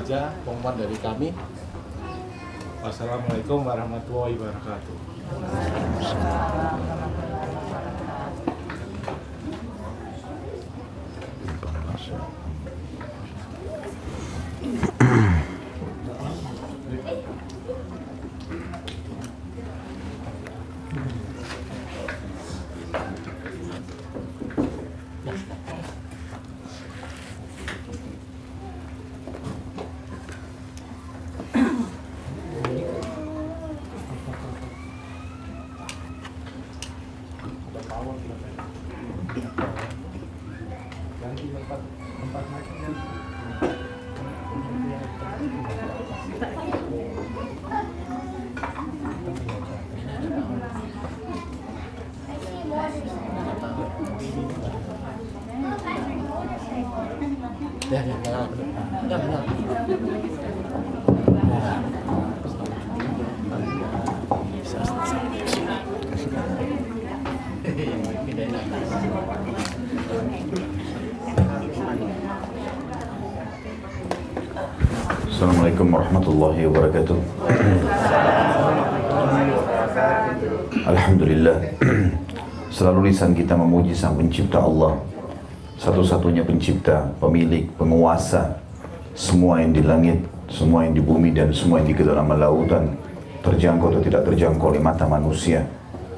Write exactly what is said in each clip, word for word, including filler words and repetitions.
saja pengumuman dari kami. Wassalamualaikum warahmatullahi wabarakatuh. Ya, ya, ya, ya, ya. Assalamualaikum warahmatullahi wabarakatuh. Alhamdulillah, selalu lisan kita memuji Sang Pencipta Allah, satu-satunya pencipta, pemilik, penguasa semua yang di langit, semua yang di bumi, dan semua yang di kedalaman lautan, terjangkau atau tidak terjangkau oleh mata manusia.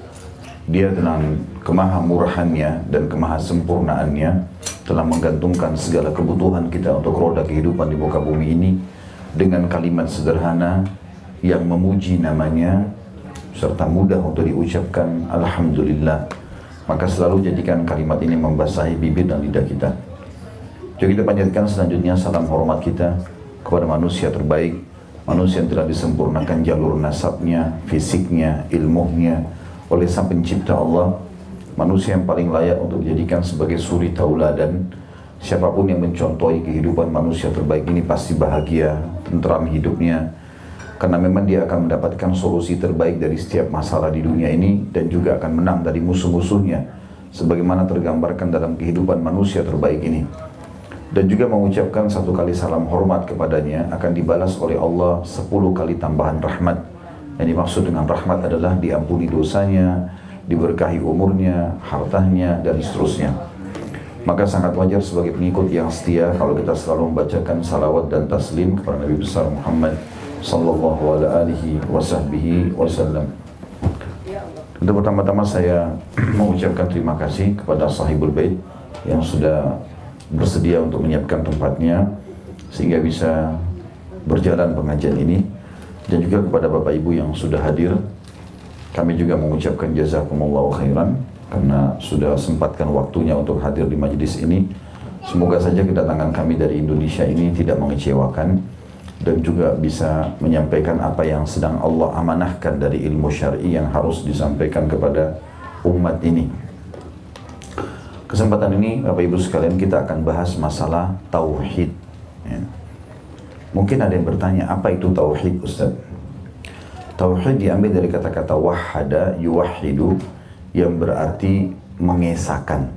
Dia dengan kemahamurahannya dan kemahasempurnaannya telah menggantungkan segala kebutuhan kita untuk roda kehidupan di muka bumi ini dengan kalimat sederhana yang memuji namanya serta mudah untuk diucapkan Alhamdulillah. Maka selalu jadikan kalimat ini membasahi bibir dan lidah kita. Jadi kita panjatkan selanjutnya salam hormat kita kepada manusia terbaik, manusia yang telah disempurnakan jalur nasabnya, fisiknya, ilmunya oleh Sang Pencipta Allah, manusia yang paling layak untuk dijadikan sebagai suri tauladan. Siapapun yang mencontohi kehidupan manusia terbaik ini pasti bahagia, tentram hidupnya, karena memang dia akan mendapatkan solusi terbaik dari setiap masalah di dunia ini dan juga akan menang dari musuh-musuhnya sebagaimana tergambarkan dalam kehidupan manusia terbaik ini. Dan juga mengucapkan satu kali salam hormat kepadanya akan dibalas oleh Allah sepuluh kali tambahan rahmat. Yang dimaksud dengan rahmat adalah diampuni dosanya, diberkahi umurnya, hartanya, dan seterusnya. Maka sangat wajar sebagai pengikut yang setia kalau kita selalu membacakan salawat dan taslim kepada Nabi besar Muhammad sallallahu alaihi wasallam. Untuk pertama-tama saya mengucapkan terima kasih kepada Sahibul Bait yang sudah bersedia untuk menyiapkan tempatnya sehingga bisa berjalan pengajian ini, dan juga kepada Bapak Ibu yang sudah hadir. Kami juga mengucapkan jazakumullahu khairan karena sudah sempatkan waktunya untuk hadir di majelis ini. Semoga saja kedatangan kami dari Indonesia ini tidak mengecewakan dan juga bisa menyampaikan apa yang sedang Allah amanahkan dari ilmu syar'i yang harus disampaikan kepada umat ini. Kesempatan ini Bapak Ibu sekalian kita akan bahas masalah tauhid ya. Mungkin ada yang bertanya, apa itu tauhid Ustaz? Tauhid diambil dari kata-kata wahada yuwahidu yang berarti mengesahkan.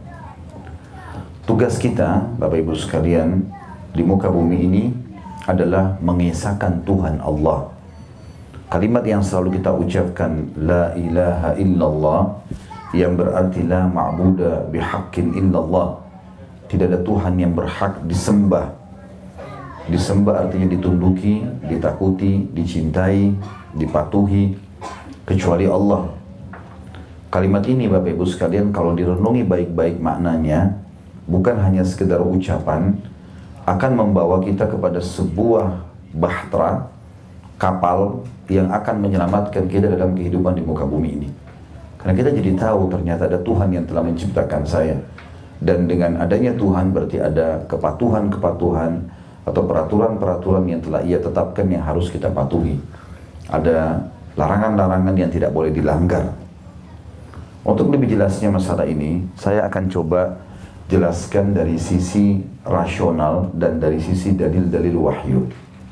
Tugas kita Bapak Ibu sekalian di muka bumi ini adalah mengesahkan Tuhan Allah. Kalimat yang selalu kita ucapkan la ilaha illallah yang berarti la ma'buda bihaqqin illallah. Tidak ada Tuhan yang berhak disembah. Disembah artinya ditunduki, ditakuti, dicintai, dipatuhi kecuali Allah. Kalimat ini Bapak Ibu sekalian kalau direnungi baik-baik maknanya bukan hanya sekedar ucapan, akan membawa kita kepada sebuah bahtera, kapal yang akan menyelamatkan kita dalam kehidupan di muka bumi ini. Karena kita jadi tahu ternyata ada Tuhan yang telah menciptakan saya. Dan dengan adanya Tuhan berarti ada kepatuhan-kepatuhan atau peraturan-peraturan yang telah Ia tetapkan yang harus kita patuhi. Ada larangan-larangan yang tidak boleh dilanggar. Untuk lebih jelasnya masalah ini, saya akan coba jelaskan dari sisi rasional dan dari sisi dalil-dalil wahyu.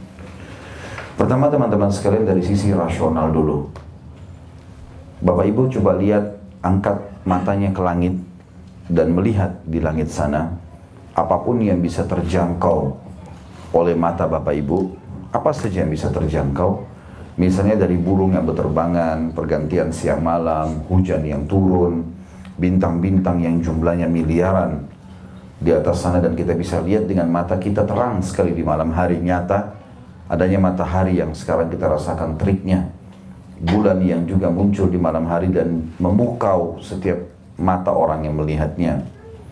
Pertama teman-teman sekalian dari sisi rasional dulu. Bapak Ibu coba lihat, angkat matanya ke langit dan melihat di langit sana apapun yang bisa terjangkau oleh mata Bapak Ibu, apa saja yang bisa terjangkau. Misalnya dari burung yang berterbangan, pergantian siang malam, hujan yang turun, bintang-bintang yang jumlahnya miliaran di atas sana, dan kita bisa lihat dengan mata kita terang sekali di malam hari nyata. Adanya matahari yang sekarang kita rasakan teriknya, bulan yang juga muncul di malam hari dan memukau setiap mata orang yang melihatnya.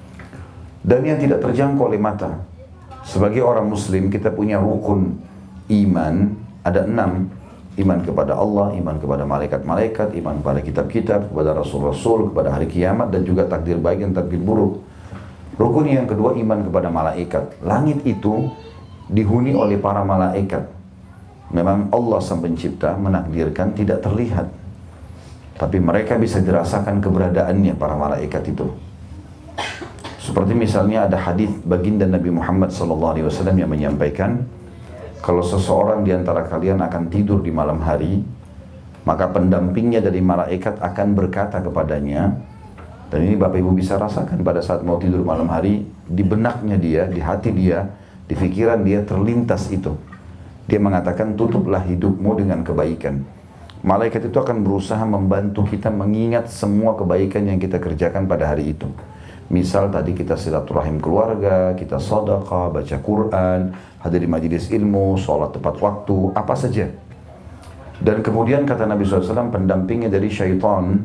Dan yang tidak terjangkau oleh mata. Sebagai orang muslim kita punya rukun iman, ada enam. Iman kepada Allah, iman kepada malaikat-malaikat, iman kepada kitab-kitab, kepada rasul-rasul, kepada hari kiamat, dan juga takdir baik dan takdir buruk. Rukun yang kedua, iman kepada malaikat. Langit itu dihuni oleh para malaikat. Memang Allah sang pencipta menakdirkan tidak terlihat, tapi mereka bisa dirasakan keberadaannya para malaikat itu. Seperti misalnya ada hadis baginda Nabi Muhammad sallallahu alaihi wasallam yang menyampaikan, kalau seseorang di antara kalian akan tidur di malam hari, maka pendampingnya dari malaikat akan berkata kepadanya, dan ini Bapak Ibu bisa rasakan pada saat mau tidur malam hari, di benaknya dia, di hati dia, di pikiran dia terlintas itu. Dia mengatakan, tutuplah hidupmu dengan kebaikan. Malaikat itu akan berusaha membantu kita mengingat semua kebaikan yang kita kerjakan pada hari itu. Misal tadi kita silaturahim keluarga, kita sedekah, baca Quran, hadir di majelis ilmu, sholat tepat waktu, apa saja. Dan kemudian kata Nabi shallallahu alaihi wasallam, pendampingnya dari syaitan,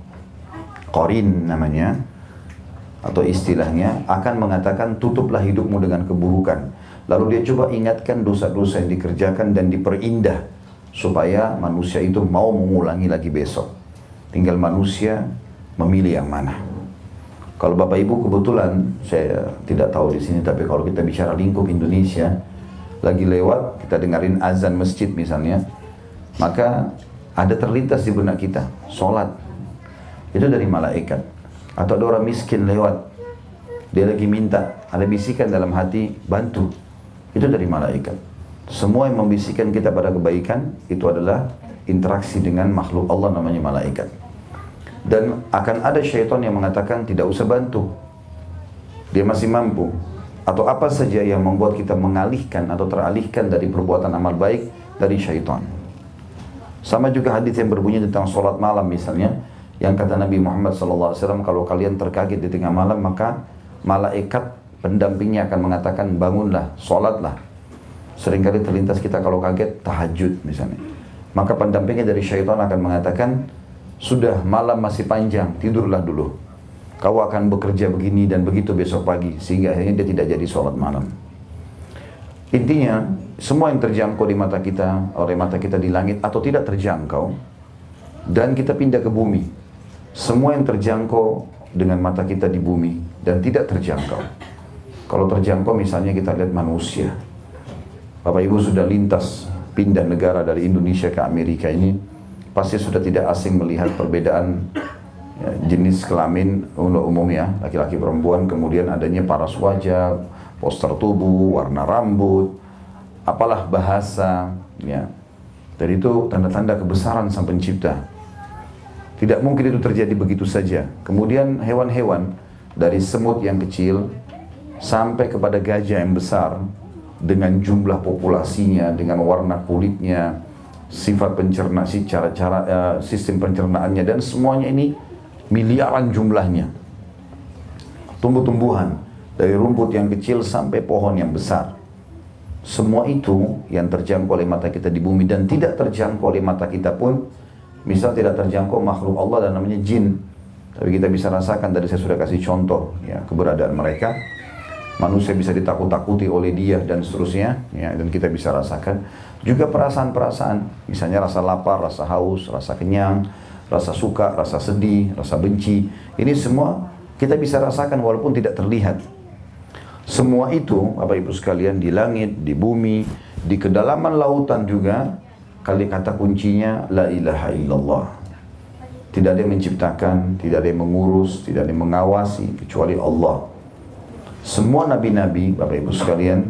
qarin namanya, atau istilahnya, akan mengatakan tutuplah hidupmu dengan keburukan. Lalu dia coba ingatkan dosa-dosa yang dikerjakan dan diperindah, supaya manusia itu mau mengulangi lagi besok. Tinggal manusia memilih yang mana. Kalau Bapak Ibu kebetulan, saya tidak tahu di sini, tapi kalau kita bicara lingkup Indonesia, lagi lewat, kita dengarin azan masjid misalnya, maka ada terlintas di benak kita, sholat. Itu dari malaikat. Atau ada orang miskin lewat, dia lagi minta, ada bisikan dalam hati, bantu. Itu dari malaikat. Semua yang membisikkan kita pada kebaikan, itu adalah interaksi dengan makhluk Allah namanya malaikat. Dan akan ada syaitan yang mengatakan tidak usah bantu, dia masih mampu, atau apa saja yang membuat kita mengalihkan atau teralihkan dari perbuatan amal baik dari syaitan. Sama juga hadis yang berbunyi tentang sholat malam misalnya, yang kata Nabi Muhammad shallallahu alaihi wasallam, kalau kalian terkaget di tengah malam, maka malaikat pendampingnya akan mengatakan bangunlah, sholatlah. Seringkali terlintas kita kalau kaget tahajud misalnya, maka pendampingnya dari syaitan akan mengatakan, sudah malam masih panjang, tidurlah dulu. Kau akan bekerja begini dan begitu besok pagi, sehingga akhirnya dia tidak jadi sholat malam. Intinya, semua yang terjangkau di mata kita, oleh mata kita di langit atau tidak terjangkau, dan kita pindah ke bumi. Semua yang terjangkau dengan mata kita di bumi dan tidak terjangkau. Kalau terjangkau misalnya kita lihat manusia. Bapak Ibu sudah lintas pindah negara dari Indonesia ke Amerika ini, pasti sudah tidak asing melihat perbedaan ya, jenis kelamin umumnya, laki-laki perempuan, kemudian adanya paras wajah, poster tubuh, warna rambut, apalah bahasa, ya. Dan itu tanda-tanda kebesaran Sang Pencipta. Tidak mungkin itu terjadi begitu saja. Kemudian hewan-hewan dari semut yang kecil sampai kepada gajah yang besar, dengan jumlah populasinya, dengan warna kulitnya, sifat pencerna, cara-cara uh, sistem pencernaannya, dan semuanya ini miliaran jumlahnya. Tumbuh-tumbuhan dari rumput yang kecil sampai pohon yang besar. Semua itu yang terjangkau oleh mata kita di bumi dan tidak terjangkau oleh mata kita pun. Misal tidak terjangkau makhluk Allah dan namanya jin, tapi kita bisa rasakan, tadi saya sudah kasih contoh ya, keberadaan mereka. Manusia bisa ditakut-takuti oleh dia dan seterusnya ya, dan kita bisa rasakan juga perasaan-perasaan, misalnya rasa lapar, rasa haus, rasa kenyang, rasa suka, rasa sedih, rasa benci. Ini semua kita bisa rasakan walaupun tidak terlihat. Semua itu Bapak Ibu sekalian, di langit, di bumi, di kedalaman lautan juga, kali kata kuncinya la ilaha illallah. Tidak ada yang menciptakan, tidak ada yang mengurus, tidak ada yang mengawasi kecuali Allah. Semua nabi-nabi, Bapak Ibu sekalian,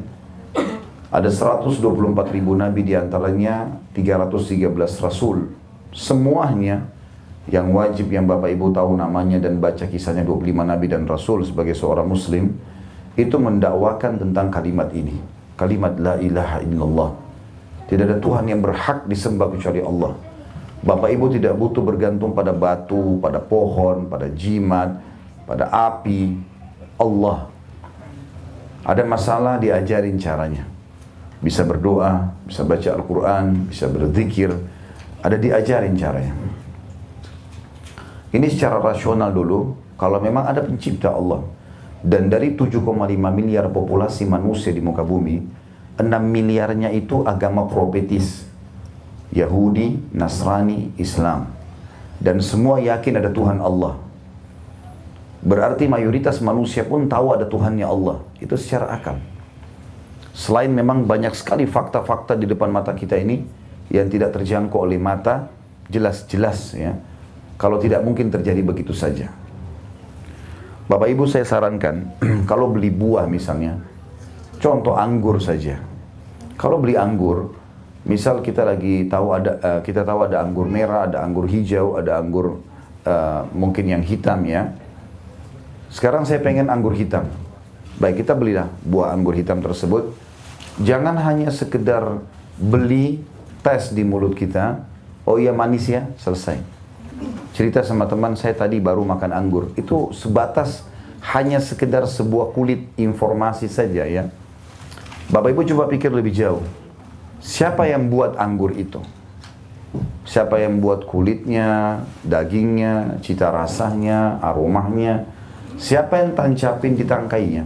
ada seratus dua puluh empat ribu nabi, diantaranya tiga ratus tiga belas rasul. Semuanya yang wajib yang Bapak Ibu tahu namanya dan baca kisahnya dua puluh lima nabi dan rasul sebagai seorang muslim, itu mendakwakan tentang kalimat ini. kalimat la ilaha illallah. Tidak ada Tuhan yang berhak disembah kecuali Allah. Bapak Ibu tidak butuh bergantung pada batu, pada pohon, pada jimat, pada api. Allah. Ada masalah, diajarin caranya. Bisa berdoa, bisa baca Al-Quran, bisa berzikir. Ada diajarin caranya. Ini secara rasional dulu, kalau memang ada pencipta Allah. Dan dari tujuh koma lima miliar populasi manusia di muka bumi, enam miliarnya itu agama propetis. Yahudi, Nasrani, Islam. Dan semua yakin ada Tuhan Allah. Berarti mayoritas manusia pun tahu ada Tuhannya Allah. Itu secara akal. Selain memang banyak sekali fakta-fakta di depan mata kita ini yang tidak terjangkau oleh mata, jelas-jelas ya. Kalau tidak mungkin terjadi begitu saja. Bapak Ibu saya sarankan, kalau beli buah misalnya, contoh anggur saja. Kalau beli anggur, misal kita lagi tahu ada uh, kita tahu ada anggur merah, ada anggur hijau, ada anggur uh, mungkin yang hitam ya. Sekarang saya pengen anggur hitam. Baik, kita belilah buah anggur hitam tersebut. Jangan hanya sekedar beli, tes di mulut kita. Oh iya manis ya, selesai. Cerita sama teman saya tadi baru makan anggur. Itu sebatas hanya sekedar sebuah kulit informasi saja ya. Bapak Ibu coba pikir lebih jauh. Siapa yang buat anggur itu? Siapa yang buat kulitnya, dagingnya, cita rasanya, aromanya? Siapa yang tancapin di tangkainya?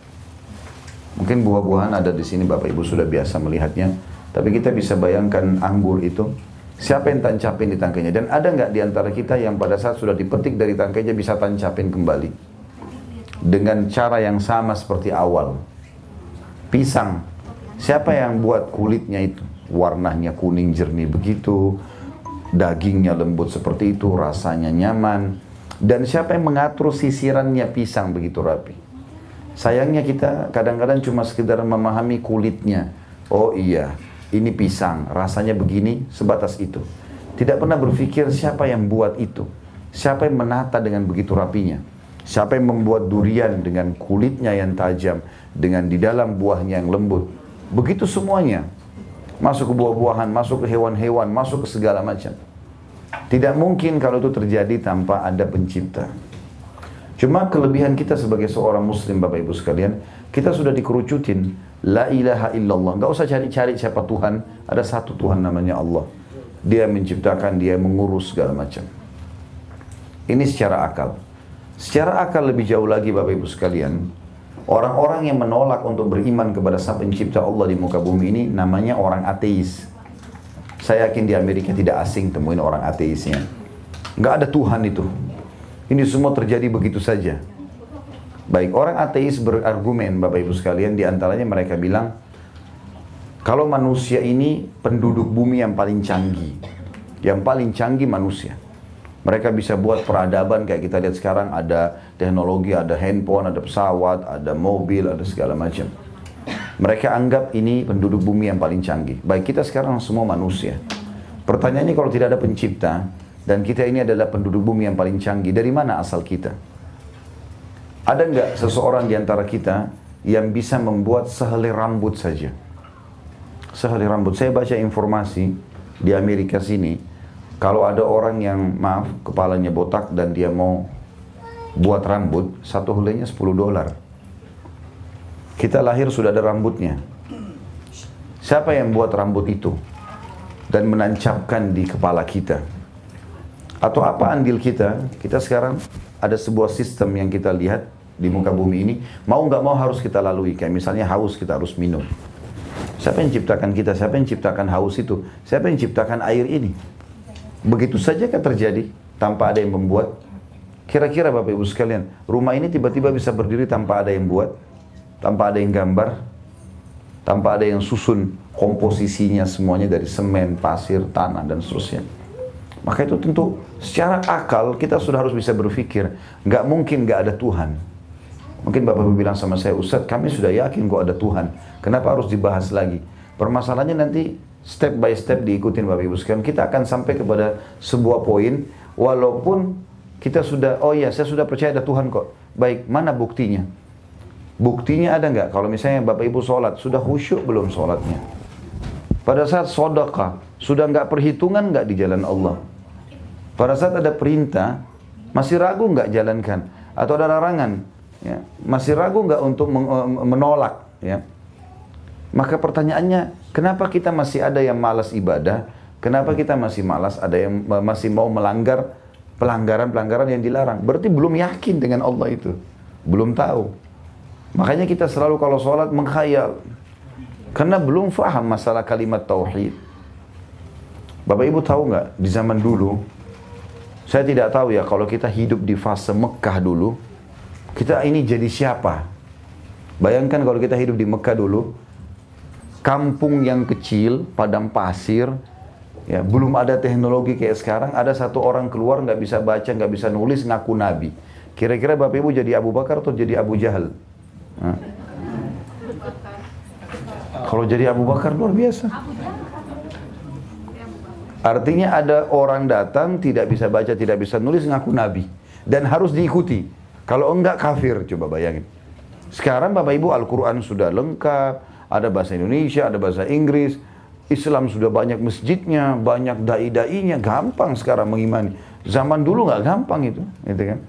Mungkin buah-buahan ada di sini Bapak Ibu sudah biasa melihatnya. Tapi kita bisa bayangkan anggur itu. Siapa yang tancapin di tangkainya? Dan ada nggak di antara kita yang pada saat sudah dipetik dari tangkainya bisa tancapin kembali? Dengan cara yang sama seperti awal. Pisang. Siapa yang buat kulitnya itu? Warnanya kuning jernih begitu. Dagingnya lembut seperti itu. Rasanya nyaman. Dan siapa yang mengatur sisirannya pisang begitu rapi? Sayangnya kita kadang-kadang cuma sekedar memahami kulitnya. Oh iya. Ini pisang, rasanya begini, sebatas itu. Tidak pernah berpikir siapa yang buat itu. Siapa yang menata dengan begitu rapinya. Siapa yang membuat durian dengan kulitnya yang tajam. Dengan di dalam buahnya yang lembut. Begitu semuanya. Masuk ke buah-buahan, masuk ke hewan-hewan, masuk ke segala macam. Tidak mungkin kalau itu terjadi tanpa ada pencipta. Cuma kelebihan kita sebagai seorang muslim Bapak Ibu sekalian, kita sudah dikerucutin. La ilaha illallah. Gak usah cari-cari siapa Tuhan. Ada satu Tuhan namanya Allah. Dia menciptakan, dia mengurus segala macam. Ini secara akal. Secara akal lebih jauh lagi Bapak Ibu sekalian. Orang-orang yang menolak untuk beriman kepada Sang Pencipta Allah di muka bumi ini namanya orang ateis. Saya yakin di Amerika tidak asing temuin orang ateisnya. Gak ada Tuhan itu. Ini semua terjadi begitu saja. Baik, orang ateis berargumen Bapak Ibu sekalian, diantaranya mereka bilang, kalau manusia ini penduduk bumi yang paling canggih, yang paling canggih manusia. Mereka bisa buat peradaban kayak kita lihat sekarang, ada teknologi, ada handphone, ada pesawat, ada mobil, ada segala macam. Mereka anggap ini penduduk bumi yang paling canggih. Baik, kita sekarang semua manusia. Pertanyaannya kalau tidak ada pencipta, dan kita ini adalah penduduk bumi yang paling canggih, dari mana asal kita? Ada nggak seseorang di antara kita yang bisa membuat sehelai rambut saja? Sehelai rambut. Saya baca informasi di Amerika sini, kalau ada orang yang, maaf, kepalanya botak dan dia mau buat rambut, satu helainya sepuluh dolar. Kita lahir sudah ada rambutnya. Siapa yang buat rambut itu? Dan menancapkan di kepala kita? Atau apa andil kita? Kita sekarang ada sebuah sistem yang kita lihat di muka bumi ini, mau nggak mau harus kita lalui. Kayak misalnya haus, kita harus minum. Siapa yang ciptakan kita? Siapa yang ciptakan haus itu? Siapa yang ciptakan air ini? Begitu saja kan terjadi tanpa ada yang membuat. Kira-kira Bapak Ibu sekalian, rumah ini tiba-tiba bisa berdiri tanpa ada yang buat, tanpa ada yang gambar, tanpa ada yang susun komposisinya semuanya dari semen, pasir, tanah, dan seterusnya. Maka itu tentu secara akal kita sudah harus bisa berpikir, nggak mungkin nggak ada Tuhan. Mungkin Bapak Ibu bilang sama saya, Ustadz kami sudah yakin kok ada Tuhan. Kenapa harus dibahas lagi? Permasalahannya nanti step by step diikutin Bapak Ibu sekalian. Kita akan sampai kepada sebuah poin, walaupun kita sudah, oh iya saya sudah percaya ada Tuhan kok. Baik, mana buktinya? Buktinya ada nggak? Kalau misalnya Bapak Ibu sholat, sudah khusyuk belum sholatnya? Pada saat sedekah, sudah nggak perhitungan nggak di jalan Allah? Pada saat ada perintah, masih ragu nggak jalankan? Atau ada larangan, ya, masih ragu nggak untuk menolak? Ya? Maka pertanyaannya, kenapa kita masih ada yang malas ibadah? Kenapa kita masih malas, ada yang masih mau melanggar pelanggaran-pelanggaran yang dilarang? Berarti belum yakin dengan Allah itu, belum tahu. Makanya kita selalu kalau sholat menghayal, karena belum faham masalah kalimat tauhid. Bapak Ibu tahu nggak, di zaman dulu, saya tidak tahu ya, kalau kita hidup di fase Mekah dulu, kita ini jadi siapa? Bayangkan kalau kita hidup di Mekah dulu, kampung yang kecil, padang pasir, ya, belum ada teknologi kayak sekarang, ada satu orang keluar nggak bisa baca, nggak bisa nulis, ngaku nabi. Kira-kira Bapak Ibu jadi Abu Bakar atau jadi Abu Jahal? Nah. Kalau jadi Abu Bakar luar biasa. Artinya ada orang datang tidak bisa baca, tidak bisa nulis, ngaku nabi dan harus diikuti. Kalau enggak kafir, coba bayangin. Sekarang Bapak Ibu Al-Quran sudah lengkap, ada bahasa Indonesia, ada bahasa Inggris, Islam sudah banyak masjidnya, banyak dai-dainya, gampang sekarang mengimani. Zaman dulu nggak gampang itu, gitu kan?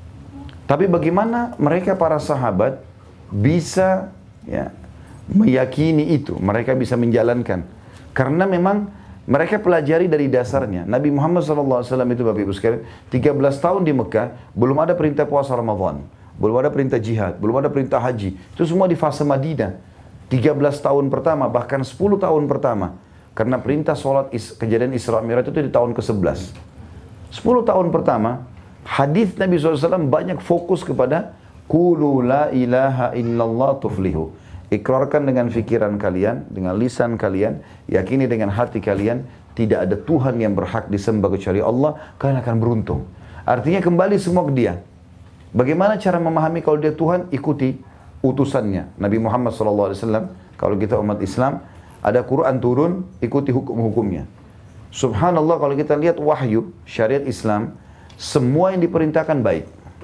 Tapi bagaimana mereka para sahabat bisa, ya, meyakini itu, mereka bisa menjalankan? Karena memang mereka pelajari dari dasarnya. Nabi Muhammad shallallahu alaihi wasallam itu, Bapak Ibu sekalian, tiga belas tahun di Mekah, belum ada perintah puasa Ramadan, belum ada perintah jihad, belum ada perintah haji. Itu semua di fase Madinah. tiga belas tahun pertama, bahkan sepuluh tahun pertama. Karena perintah sholat is, kejadian Isra Mi'raj itu di tahun ke sebelas. sepuluh tahun pertama, hadis Nabi shallallahu alaihi wasallam banyak fokus kepada Qulu la ilaha illallah tuflihu. Ikrarkan dengan fikiran kalian, dengan lisan kalian, yakini dengan hati kalian, tidak ada Tuhan yang berhak disembah kecuali Allah, kalian akan beruntung. Artinya kembali semua ke Dia. Bagaimana cara memahami kalau Dia Tuhan? Ikuti utusannya, Nabi Muhammad shallallahu alaihi wasallam. Kalau kita umat Islam, ada Quran turun, ikuti hukum-hukumnya. Subhanallah, kalau kita lihat wahyu, syariat Islam, semua yang diperintahkan baik.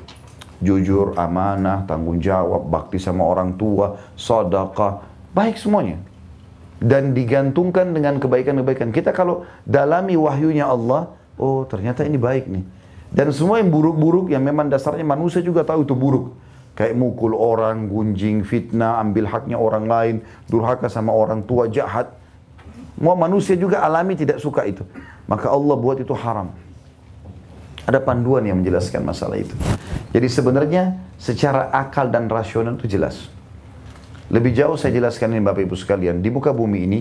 Jujur, amanah, tanggung jawab, bakti sama orang tua, sedekah, baik semuanya. Dan digantungkan dengan kebaikan-kebaikan. Kita kalau dalami wahyunya Allah, oh ternyata ini baik nih. Dan semua yang buruk-buruk, yang memang dasarnya manusia juga tahu itu buruk. Kayak mukul orang, gunjing, fitnah, ambil haknya orang lain, durhaka sama orang tua, jahat. Semua manusia juga alami tidak suka itu. Maka Allah buat itu haram. Ada panduan yang menjelaskan masalah itu. Jadi sebenarnya secara akal dan rasional itu jelas. Lebih jauh saya jelaskan ini Bapak Ibu sekalian. Di muka bumi ini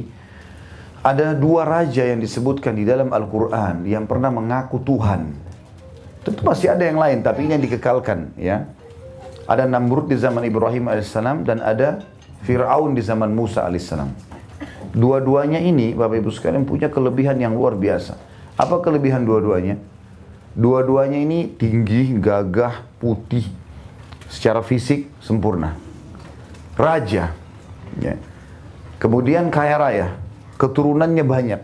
ada dua raja yang disebutkan di dalam Al-Quran yang pernah mengaku Tuhan. Tentu masih ada yang lain, tapi ini yang dikekalkan, ya. Ada Namrud di zaman Ibrahim alaihissalam dan ada Fir'aun di zaman Musa alaihissalam. Dua-duanya ini Bapak Ibu sekalian punya kelebihan yang luar biasa. Apa kelebihan dua-duanya? Dua-duanya ini tinggi, gagah, putih, secara fisik sempurna. Raja, ya. Kemudian kaya raya, keturunannya banyak,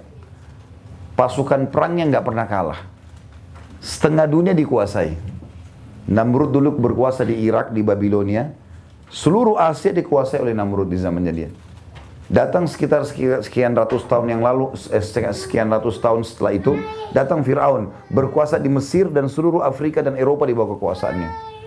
pasukan perangnya nggak pernah kalah, setengah dunia dikuasai. Namrud dulu berkuasa di Irak, di Babilonia, seluruh Asia dikuasai oleh Namrud di zamannya dia. Datang sekitar sekian ratus tahun yang lalu, sekian ratus tahun setelah itu, datang Fir'aun, berkuasa di Mesir dan seluruh Afrika dan Eropa di bawah kekuasaannya.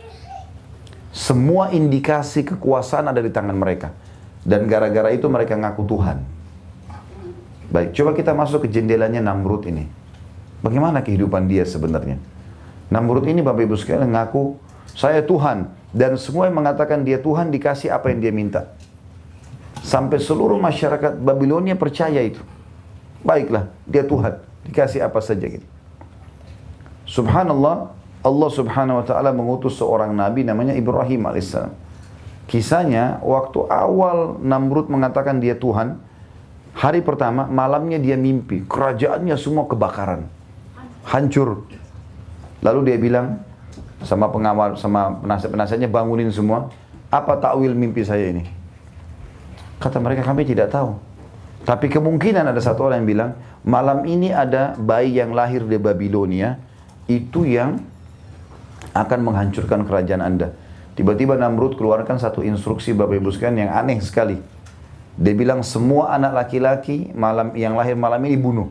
Semua indikasi kekuasaan ada di tangan mereka. Dan gara-gara itu mereka ngaku Tuhan. Baik, coba kita masuk ke jendelanya Namrud ini. Bagaimana kehidupan dia sebenarnya? Namrud ini Bapak Ibu sekalian ngaku, saya Tuhan. Dan semua yang mengatakan dia Tuhan dikasih apa yang dia minta. Sampai seluruh masyarakat Babilonia percaya itu. Baiklah, dia Tuhan, dikasih apa saja gitu. Subhanallah, Allah subhanahu wa ta'ala mengutus seorang nabi namanya Ibrahim alaihissalam. Kisahnya, waktu awal Namrud mengatakan dia Tuhan, hari pertama, malamnya dia mimpi, kerajaannya semua kebakaran, hancur. Lalu dia bilang sama pengawal, sama penasihat-penasihatnya, bangunin semua, apa takwil mimpi saya ini? Kata mereka, kami tidak tahu. Tapi kemungkinan ada satu orang yang bilang, malam ini ada bayi yang lahir di Babilonia, itu yang akan menghancurkan kerajaan Anda. Tiba-tiba Namrud keluarkan satu instruksi Bapak Ibu sekalian yang aneh sekali. Dia bilang semua anak laki-laki malam yang lahir malam ini bunuh.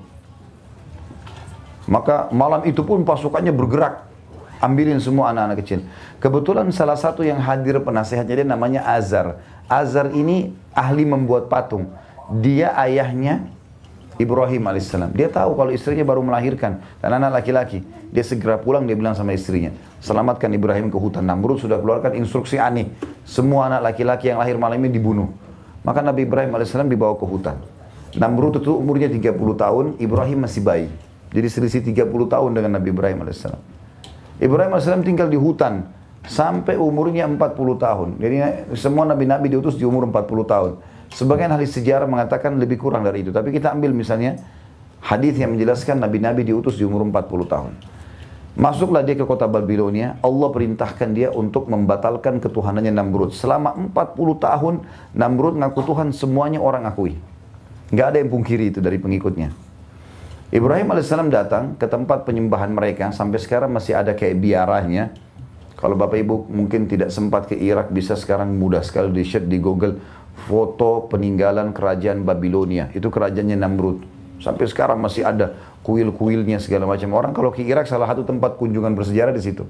Maka malam itu pun pasukannya bergerak, ambilin semua anak-anak kecil. Kebetulan salah satu yang hadir penasehatnya dia namanya Azar. Azar ini ahli membuat patung. Dia ayahnya Ibrahim alaihissalam. Dia tahu kalau istrinya baru melahirkan dan anak laki-laki. Dia segera pulang, dia bilang sama istrinya, selamatkan Ibrahim ke hutan. Namrud sudah keluarkan instruksi aneh. Semua anak laki-laki yang lahir malam ini dibunuh. Maka Nabi Ibrahim alaihissalam dibawa ke hutan. Namrud itu umurnya tiga puluh tahun, Ibrahim masih bayi. Jadi selisih tiga puluh tahun dengan Nabi Ibrahim alaihissalam. Ibrahim alaihissalam tinggal di hutan sampai umurnya empat puluh tahun. Jadi semua nabi-nabi diutus di umur empat puluh tahun. Sebagian ahli sejarah mengatakan lebih kurang dari itu. Tapi kita ambil misalnya hadis yang menjelaskan nabi-nabi diutus di umur empat puluh tahun. Masuklah dia ke kota Babilonia. Allah perintahkan dia untuk membatalkan ketuhanannya Namrud. Selama empat puluh tahun Namrud ngaku Tuhan, semuanya orang akui. Nggak ada yang pungkiri itu dari pengikutnya. Ibrahim alaihissalam datang ke tempat penyembahan mereka. Sampai sekarang masih ada kayak biarahnya. Kalau Bapak Ibu mungkin tidak sempat ke Irak, bisa sekarang mudah sekali di-search di Google foto peninggalan kerajaan Babilonia. Itu kerajaannya Namrud. Sampai sekarang masih ada kuil-kuilnya segala macam. Orang kalau ke Irak salah satu tempat kunjungan bersejarah di situ.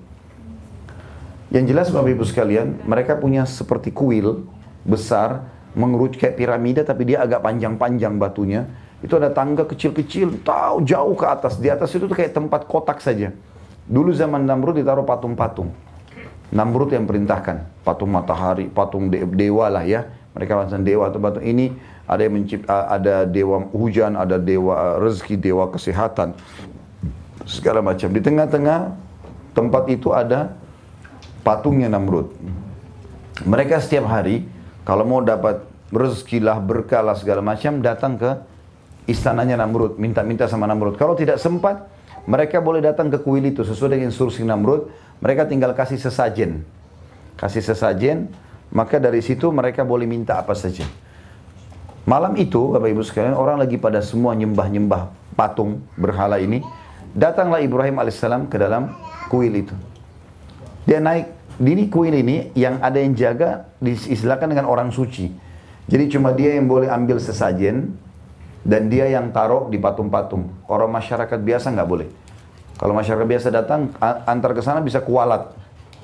Yang jelas Bapak Ibu sekalian, mereka punya seperti kuil besar, mengerucut kayak piramida tapi dia agak panjang-panjang batunya. Itu ada tangga kecil-kecil, tahu jauh ke atas. Di atas itu tuh kayak tempat kotak saja. Dulu zaman Namrud ditaruh patung-patung. Namrud yang perintahkan, patung matahari, patung de dewa lah ya. Mereka langsung dewa atau patung ini ada yang mencipta, ada dewa hujan, ada dewa rezeki, dewa kesehatan, segala macam. Di tengah-tengah tempat itu ada patungnya Namrud. Mereka setiap hari kalau mau dapat rezeki lah, berkah lah segala macam, datang ke istananya Namrud, minta-minta sama Namrud. Kalau tidak sempat, mereka boleh datang ke kuil itu sesuai dengan instruksi Namrud. Mereka tinggal kasih sesajen, kasih sesajen, maka dari situ mereka boleh minta apa saja. Malam itu, Bapak Ibu sekalian, orang lagi pada semua nyembah-nyembah patung berhala ini. Datanglah Ibrahim alaihissalam ke dalam kuil itu. Dia naik, di kuil ini yang ada yang jaga diistilahkan dengan orang suci. Jadi cuma dia yang boleh ambil sesajen dan dia yang taruh di patung-patung. Orang masyarakat biasa nggak boleh. Kalau masyarakat biasa datang, antar ke sana bisa kualat.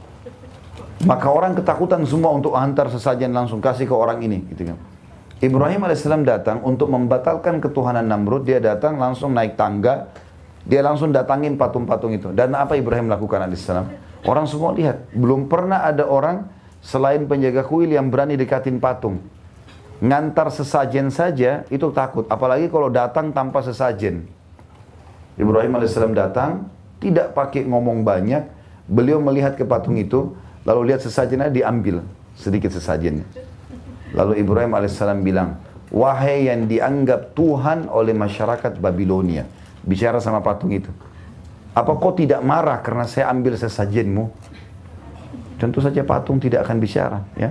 Maka orang ketakutan semua untuk antar sesajen langsung kasih ke orang ini, gitu kan. Ibrahim alaihissalam datang untuk membatalkan ketuhanan Namrud. Dia datang langsung naik tangga, dia langsung datangin patung-patung itu. Dan apa Ibrahim lakukan alaihissalam? Orang semua lihat, belum pernah ada orang selain penjaga kuil yang berani dekatin patung. Ngantar sesajen saja itu takut, apalagi kalau datang tanpa sesajen. Ibrahim alaihissalam datang, tidak pakai ngomong banyak, beliau melihat ke patung itu, lalu lihat sesajennya, diambil sedikit sesajennya. Lalu Ibrahim alaihissalam bilang, wahai yang dianggap Tuhan oleh masyarakat Babilonia, bicara sama patung itu, apa kau tidak marah karena saya ambil sesajenmu? Tentu saja patung tidak akan bicara, ya.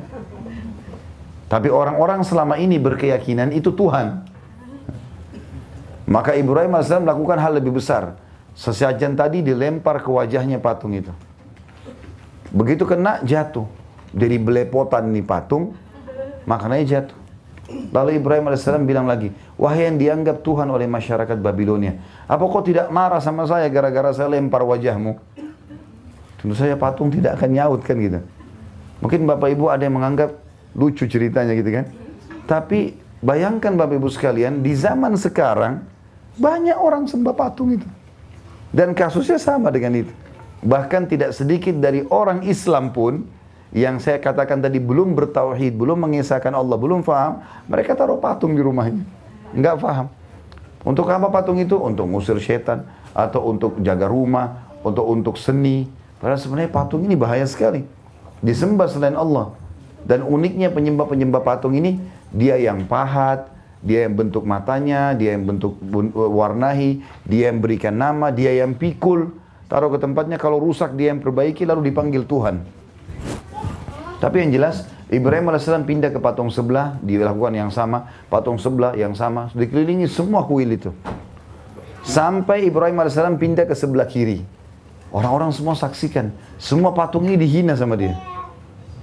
Tapi orang-orang selama ini berkeyakinan itu Tuhan. Maka Ibrahim alaihissalam melakukan hal lebih besar. Sesajen tadi dilempar ke wajahnya patung itu. Begitu kena, jatuh. Dari belepotan nih patung, maknanya jatuh. Lalu Ibrahim alaihissalam bilang lagi, wahai yang dianggap Tuhan oleh masyarakat Babilonia, apa kau tidak marah sama saya gara-gara saya lempar wajahmu? Tentu saja patung tidak akan nyaut kan gitu. Mungkin Bapak Ibu ada yang menganggap lucu ceritanya gitu kan. Tapi bayangkan Bapak Ibu sekalian, di zaman sekarang banyak orang sembah patung itu. Dan kasusnya sama dengan itu. Bahkan tidak sedikit dari orang Islam pun yang saya katakan tadi belum bertauhid, belum mengisahkan Allah, belum faham, mereka taruh patung di rumahnya. Enggak faham. Untuk apa patung itu? Untuk ngusir setan, atau untuk jaga rumah, untuk untuk seni. Padahal sebenarnya patung ini bahaya sekali. Disembah selain Allah. Dan uniknya penyembah-penyembah patung ini, dia yang pahat, dia yang bentuk matanya, dia yang bentuk warnahi, dia yang berikan nama, dia yang pikul, taruh ke tempatnya, kalau rusak dia yang perbaiki, lalu dipanggil Tuhan. Tapi yang jelas, Ibrahim alaihissalam pindah ke patung sebelah, dilakukan yang sama, patung sebelah yang sama, dikelilingi semua kuil itu. Sampai Ibrahim alaihissalam pindah ke sebelah kiri. Orang-orang semua saksikan, semua patung ini dihina sama dia.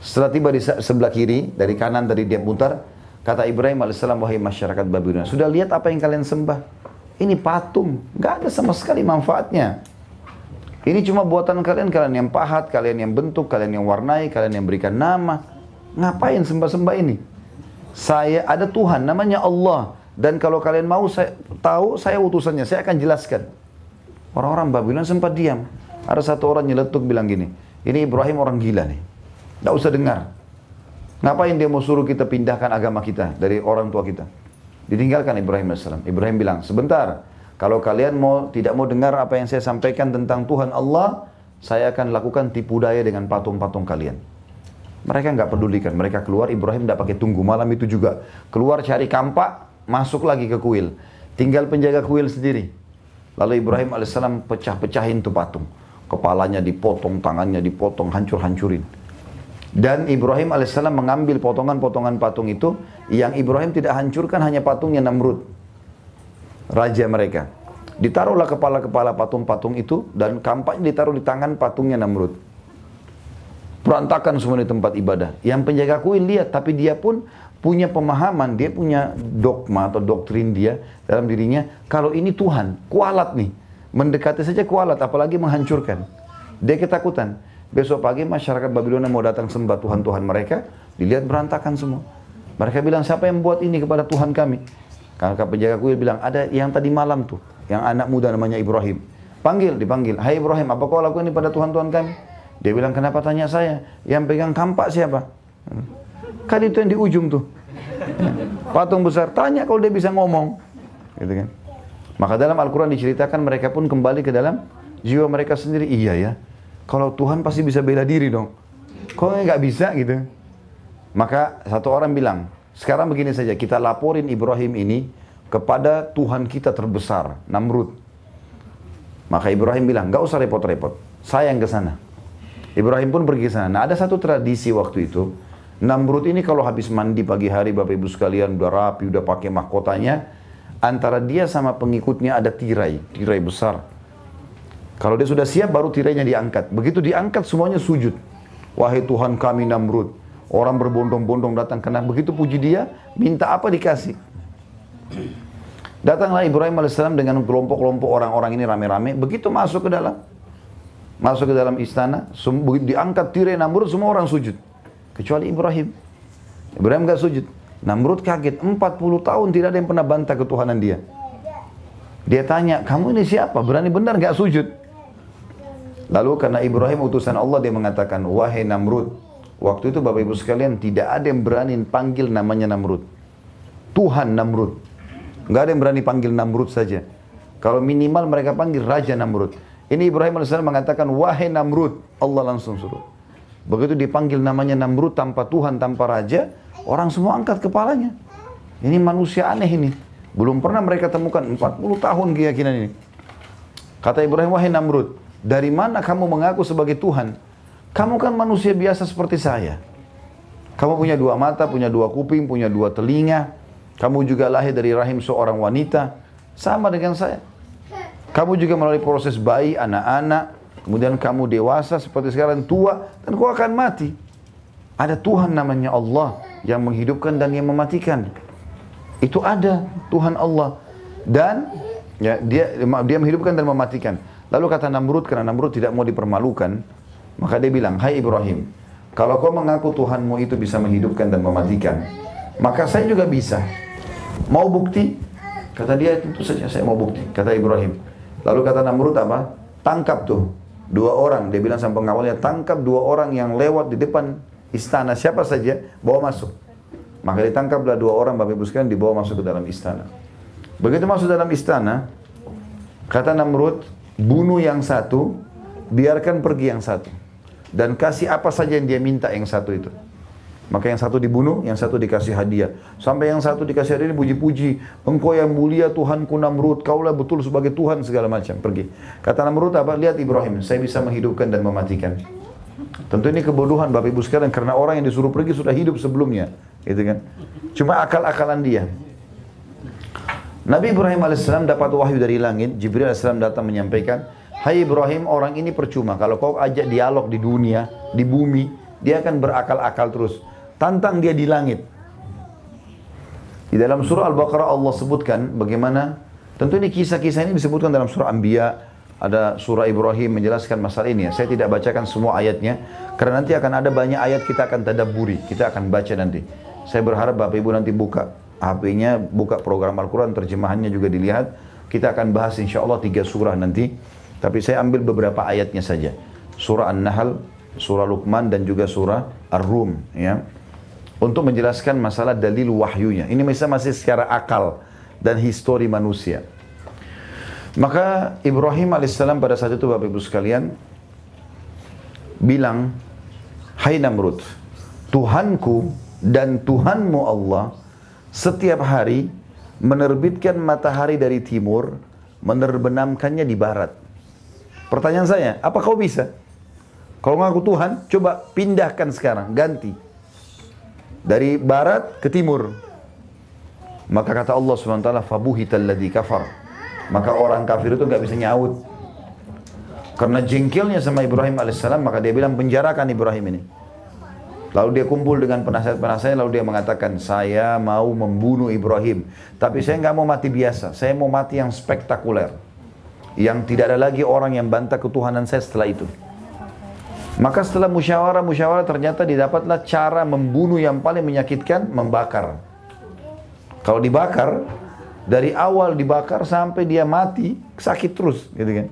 Setelah tiba di sebelah kiri, dari kanan tadi dia putar, kata Ibrahim alaihissalam, wahai masyarakat Babilonia, sudah lihat apa yang kalian sembah? Ini patung, nggak ada sama sekali manfaatnya. Ini cuma buatan kalian, kalian yang pahat, kalian yang bentuk, kalian yang warnai, kalian yang berikan nama. Ngapain sembah-sembah ini? Saya ada Tuhan, namanya Allah. Dan kalau kalian mau saya tahu, saya utusannya, saya akan jelaskan. Orang-orang Babilonia sempat diam. Ada satu orang nyeletuk bilang gini, ini Ibrahim orang gila nih. Nggak usah dengar. Ngapain dia mau suruh kita pindahkan agama kita dari orang tua kita? Ditinggalkan Ibrahim alaihissalam. Ibrahim bilang, sebentar. Kalau kalian mau tidak mau dengar apa yang saya sampaikan tentang Tuhan Allah, saya akan lakukan tipu daya dengan patung-patung kalian. Mereka nggak pedulikan. Mereka keluar, Ibrahim tidak pakai tunggu. Malam itu juga keluar cari kampak, masuk lagi ke kuil. Tinggal penjaga kuil sendiri. Lalu Ibrahim alaihissalam pecah-pecahin tuh patung. Kepalanya dipotong, tangannya dipotong, hancur-hancurin. Dan Ibrahim alaihissalam mengambil potongan-potongan patung itu. Yang Ibrahim tidak hancurkan hanya patungnya Namrud, raja mereka. Ditaruhlah kepala-kepala patung-patung itu. Dan kampaknya ditaruh di tangan patungnya Namrud. Berantakan semua di tempat ibadah. Yang penjaga kuil lihat, tapi dia pun punya pemahaman, dia punya dogma atau doktrin dia dalam dirinya. Kalau ini Tuhan, kualat nih. Mendekati saja kualat, apalagi menghancurkan. Dia ketakutan. Besok pagi masyarakat Babilonia mau datang sembah Tuhan-Tuhan mereka, dilihat berantakan semua. Mereka bilang, siapa yang buat ini kepada Tuhan kami? Karena penjaga kuil bilang, ada yang tadi malam tuh, yang anak muda namanya Ibrahim. Panggil, dipanggil, hai Ibrahim, apa kau lakukan ini pada Tuhan-Tuhan kami? Dia bilang, kenapa tanya saya? Yang pegang kampak siapa? Kan itu yang di ujung tuh. Patung besar, tanya kalau dia bisa ngomong. Gitu kan? Maka dalam Al-Quran diceritakan mereka pun kembali ke dalam jiwa mereka sendiri. Iya ya, kalau Tuhan pasti bisa bela diri dong. Kok nggak bisa gitu? Maka satu orang bilang, sekarang begini saja, kita laporin Ibrahim ini kepada Tuhan kita terbesar, Namrud. Maka Ibrahim bilang, nggak usah repot-repot, saya yang ke sana. Ibrahim pun pergi ke sana. Nah, ada satu tradisi waktu itu, Namrud ini kalau habis mandi pagi hari, Bapak Ibu sekalian, udah rapi, udah pakai mahkotanya, antara dia sama pengikutnya ada tirai, tirai besar. Kalau dia sudah siap, baru tirainya diangkat. Begitu diangkat, semuanya sujud. Wahai Tuhan kami Namrud. Orang berbondong-bondong datang kena. Begitu puji dia, minta apa dikasih. Datanglah Ibrahim alaihissalam dengan kelompok-kelompok orang-orang ini rame-rame. Begitu masuk ke dalam, masuk ke dalam istana, begitu diangkat tirai Namrud, semua orang sujud. Kecuali Ibrahim. Ibrahim gak sujud. Namrud kaget, empat puluh tahun tidak ada yang pernah bantah ketuhanan dia. Dia tanya, kamu ini siapa? Berani benar gak sujud? Lalu karena Ibrahim utusan Allah, dia mengatakan, wahai Namrud. Waktu itu Bapak Ibu sekalian, tidak ada yang berani panggil namanya Namrud. Tuhan Namrud. Gak ada yang berani panggil Namrud saja. Kalau minimal mereka panggil Raja Namrud. Ini Ibrahim alaihissalam mengatakan, wahai Namrud. Allah langsung suruh. Begitu dipanggil namanya Namrud tanpa Tuhan, tanpa Raja, orang semua angkat kepalanya. Ini manusia aneh ini. Belum pernah mereka temukan empat puluh tahun keyakinan ini. Kata Ibrahim, wahai Namrud, dari mana kamu mengaku sebagai Tuhan? Kamu kan manusia biasa seperti saya. Kamu punya dua mata, punya dua kuping, punya dua telinga. Kamu juga lahir dari rahim seorang wanita. Sama dengan saya. Kamu juga melalui proses bayi, anak-anak. Kemudian kamu dewasa seperti sekarang, tua. Dan kau akan mati. Ada Tuhan namanya Allah yang menghidupkan dan yang mematikan. Itu ada Tuhan Allah. Dan ya, dia, dia menghidupkan dan mematikan. Lalu kata Namrud, karena Namrud tidak mau dipermalukan, maka dia bilang, hai Ibrahim, kalau kau mengaku Tuhanmu itu bisa menghidupkan dan mematikan, maka saya juga bisa. Mau bukti? Kata dia, tentu saja saya mau bukti. Kata Ibrahim. Lalu kata Namrud apa? Tangkap tuh dua orang. Dia bilang sama pengawalnya, tangkap dua orang yang lewat di depan istana. Siapa saja, bawa masuk. Maka ditangkaplah dua orang, Bapak Ibu sekalian, dibawa masuk ke dalam istana. Begitu masuk dalam istana, kata Namrud, bunuh yang satu, biarkan pergi yang satu. Dan kasih apa saja yang dia minta yang satu itu. Maka yang satu dibunuh, yang satu dikasih hadiah. Sampai yang satu dikasih hadiah ini puji-puji. Engkau yang mulia Tuhanku Namrud, kaulah betul sebagai Tuhan segala macam. Pergi. Kata Namrud apa? Lihat Ibrahim, saya bisa menghidupkan dan mematikan. Tentu ini kebodohan Bapak Ibu sekalian, karena orang yang disuruh pergi sudah hidup sebelumnya. Gitu kan? Cuma akal-akalan dia. Nabi Ibrahim alaihissalam dapat wahyu dari langit. Jibril alaihissalam datang menyampaikan, hai Ibrahim, orang ini percuma. Kalau kau ajak dialog di dunia, di bumi, dia akan berakal-akal terus. Tantang dia di langit. Di dalam surah Al-Baqarah Allah sebutkan bagaimana, tentu ini kisah-kisah ini disebutkan dalam surah Anbiya, ada surah Ibrahim menjelaskan masalah ini ya. Saya tidak bacakan semua ayatnya, karena nanti akan ada banyak ayat kita akan tadabburi, kita akan baca nanti. Saya berharap Bapak Ibu nanti buka H P-nya, buka program Al-Quran, terjemahannya juga dilihat. Kita akan bahas insya Allah tiga surah nanti, tapi saya ambil beberapa ayatnya saja. Surah An-Nahl, surah Luqman, dan juga surah Ar-Rum ya. Untuk menjelaskan masalah dalil wahyunya. Ini misalnya masih secara akal dan histori manusia. Maka Ibrahim alaihissalam pada saat itu Bapak Ibu sekalian bilang, "Hai Namrud, Tuhanku dan Tuhanmu Allah setiap hari menerbitkan matahari dari timur, menerbenamkannya di barat. Pertanyaan saya, apa kau bisa? Kalau ngaku Tuhan, coba pindahkan sekarang, ganti. Dari barat ke timur." Maka kata Allah subhanahu wa taala, "Fabuhital ladzi kafar." Maka orang kafir itu nggak bisa nyaut. Karena jengkelnya sama Ibrahim alaihissalam, maka dia bilang, penjarakan Ibrahim ini. Lalu dia kumpul dengan penasihat-penasihatnya, lalu dia mengatakan, "Saya mau membunuh Ibrahim, tapi saya nggak mau mati biasa, saya mau mati yang spektakuler, yang tidak ada lagi orang yang bantah ketuhanan saya setelah itu." Maka setelah musyawarah-musyawarah ternyata didapatlah cara membunuh yang paling menyakitkan, membakar. Kalau dibakar, dari awal dibakar sampai dia mati, sakit terus, gitu kan.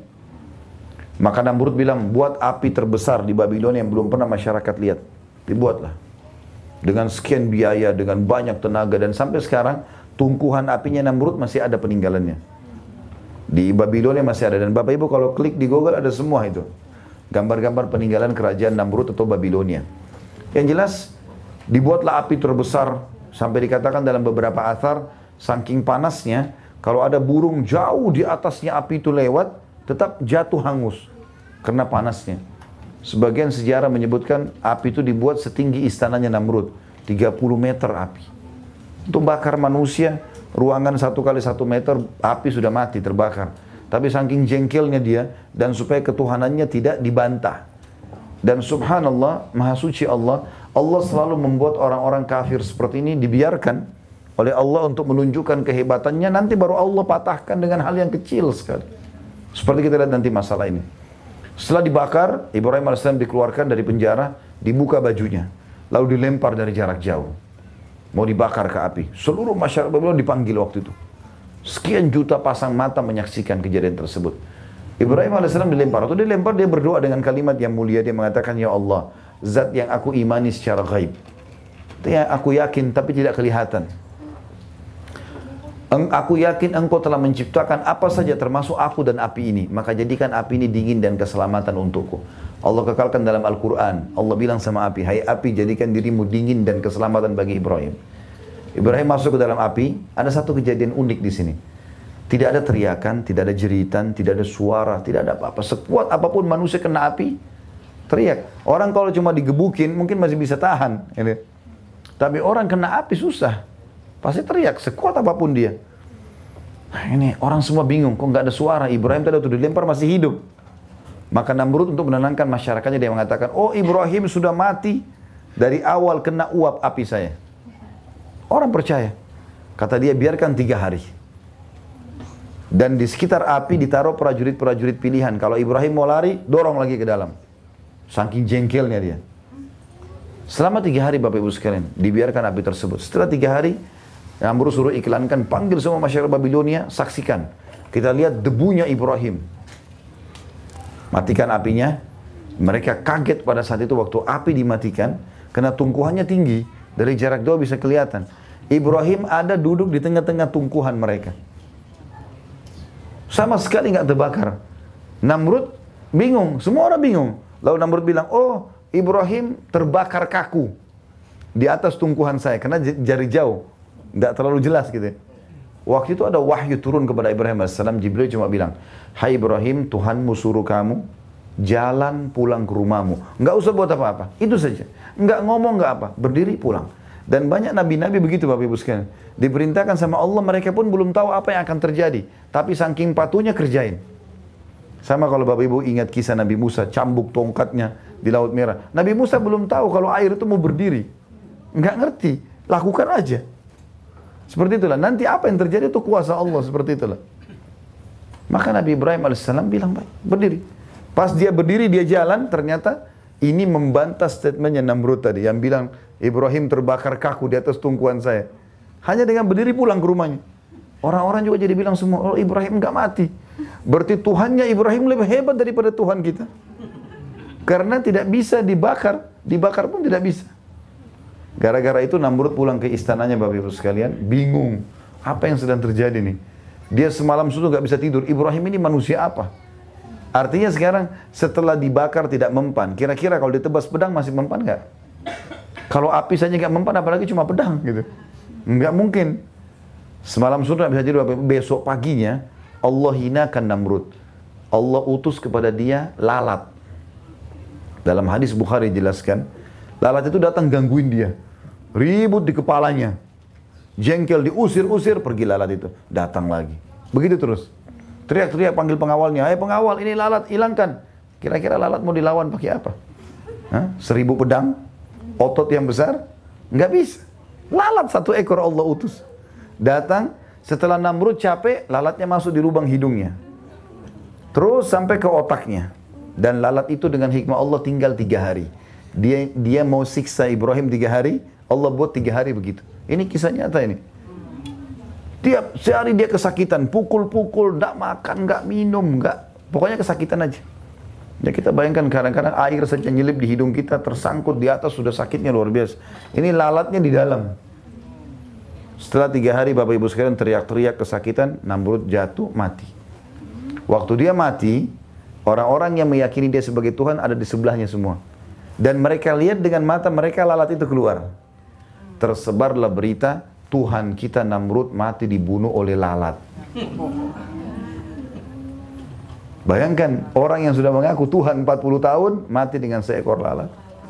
Maka Namrud bilang, buat api terbesar di Babilonia yang belum pernah masyarakat lihat. Dibuatlah. Dengan sekian biaya, dengan banyak tenaga, dan sampai sekarang tungkuhan apinya Namrud masih ada peninggalannya. Di Babilonia masih ada, dan Bapak Ibu kalau klik di Google ada semua itu. Gambar-gambar peninggalan kerajaan Namrud atau Babilonia. Yang jelas, dibuatlah api terbesar, sampai dikatakan dalam beberapa athar, saking panasnya, kalau ada burung jauh di atasnya api itu lewat, tetap jatuh hangus, karena panasnya. Sebagian sejarah menyebutkan, api itu dibuat setinggi istananya Namrud, tiga puluh meter api. Untuk bakar manusia, ruangan satu kali satu meter, api sudah mati, terbakar. Tapi saking jengkelnya dia, dan supaya ketuhanannya tidak dibantah. Dan subhanallah, maha suci Allah, Allah selalu membuat orang-orang kafir seperti ini dibiarkan oleh Allah untuk menunjukkan kehebatannya, nanti baru Allah patahkan dengan hal yang kecil sekali. Seperti kita lihat nanti masalah ini. Setelah dibakar, Ibrahim alaihissalam dikeluarkan dari penjara, dibuka bajunya, lalu dilempar dari jarak jauh. Mau dibakar ke api. Seluruh masyarakat Babylon dipanggil waktu itu. Sekian juta pasang mata menyaksikan kejadian tersebut. Ibrahim alaihissalam dilempar. Waktu dilempar, dia berdoa dengan kalimat yang mulia. Dia mengatakan, "Ya Allah, zat yang aku imani secara gaib. Yang aku yakin tapi tidak kelihatan. Aku yakin engkau telah menciptakan apa saja termasuk aku dan api ini. Maka jadikan api ini dingin dan keselamatan untukku." Allah kekalkan dalam Al-Quran. Allah bilang sama api, "Hai api, jadikan dirimu dingin dan keselamatan bagi Ibrahim." Ibrahim masuk ke dalam api, ada satu kejadian unik di sini. Tidak ada teriakan, tidak ada jeritan, tidak ada suara, tidak ada apa-apa. Sekuat apapun manusia kena api, teriak. Orang kalau cuma digebukin, mungkin masih bisa tahan. Gitu. Tapi orang kena api susah. Pasti teriak, sekuat apapun dia. Nah, ini orang semua bingung, kok nggak ada suara. Ibrahim tadi waktu dilempar masih hidup. Maka Namrud untuk menenangkan masyarakatnya, dia mengatakan, "Oh, Ibrahim sudah mati dari awal kena uap api saya." Orang percaya. Kata dia, biarkan tiga hari. Dan di sekitar api ditaruh prajurit-prajurit pilihan. Kalau Ibrahim mau lari, dorong lagi ke dalam. Saking jengkelnya dia. Selama tiga hari Bapak Ibu sekalian, dibiarkan api tersebut. Setelah tiga hari, Namrud suruh iklankan, panggil semua masyarakat Babilonia, saksikan. Kita lihat debunya Ibrahim. Matikan apinya. Mereka kaget pada saat itu waktu api dimatikan, karena tungkuhannya tinggi. Dari jarak jauh bisa kelihatan. Ibrahim ada duduk di tengah-tengah tungkuhan mereka. Sama sekali nggak terbakar. Namrud bingung, semua orang bingung. Lalu Namrud bilang, "Oh, Ibrahim terbakar kaku di atas tungkuhan saya, karena jari jauh, nggak terlalu jelas gitu." Waktu itu ada wahyu turun kepada Ibrahim alaihissalam. Jibril cuma bilang, "Hai Ibrahim, Tuhanmu suruh kamu jalan pulang ke rumahmu. Nggak usah buat apa-apa, itu saja. Nggak ngomong, nggak apa, berdiri pulang." Dan banyak nabi-nabi begitu Bapak Ibu sekalian. Diperintahkan sama Allah, mereka pun belum tahu apa yang akan terjadi. Tapi saking patuhnya kerjain. Sama kalau Bapak Ibu ingat kisah Nabi Musa, cambuk tongkatnya, di Laut Merah. Nabi Musa belum tahu kalau air itu mau berdiri. Nggak ngerti. Lakukan aja. Seperti itulah. Nanti apa yang terjadi itu kuasa Allah. Seperti itulah. Maka Nabi Ibrahim alaihissalam bilang, baik, berdiri. Pas dia berdiri, dia jalan, ternyata ini membantah statementnya Namrud tadi. Yang bilang, Ibrahim terbakar kaku di atas tungkuan saya. Hanya dengan berdiri pulang ke rumahnya. Orang-orang juga jadi bilang semua, oh Ibrahim nggak mati. Berarti Tuhannya Ibrahim lebih hebat daripada Tuhan kita. Karena tidak bisa dibakar. Dibakar pun tidak bisa. Gara-gara itu Namrud pulang ke istananya Bapak Ibu sekalian. Bingung. Apa yang sedang terjadi nih? Dia semalam sudah nggak bisa tidur. Ibrahim ini manusia apa? Artinya sekarang setelah dibakar tidak mempan. Kira-kira kalau ditebas pedang masih mempan nggak? Kalau api saja nggak mempan, apalagi cuma pedang gitu. Nggak mungkin. Semalam sudah nggak bisa tidur. Besok paginya Allah hinakan Namrud. Allah utus kepada dia lalat. Dalam hadis Bukhari jelaskan, lalat itu datang gangguin dia. Ribut di kepalanya. Jengkel, diusir-usir, pergi lalat itu. Datang lagi. Begitu terus. Teriak-teriak panggil pengawalnya. Hai pengawal, ini lalat, hilangkan. Kira-kira lalat mau dilawan pakai apa? Hah? Seribu pedang? Otot yang besar? Nggak bisa. Lalat satu ekor Allah utus. Datang, setelah Namrud capek, lalatnya masuk di lubang hidungnya. Terus sampai ke otaknya. Dan lalat itu dengan hikmah Allah tinggal tiga hari. Dia dia mau siksa Ibrahim tiga hari, Allah buat tiga hari begitu. Ini kisah nyata ini. Tiap sehari dia kesakitan, pukul-pukul, nggak makan, nggak minum, nggak, pokoknya kesakitan aja. Ya kita bayangkan kadang-kadang air saja nyelip di hidung kita, tersangkut di atas, sudah sakitnya luar biasa. Ini lalatnya di dalam. Setelah tiga hari Bapak Ibu sekalian teriak-teriak kesakitan, Namrud jatuh, mati. Waktu dia mati, orang-orang yang meyakini dia sebagai Tuhan ada di sebelahnya semua. Dan mereka lihat dengan mata mereka lalat itu keluar. Tersebarlah berita, Tuhan kita Namrud mati dibunuh oleh lalat. Bayangkan, orang yang sudah mengaku Tuhan empat puluh tahun, mati dengan seekor lalat.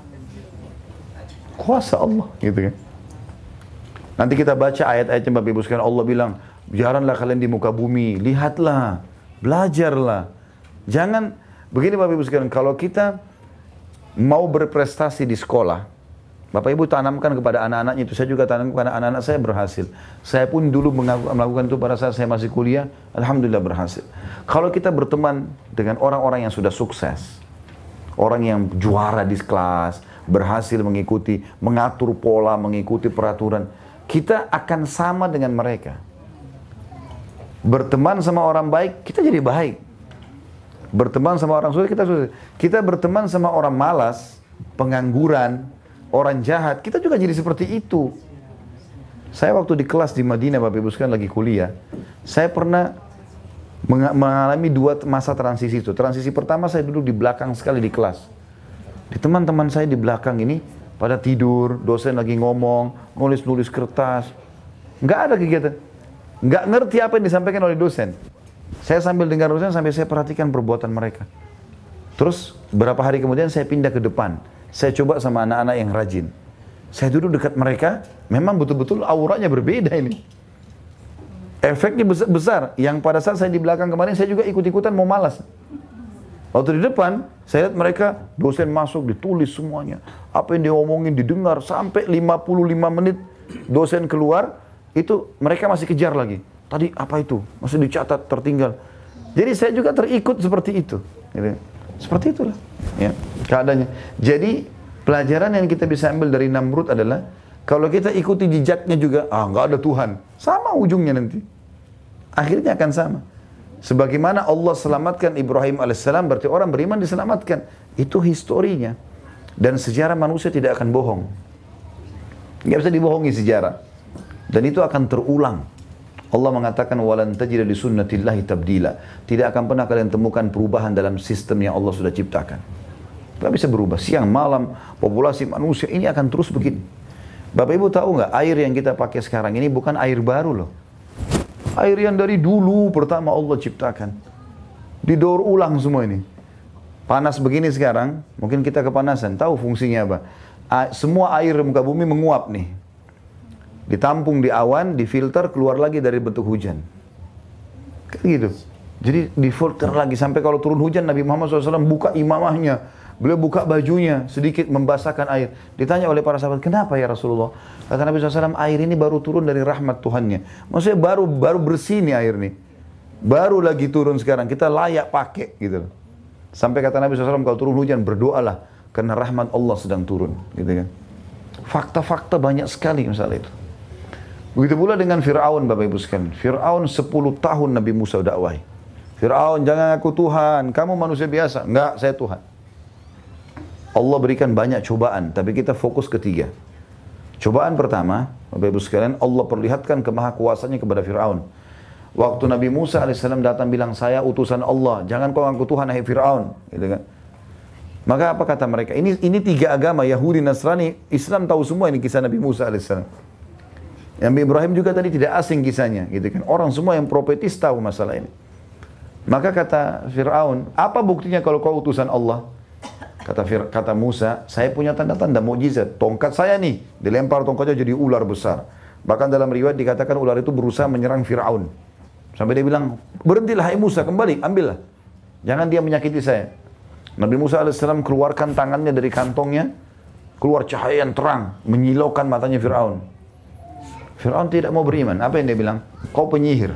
Kuasa Allah, gitu kan. Nanti kita baca ayat-ayatnya Bapak Ibu sekalian, Allah bilang, jalanlah kalian di muka bumi, lihatlah, belajarlah. Jangan, begini Bapak Ibu sekalian, kalau kita mau berprestasi di sekolah, Bapak Ibu tanamkan kepada anak-anaknya itu, saya juga tanam kepada anak-anak saya berhasil. Saya pun dulu melakukan itu pada saat saya masih kuliah, Alhamdulillah berhasil. Kalau kita berteman dengan orang-orang yang sudah sukses, orang yang juara di kelas, berhasil mengikuti, mengatur pola, mengikuti peraturan, kita akan sama dengan mereka. Berteman sama orang baik, kita jadi baik. Berteman sama orang sukses, kita sukses. Kita berteman sama orang malas, pengangguran, orang jahat, kita juga jadi seperti itu. Saya waktu di kelas di Madinah, Bapak Ibu sekalian lagi kuliah, saya pernah mengalami dua masa transisi itu. Transisi pertama saya duduk di belakang sekali di kelas. Di teman-teman saya di belakang ini pada tidur, dosen lagi ngomong, nulis-nulis kertas. Nggak ada kegiatan. Nggak ngerti apa yang disampaikan oleh dosen. Saya sambil dengar dosen sampai saya perhatikan perbuatan mereka. Terus beberapa hari kemudian saya pindah ke depan. Saya coba sama anak-anak yang rajin. Saya duduk dekat mereka, memang betul-betul auranya berbeda ini. Efeknya besar. Yang pada saat saya di belakang kemarin, saya juga ikut-ikutan mau malas. Waktu di depan, saya lihat mereka, dosen masuk, ditulis semuanya. Apa yang dia omongin, didengar, sampai lima puluh lima menit dosen keluar, itu mereka masih kejar lagi. Tadi apa itu? Masih dicatat, tertinggal. Jadi saya juga terikut seperti itu. Seperti itulah ya, keadaannya. Jadi pelajaran yang kita bisa ambil dari Namrud adalah, kalau kita ikuti jejaknya juga, ah nggak ada Tuhan, sama ujungnya nanti. Akhirnya akan sama. Sebagaimana Allah selamatkan Ibrahim alaihissalam, berarti orang beriman diselamatkan. Itu historinya. Dan sejarah manusia tidak akan bohong. Nggak bisa dibohongi sejarah. Dan itu akan terulang. Allah mengatakan, walan tajida li sunnatillahi tabdila. Tidak akan pernah kalian temukan perubahan dalam sistem yang Allah sudah ciptakan. Tidak bisa berubah. Siang, malam, populasi manusia ini akan terus begini. Bapak Ibu tahu nggak, air yang kita pakai sekarang ini bukan air baru loh. Air yang dari dulu pertama Allah ciptakan. Didaur ulang semua ini. Panas begini sekarang, mungkin kita kepanasan. Tahu fungsinya apa? A- semua air muka bumi menguap nih. Ditampung di awan, difilter, keluar lagi dari bentuk hujan. Kayak gitu. Jadi difilter lagi, sampai kalau turun hujan, Nabi Muhammad shallallahu alaihi wasallam buka imamahnya, Beliau buka bajunya, sedikit membasahkan air. Ditanya oleh para sahabat, kenapa ya Rasulullah? Kata Nabi shallallahu alaihi wasallam, air ini baru turun dari rahmat Tuhannya. Maksudnya baru baru bersih nih air nih. Baru lagi turun sekarang, kita layak pakai gitu. Sampai kata Nabi shallallahu alaihi wasallam, kalau turun hujan berdoalah, karena rahmat Allah sedang turun. Gitu kan. Fakta-fakta banyak sekali misalnya itu. Begitu pula dengan Fir'aun Bapak Ibu sekalian. Fir'aun sepuluh tahun Nabi Musa dakwahi. Fir'aun jangan aku Tuhan, kamu manusia biasa. Enggak, saya Tuhan. Allah berikan banyak cobaan, tapi kita fokus ketiga. Cobaan pertama, Bapak Ibu sekalian, Allah perlihatkan kemahakuasanya kepada Fir'aun. Waktu Nabi Musa alaihissalam datang bilang, saya utusan Allah, jangan kau ngaku Tuhan, hai Fir'aun. Gitu kan. Maka apa kata mereka? Ini ini tiga agama, Yahudi, Nasrani, Islam tahu semua ini kisah Nabi Musa alaihissalam. Yang Nabi Ibrahim juga tadi tidak asing kisahnya, gitu kan. Orang semua yang profetis tahu masalah ini. Maka kata Fir'aun, apa buktinya kalau kau utusan Allah? Kata Fir, kata Musa, saya punya tanda-tanda mukjizat. Tongkat saya nih, dilempar tongkatnya jadi ular besar. Bahkan dalam riwayat dikatakan ular itu berusaha menyerang Fir'aun. Sampai dia bilang, berhentilah hai Musa, kembali, ambillah. Jangan dia menyakiti saya. Nabi Musa alaihissalam keluarkan tangannya dari kantongnya, keluar cahaya yang terang, menyilaukan matanya Fir'aun. Fir'aun tidak mau beriman. Apa yang dia bilang? Kau penyihir.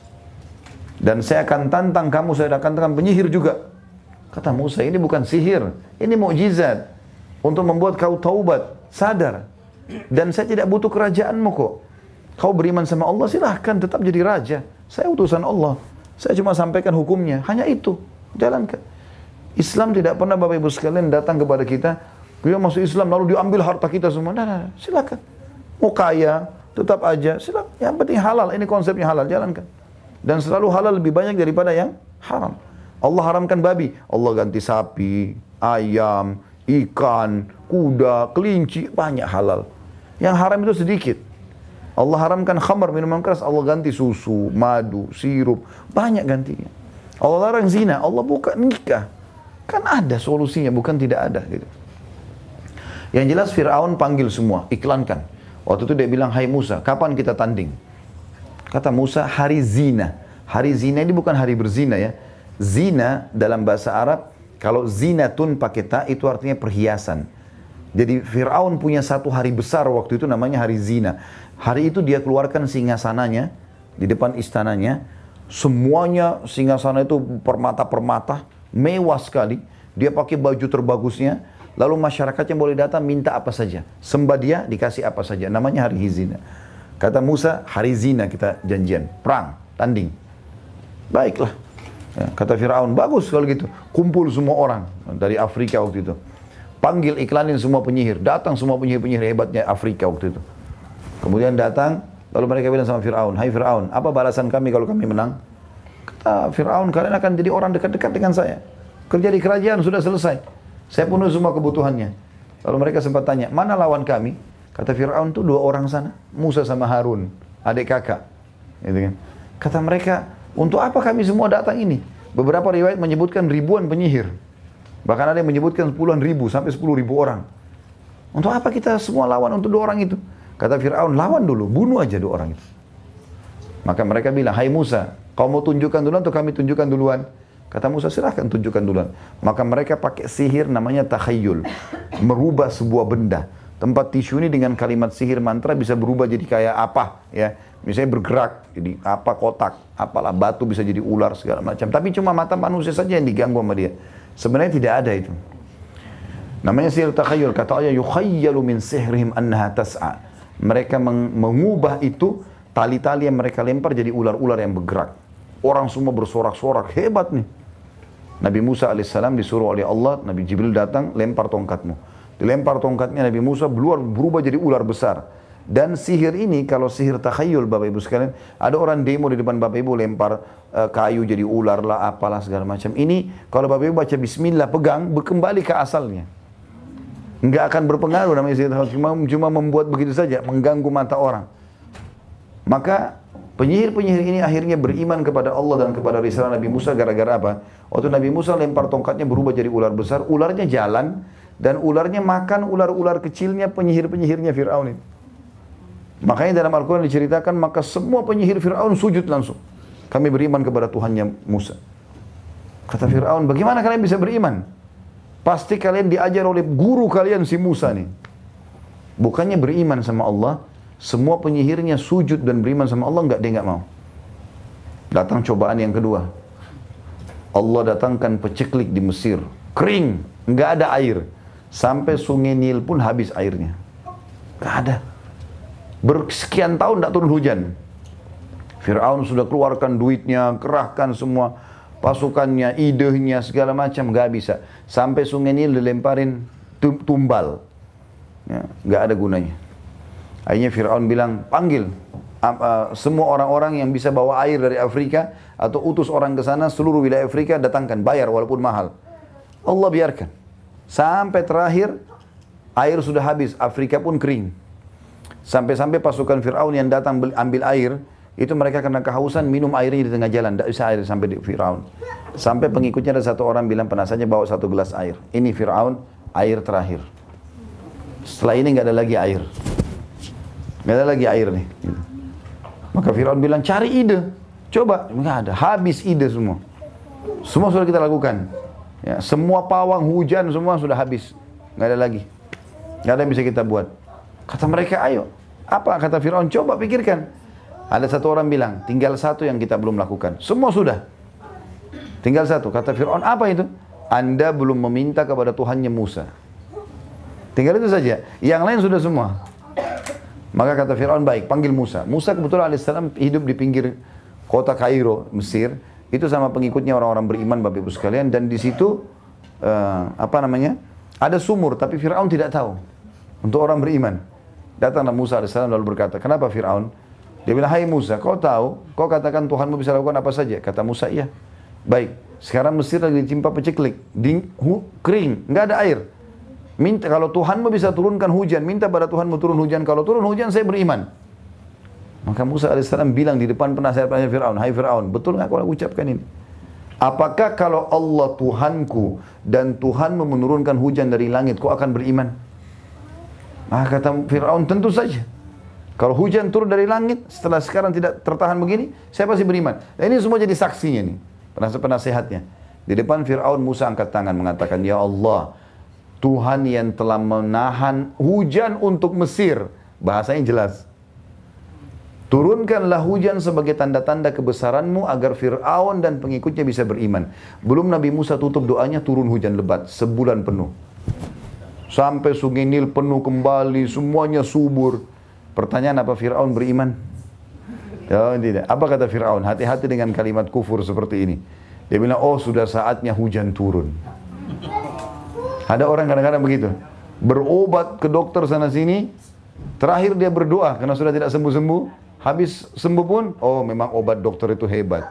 Dan saya akan tantang kamu, saya akan tantang penyihir juga. Kata Musa, ini bukan sihir. Ini mukjizat. Untuk membuat kau taubat, sadar. Dan saya tidak butuh kerajaanmu kok. Kau beriman sama Allah, silahkan tetap jadi raja. Saya utusan Allah. Saya cuma sampaikan hukumnya. Hanya itu. Jalankan. Islam tidak pernah Bapak Ibu sekalian datang kepada kita. Dia masuk Islam lalu diambil harta kita semua. Nah, nah, nah. Silakan. Mau kaya, tetap aja, silakan. Yang penting halal, ini konsepnya halal, jalankan. Dan selalu halal lebih banyak daripada yang haram. Allah haramkan babi, Allah ganti sapi, ayam, ikan, kuda, kelinci, banyak halal. Yang haram itu sedikit. Allah haramkan khamar, minuman keras, Allah ganti susu, madu, sirup, banyak gantinya. Allah larang zina, Allah buka nikah. Kan ada solusinya, bukan tidak ada gitu. Yang jelas Fir'aun panggil semua, iklankan. Waktu itu dia bilang, hai Musa, kapan kita tanding? Kata Musa, hari zina. Hari zina ini bukan hari berzina ya. Zina dalam bahasa Arab, kalau zinatun pakai ta, itu artinya perhiasan. Jadi Fir'aun punya satu hari besar waktu itu namanya hari zina. Hari itu dia keluarkan singgasananya di depan istananya. Semuanya singgasana itu permata-permata, mewah sekali. Dia pakai baju terbagusnya. Lalu masyarakatnya boleh datang minta apa saja. Sembah dia dikasih apa saja. Namanya hari zina. Kata Musa, hari zina kita janjian. Perang, tanding. Baiklah. Ya, kata Fir'aun, bagus kalau gitu. Kumpul semua orang dari Afrika waktu itu. Panggil iklanin semua penyihir. Datang semua penyihir-penyihir hebatnya Afrika waktu itu. Kemudian datang, lalu mereka bilang sama Fir'aun, hai Fir'aun, apa balasan kami kalau kami menang? Kata Fir'aun, kalian akan jadi orang dekat-dekat dengan saya. Kerja di kerajaan sudah selesai. Saya penuhi semua kebutuhannya. Lalu mereka sempat tanya, mana lawan kami? Kata Fir'aun itu dua orang sana, Musa sama Harun, adik kakak. Gitu kan. Kata mereka, untuk apa kami semua datang ini? Beberapa riwayat menyebutkan ribuan penyihir. Bahkan ada yang menyebutkan puluhan ribu, sampai sepuluh ribu orang. Untuk apa kita semua lawan untuk dua orang itu? Kata Fir'aun, lawan dulu, bunuh aja dua orang itu. Maka mereka bilang, hai Musa, kau mau tunjukkan duluan atau kami tunjukkan duluan? Kata Musa, silahkan tunjukkan duluan. Maka mereka pakai sihir namanya takhayyul. Merubah sebuah benda. Tempat tisu ini dengan kalimat sihir mantra bisa berubah jadi kayak apa. Ya, misalnya bergerak, jadi apa kotak. Apalah batu bisa jadi ular segala macam. Tapi cuma mata manusia saja yang diganggu sama dia. Sebenarnya tidak ada itu. Namanya sihir takhayyul. Kata Allah, yukhayyalu min sihrihim annaha tas'a. Mereka mengubah itu, tali-tali yang mereka lempar jadi ular-ular yang bergerak. Orang semua bersorak-sorak, hebat nih. Nabi Musa alaihissalam disuruh oleh Allah, Nabi Jibril datang, lempar tongkatmu. Dilempar tongkatnya Nabi Musa, keluar berubah jadi ular besar. Dan sihir ini, kalau sihir takhayyul Bapak Ibu sekalian, ada orang demo di depan Bapak Ibu lempar uh, kayu jadi ular lah, apalah segala macam. Ini kalau Bapak Ibu baca Bismillah, pegang, kembali ke asalnya. Enggak akan berpengaruh namanya sihir takhayyul, cuma, cuma membuat begitu saja, mengganggu mata orang. Maka penyihir-penyihir ini akhirnya beriman kepada Allah dan kepada risalah Nabi Musa gara-gara apa? Waktu Nabi Musa lempar tongkatnya berubah jadi ular besar, ularnya jalan dan ularnya makan ular-ular kecilnya penyihir-penyihirnya Fir'aun itu. Makanya dalam Al-Quran diceritakan, maka semua penyihir Fir'aun sujud langsung. Kami beriman kepada Tuhannya Musa. Kata Fir'aun, bagaimana kalian bisa beriman? Pasti kalian diajar oleh guru kalian si Musa nih. Bukannya beriman sama Allah, semua penyihirnya sujud dan beriman sama Allah, enggak, dia enggak mau. Datang cobaan yang kedua. Allah datangkan peceklik di Mesir, kering, enggak ada air. Sampai sungai Nil pun habis airnya. Enggak ada. Bersekian tahun enggak turun hujan. Fir'aun sudah keluarkan duitnya, kerahkan semua pasukannya, idenya, segala macam, enggak bisa. Sampai sungai Nil dilemparin tumbal. Ya, enggak ada gunanya. Akhirnya Fir'aun bilang, panggil uh, uh, semua orang-orang yang bisa bawa air dari Afrika, atau utus orang ke sana, seluruh wilayah Afrika, datangkan, bayar walaupun mahal. Allah biarkan. Sampai terakhir, air sudah habis, Afrika pun kering. Sampai-sampai pasukan Fir'aun yang datang ambil air, itu mereka kena kehausan, minum airnya di tengah jalan, tidak bisa air sampai di Fir'aun. Sampai pengikutnya ada satu orang bilang, penasarannya bawa satu gelas air. Ini Fir'aun, air terakhir. Setelah ini nggak ada lagi air. Nggak ada lagi air nih. Gitu. Maka Fir'aun bilang, cari ide. Coba, nggak ada. Habis ide semua. Semua sudah kita lakukan. Ya, semua pawang, hujan, semua sudah habis. Nggak ada lagi. Nggak ada yang bisa kita buat. Kata mereka, ayo. Apa kata Fir'aun? Coba pikirkan. Ada satu orang bilang, tinggal satu yang kita belum lakukan. Semua sudah. Tinggal satu. Kata Fir'aun, apa itu? Anda belum meminta kepada Tuhannya Musa. Tinggal itu saja. Yang lain sudah semua. Maka kata Fir'aun, baik, panggil Musa. Musa kebetulan alaihissalam hidup di pinggir kota Kairo, Mesir. Itu sama pengikutnya orang-orang beriman, Bapak Ibu sekalian. Dan di situ, uh, apa namanya, ada sumur, tapi Fir'aun tidak tahu. Untuk orang beriman. Datanglah Musa alaihissalam lalu berkata, kenapa Fir'aun? Dia bilang, hai Musa, kau tahu, kau katakan Tuhanmu bisa lakukan apa saja. Kata Musa, iya. Baik, sekarang Mesir lagi ditimpa peceklik, ding, hu, kering, nggak ada air. Minta, kalau Tuhanmu bisa turunkan hujan, minta pada Tuhanmu turun hujan. Kalau turun hujan, saya beriman. Maka Musa alaihissalam bilang di depan penasihat-penasihat Fir'aun, hai Fir'aun, betul nggak kau ucapkan ini? Apakah kalau Allah Tuhanku dan Tuhanmu menurunkan hujan dari langit, kau akan beriman? Maka kata Fir'aun, tentu saja. Kalau hujan turun dari langit, setelah sekarang tidak tertahan begini, saya pasti beriman. Dan ini semua jadi saksinya nih, penasihat-penasihatnya. Di depan Fir'aun, Musa angkat tangan mengatakan, ya Allah, Tuhan yang telah menahan hujan untuk Mesir. Bahasanya jelas. Turunkanlah hujan sebagai tanda-tanda kebesaranmu agar Fir'aun dan pengikutnya bisa beriman. Belum Nabi Musa tutup doanya, turun hujan lebat. Sebulan penuh. Sampai sungai Nil penuh kembali, semuanya subur. Pertanyaan, apa Fir'aun beriman? Ya, tidak. Apa kata Fir'aun? Hati-hati dengan kalimat kufur seperti ini. Dia bilang, oh sudah saatnya hujan turun. Ada orang kadang-kadang begitu. Berobat ke dokter sana-sini. Terakhir dia berdoa karena sudah tidak sembuh-sembuh. Habis sembuh pun, oh memang obat dokter itu hebat.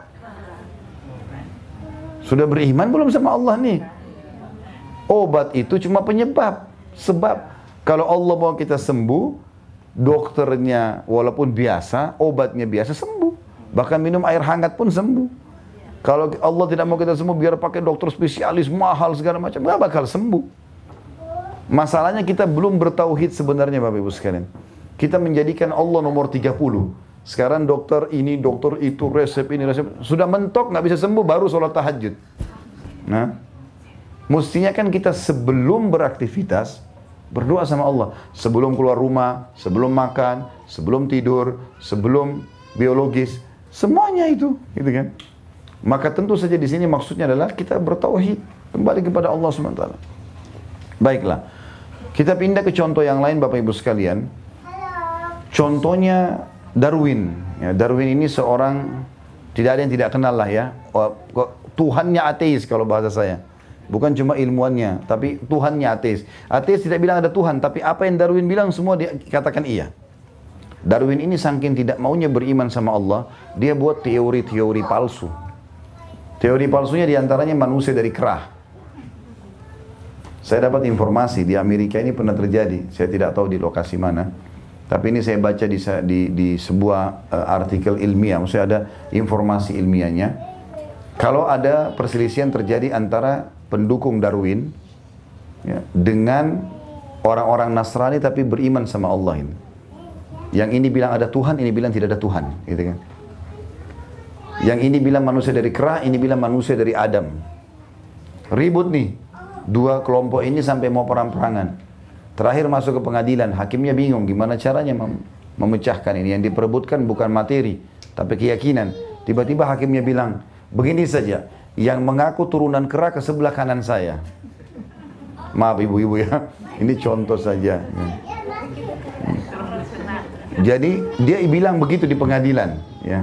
Sudah beriman belum sama Allah nih? Obat itu cuma penyebab. Sebab kalau Allah mau kita sembuh, dokternya walaupun biasa, obatnya biasa, sembuh. Bahkan minum air hangat pun sembuh. Kalau Allah tidak mau kita sembuh, biar pakai dokter spesialis, mahal segala macam, nggak bakal sembuh. Masalahnya kita belum bertauhid sebenarnya Bapak Ibu sekalian. Kita menjadikan Allah nomor tiga puluh. Sekarang dokter ini, dokter itu, resep ini, resep. Sudah mentok, nggak bisa sembuh, baru sholat tahajud. Nah, mestinya kan kita sebelum beraktivitas, berdoa sama Allah. Sebelum keluar rumah, sebelum makan, sebelum tidur, sebelum biologis. Semuanya itu, gitu kan. Maka tentu saja di sini maksudnya adalah kita bertauhid, kembali kepada Allah subhanahu wa taala. Baiklah, kita pindah ke contoh yang lain Bapak Ibu sekalian. Contohnya Darwin. Ya, Darwin ini seorang, tidak ada yang tidak kenal lah ya. Tuhannya ateis kalau bahasa saya. Bukan cuma ilmuannya, tapi Tuhannya ateis. Ateis tidak bilang ada Tuhan, tapi apa yang Darwin bilang semua dia katakan iya. Darwin ini saking tidak maunya beriman sama Allah, dia buat teori-teori palsu. Teori palsunya diantaranya manusia dari kerah. Saya dapat informasi di Amerika ini pernah terjadi. Saya tidak tahu di lokasi mana. Tapi ini saya baca di, di, di sebuah uh, artikel ilmiah. Maksudnya ada informasi ilmiahnya. Kalau ada perselisihan terjadi antara pendukung Darwin ya, dengan orang-orang Nasrani tapi beriman sama Allah ini. Yang ini bilang ada Tuhan, ini bilang tidak ada Tuhan. Gitu kan. Yang ini bilang manusia dari kera, ini bilang manusia dari Adam. Ribut nih. Dua kelompok ini sampai mau perang-perangan. Terakhir masuk ke pengadilan, hakimnya bingung gimana caranya mem memecahkan ini. Yang diperebutkan bukan materi, tapi keyakinan. Tiba-tiba hakimnya bilang, begini saja, yang mengaku turunan kera ke sebelah kanan saya. Maaf ibu-ibu ya, ini contoh saja. Jadi dia bilang begitu di pengadilan. Ya.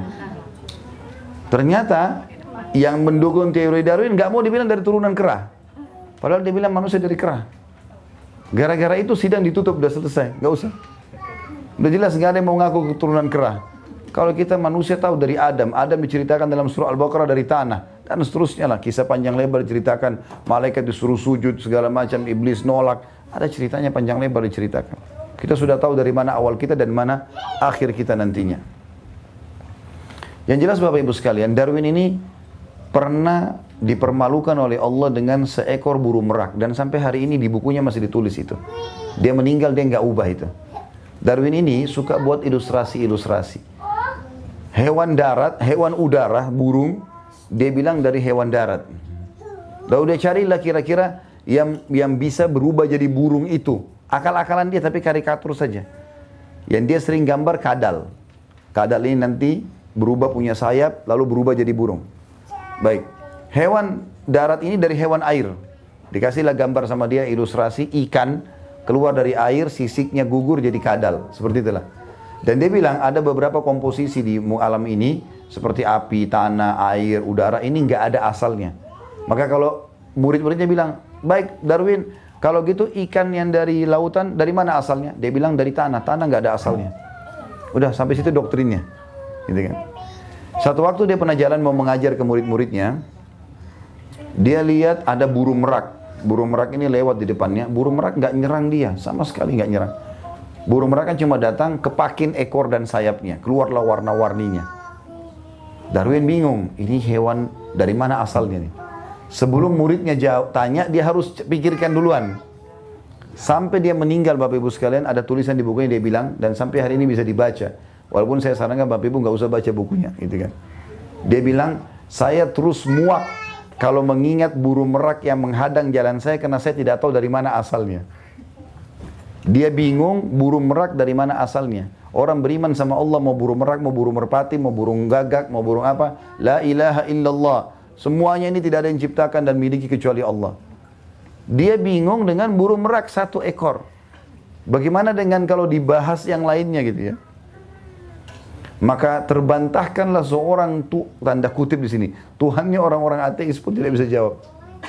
Ternyata yang mendukung teori Darwin nggak mau dibilang dari turunan kera. Padahal dia bilang manusia dari kera. Gara-gara itu sidang ditutup, udah selesai, nggak usah. Udah jelas nggak ada yang mau ngaku keturunan kera. Kalau kita manusia tahu dari Adam, Adam diceritakan dalam surah Al-Baqarah dari tanah dan seterusnya lah. Kisah panjang lebar diceritakan, malaikat disuruh sujud segala macam, iblis nolak. Ada ceritanya panjang lebar diceritakan. Kita sudah tahu dari mana awal kita dan mana akhir kita nantinya. Yang jelas Bapak Ibu sekalian, Darwin ini pernah dipermalukan oleh Allah dengan seekor burung merak. Dan sampai hari ini di bukunya masih ditulis itu. Dia meninggal, dia nggak ubah itu. Darwin ini suka buat ilustrasi-ilustrasi. Hewan darat, hewan udara, burung, dia bilang dari hewan darat. Lalu dia carilah kira-kira yang, yang bisa berubah jadi burung itu. Akal-akalan dia tapi karikatur saja. Yang dia sering gambar kadal. Kadal ini nanti berubah punya sayap, lalu berubah jadi burung. Baik. Hewan darat ini dari hewan air. Dikasihlah gambar sama dia ilustrasi ikan keluar dari air, sisiknya gugur jadi kadal. Seperti itulah. Dan dia bilang ada beberapa komposisi di alam ini seperti api, tanah, air, udara ini nggak ada asalnya. Maka kalau murid-muridnya bilang, baik Darwin, kalau gitu ikan yang dari lautan dari mana asalnya? Dia bilang dari tanah, tanah nggak ada asalnya. Udah sampai situ doktrinnya, gitu kan? Satu waktu dia pernah jalan mau mengajar ke murid-muridnya, dia lihat ada burung merak. Burung merak ini lewat di depannya, burung merak nggak nyerang dia, sama sekali nggak nyerang. Burung merak kan cuma datang kepakin ekor dan sayapnya, keluarlah warna-warninya. Darwin bingung, ini hewan dari mana asalnya nih? Sebelum muridnya jawab, tanya, dia harus pikirkan duluan. Sampai dia meninggal Bapak Ibu sekalian, ada tulisan di bukunya dia bilang, dan sampai hari ini bisa dibaca. Walaupun saya sarankan Bapak Ibu nggak usah baca bukunya, gitu kan. Dia bilang, saya terus muak kalau mengingat burung merak yang menghadang jalan saya karena saya tidak tahu dari mana asalnya. Dia bingung burung merak dari mana asalnya. Orang beriman sama Allah mau burung merak, mau burung merpati, mau burung gagak, mau burung apa. La ilaha illallah. Semuanya ini tidak ada yang ciptakan dan miliki kecuali Allah. Dia bingung dengan burung merak satu ekor. Bagaimana dengan kalau dibahas yang lainnya gitu ya. Maka terbantahkanlah seorang tu, tanda kutip di sini. Tuhannya orang-orang ateis pun tidak bisa jawab.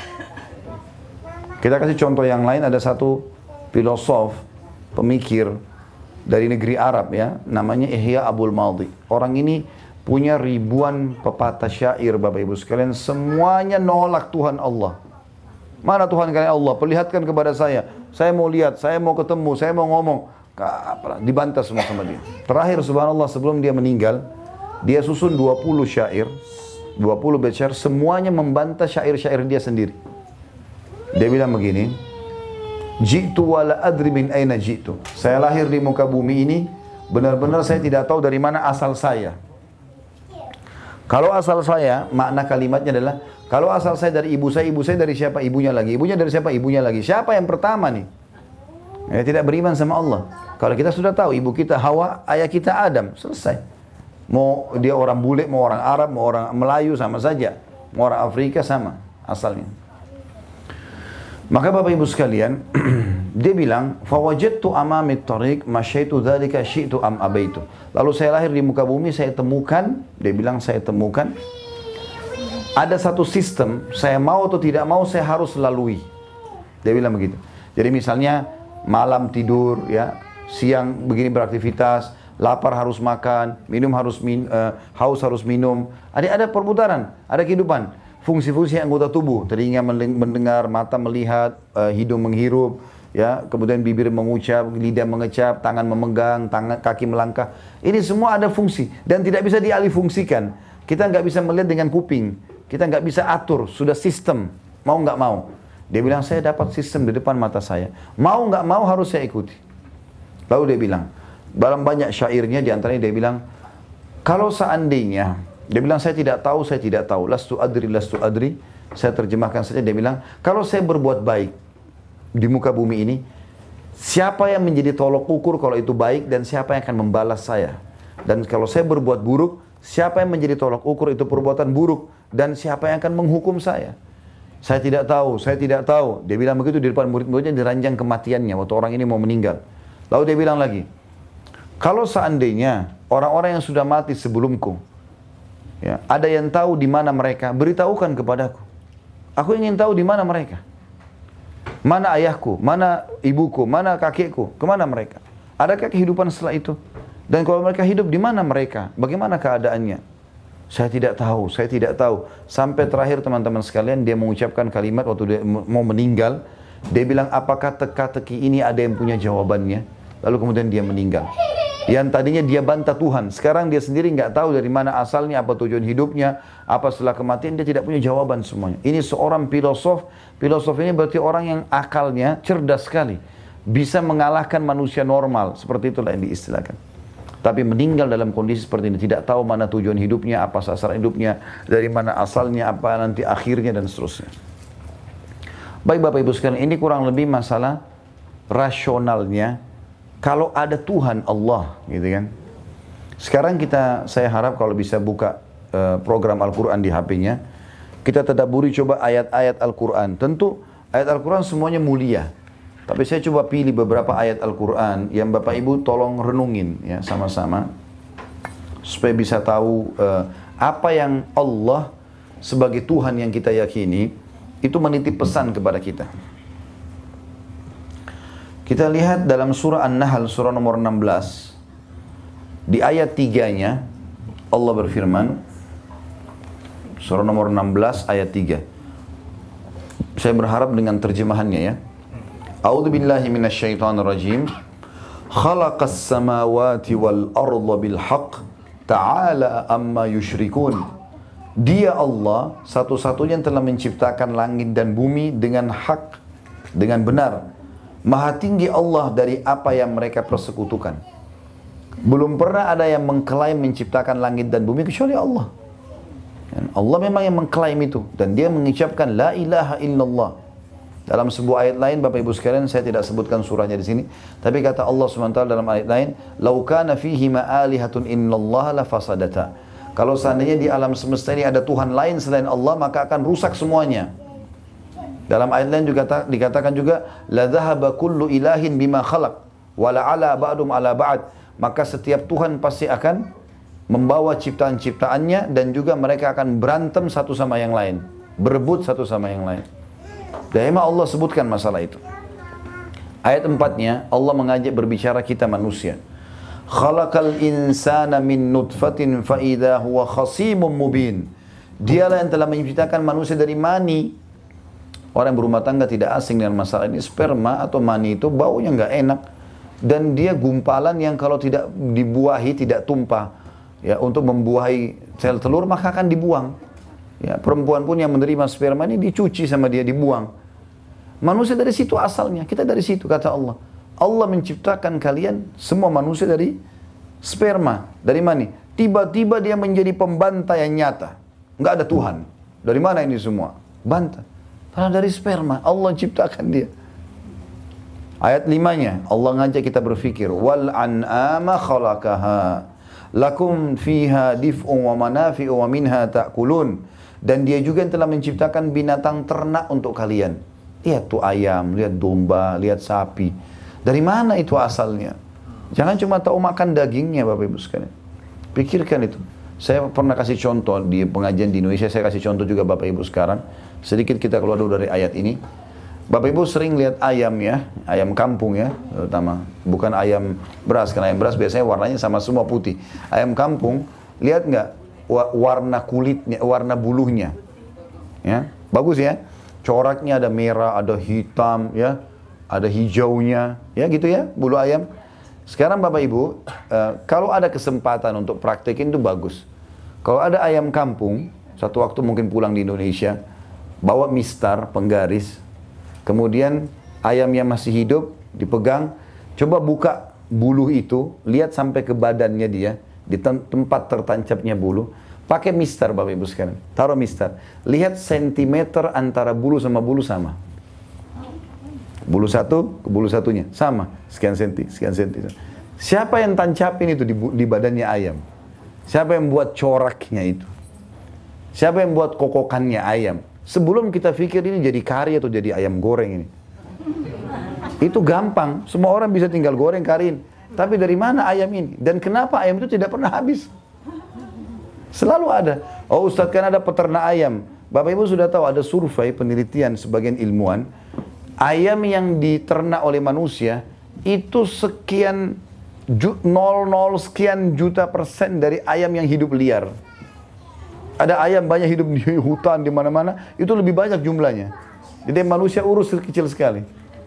Kita kasih contoh yang lain, ada satu filosof, pemikir dari negeri Arab ya, namanya Ihya Abul Madi. Orang ini punya ribuan pepatah syair Bapak Ibu sekalian, semuanya nolak Tuhan Allah. Mana Tuhan kalian Allah? Perlihatkan kepada saya. Saya mau lihat, saya mau ketemu, saya mau ngomong. Dibantah semua sama dia. Terakhir subhanallah sebelum dia meninggal, dia susun dua puluh syair, dua puluh bait syair, semuanya membantah syair-syair dia sendiri. Dia bilang begini, jitu wala adri min aina jitu. Saya lahir di muka bumi ini, benar-benar saya tidak tahu dari mana asal saya. Kalau asal saya, makna kalimatnya adalah, kalau asal saya dari ibu saya, ibu saya dari siapa? Ibunya lagi. Ibunya dari siapa? Ibunya lagi. Siapa yang pertama nih? Ya, tidak beriman sama Allah. Kalau kita sudah tahu ibu kita Hawa, ayah kita Adam, selesai. Mau dia orang bule, mau orang Arab, mau orang Melayu sama saja. Mau orang Afrika sama asalnya. Maka Bapak Ibu sekalian, dia bilang, "Fawajadtu amami at-tariq masyaitu dzalika syi'tu am abaitu." Lalu saya lahir di muka bumi, saya temukan, dia bilang saya temukan ada satu sistem, saya mau atau tidak mau saya harus lalui. Dia bilang begitu. Jadi misalnya malam tidur ya, siang begini beraktivitas, lapar harus makan, minum harus min, uh, haus harus minum. Ada ada perputaran, ada kehidupan. Fungsi-fungsi anggota tubuh, telinga mendengar, mata melihat, uh, hidung menghirup, ya, kemudian bibir mengucap, lidah mengecap, tangan memegang, tangan kaki melangkah. Ini semua ada fungsi dan tidak bisa dialihfungsikan. Kita nggak bisa melihat dengan kuping, kita nggak bisa atur, sudah sistem, mau nggak mau. Dia bilang saya dapat sistem di depan mata saya, mau nggak mau harus saya ikuti. Lalu dia bilang, dalam banyak syairnya diantaranya dia bilang, kalau seandainya dia bilang saya tidak tahu, saya tidak tahu. Lastu adri, lastu adri. Saya terjemahkan saja, dia bilang, kalau saya berbuat baik di muka bumi ini, siapa yang menjadi tolok ukur kalau itu baik dan siapa yang akan membalas saya? Dan kalau saya berbuat buruk, siapa yang menjadi tolok ukur itu perbuatan buruk dan siapa yang akan menghukum saya? Saya tidak tahu, saya tidak tahu. Dia bilang begitu di depan murid-muridnya, diranjang kematiannya waktu orang ini mau meninggal. Lalu dia bilang lagi, kalau seandainya orang-orang yang sudah mati sebelumku, ya, ada yang tahu di mana mereka, beritahukan kepadaku. Aku ingin tahu di mana mereka. Mana ayahku, mana ibuku, mana kakekku, kemana mereka? Adakah kehidupan setelah itu? Dan kalau mereka hidup, di mana mereka? Bagaimana keadaannya? Saya tidak tahu, saya tidak tahu. Sampai terakhir teman-teman sekalian, dia mengucapkan kalimat waktu dia mau meninggal. Dia bilang, apakah teka-teki ini ada yang punya jawabannya? Lalu kemudian dia meninggal. Yang tadinya dia bantah Tuhan, sekarang dia sendiri nggak tahu dari mana asalnya, apa tujuan hidupnya, apa setelah kematian, dia tidak punya jawaban semuanya. Ini seorang filosof, filosof ini berarti orang yang akalnya cerdas sekali. Bisa mengalahkan manusia normal, seperti itulah yang diistilahkan. Tapi meninggal dalam kondisi seperti ini, tidak tahu mana tujuan hidupnya, apa sasaran hidupnya, dari mana asalnya, apa nanti akhirnya, dan seterusnya. Baik Bapak Ibu sekalian, ini kurang lebih masalah rasionalnya, kalau ada Tuhan Allah, gitu kan. Sekarang kita, saya harap kalau bisa buka uh, program Al-Quran di H P-nya, kita tadabburi coba ayat-ayat Al-Quran. Tentu ayat Al-Quran semuanya mulia. Tapi saya coba pilih beberapa ayat Al-Quran yang Bapak Ibu tolong renungin ya sama-sama. Supaya bisa tahu uh, apa yang Allah sebagai Tuhan yang kita yakini, itu menitip pesan kepada kita. Kita lihat dalam surah An-Nahl, surah nomor enam belas. Di ayat tiga-nya, Allah berfirman, surah nomor enam belas ayat tiga. Saya berharap dengan terjemahannya ya. A'udzu billahi minasyaitonir rajim. Khalaqas samawati wal arda bil haqq ta'ala amma yusyrikun. Dia Allah satu-satunya yang telah menciptakan langit dan bumi dengan hak, dengan benar. Maha tinggi Allah dari apa yang mereka persekutukan. Belum pernah ada yang mengklaim menciptakan langit dan bumi kecuali Allah. Dan Allah memang yang mengklaim itu. Dan dia mengucapkan la ilaha illallah. Dalam sebuah ayat lain, Bapak Ibu sekalian, saya tidak sebutkan surahnya di sini. Tapi kata Allah subhanahu wa taala dalam ayat lain, "Lau kana fihi ma alihatun innallaha la fasadata." Kalau seandainya di alam semesta ini ada Tuhan lain selain Allah, maka akan rusak semuanya. Dalam ayat lain juga dikatakan juga, "La dhahaba kullu ilahin bima khalaq wa la ala ba'dum ala ba'd." Maka setiap Tuhan pasti akan membawa ciptaan-ciptaannya dan juga mereka akan berantem satu sama yang lain, berebut satu sama yang lain. Dan memang Allah sebutkan masalah itu. Ayat empatnya Allah mengajak berbicara kita manusia. Khalaqal insana min nutfatin fa idza huwa khasimun mubin. Dialah yang telah menciptakan manusia dari mani. Orang berumah tangga tidak asing dengan masalah ini. Sperma atau mani itu baunya nggak enak. Dan dia gumpalan yang kalau tidak dibuahi, tidak tumpah. Ya, untuk membuahi sel telur maka akan dibuang. Ya, perempuan pun yang menerima sperma ini dicuci sama dia, dibuang. Manusia dari situ asalnya, kita dari situ kata Allah. Allah menciptakan kalian semua manusia dari sperma, dari mani. Tiba-tiba dia menjadi pembantai yang nyata. Nggak ada Tuhan. Dari mana ini semua? Bantah. Karena dari sperma, Allah ciptakan dia. Ayat limanya, Allah ngajak kita berfikir. Wal an'ama khalaqaha. Lakum fiha dif'un wa manafi'u wa minha ta'kulun. Dan dia juga yang telah menciptakan binatang ternak untuk kalian. Lihat tuh ayam, lihat domba, lihat sapi. Dari mana itu asalnya? Jangan cuma tahu makan dagingnya Bapak Ibu sekalian. Pikirkan itu. Saya pernah kasih contoh di pengajian di Indonesia, saya kasih contoh juga Bapak Ibu sekarang. Sedikit kita keluar dulu dari ayat ini. Bapak Ibu sering lihat ayam ya, ayam kampung ya, terutama. Bukan ayam beras, karena ayam beras biasanya warnanya sama semua putih. Ayam kampung, lihat nggak warna kulitnya, warna bulunya. Ya, bagus ya. Coraknya ada merah, ada hitam ya, ada hijaunya, ya gitu ya, bulu ayam. Sekarang Bapak Ibu, uh, kalau ada kesempatan untuk praktekin itu bagus. Kalau ada ayam kampung, satu waktu mungkin pulang di Indonesia, bawa mistar, penggaris, kemudian ayamnya masih hidup, dipegang, coba buka bulu itu, lihat sampai ke badannya dia, di tem tempat tertancapnya bulu, Pakai mistar Bapak Ibu sekalian. Taruh mistar. Lihat sentimeter antara bulu sama bulu sama. Bulu satu ke bulu satunya sama. Sekian senti, sekian senti. Siapa yang tancapin itu di, di badannya ayam? Siapa yang buat coraknya itu? Siapa yang buat kokokannya ayam? Sebelum kita pikir ini jadi kari atau jadi ayam goreng ini. Itu gampang. Semua orang bisa tinggal goreng karin. Tapi dari mana ayam ini? Dan kenapa ayam itu tidak pernah habis? Selalu ada. Oh Ustadz, kan ada peternak ayam. Bapak Ibu sudah tahu ada survei penelitian sebagian ilmuwan. Ayam yang diternak oleh manusia itu sekian nol nol sekian juta persen dari ayam yang hidup liar. Ada ayam banyak hidup di hutan di mana-mana, itu lebih banyak jumlahnya. Jadi manusia urus kecil sekali.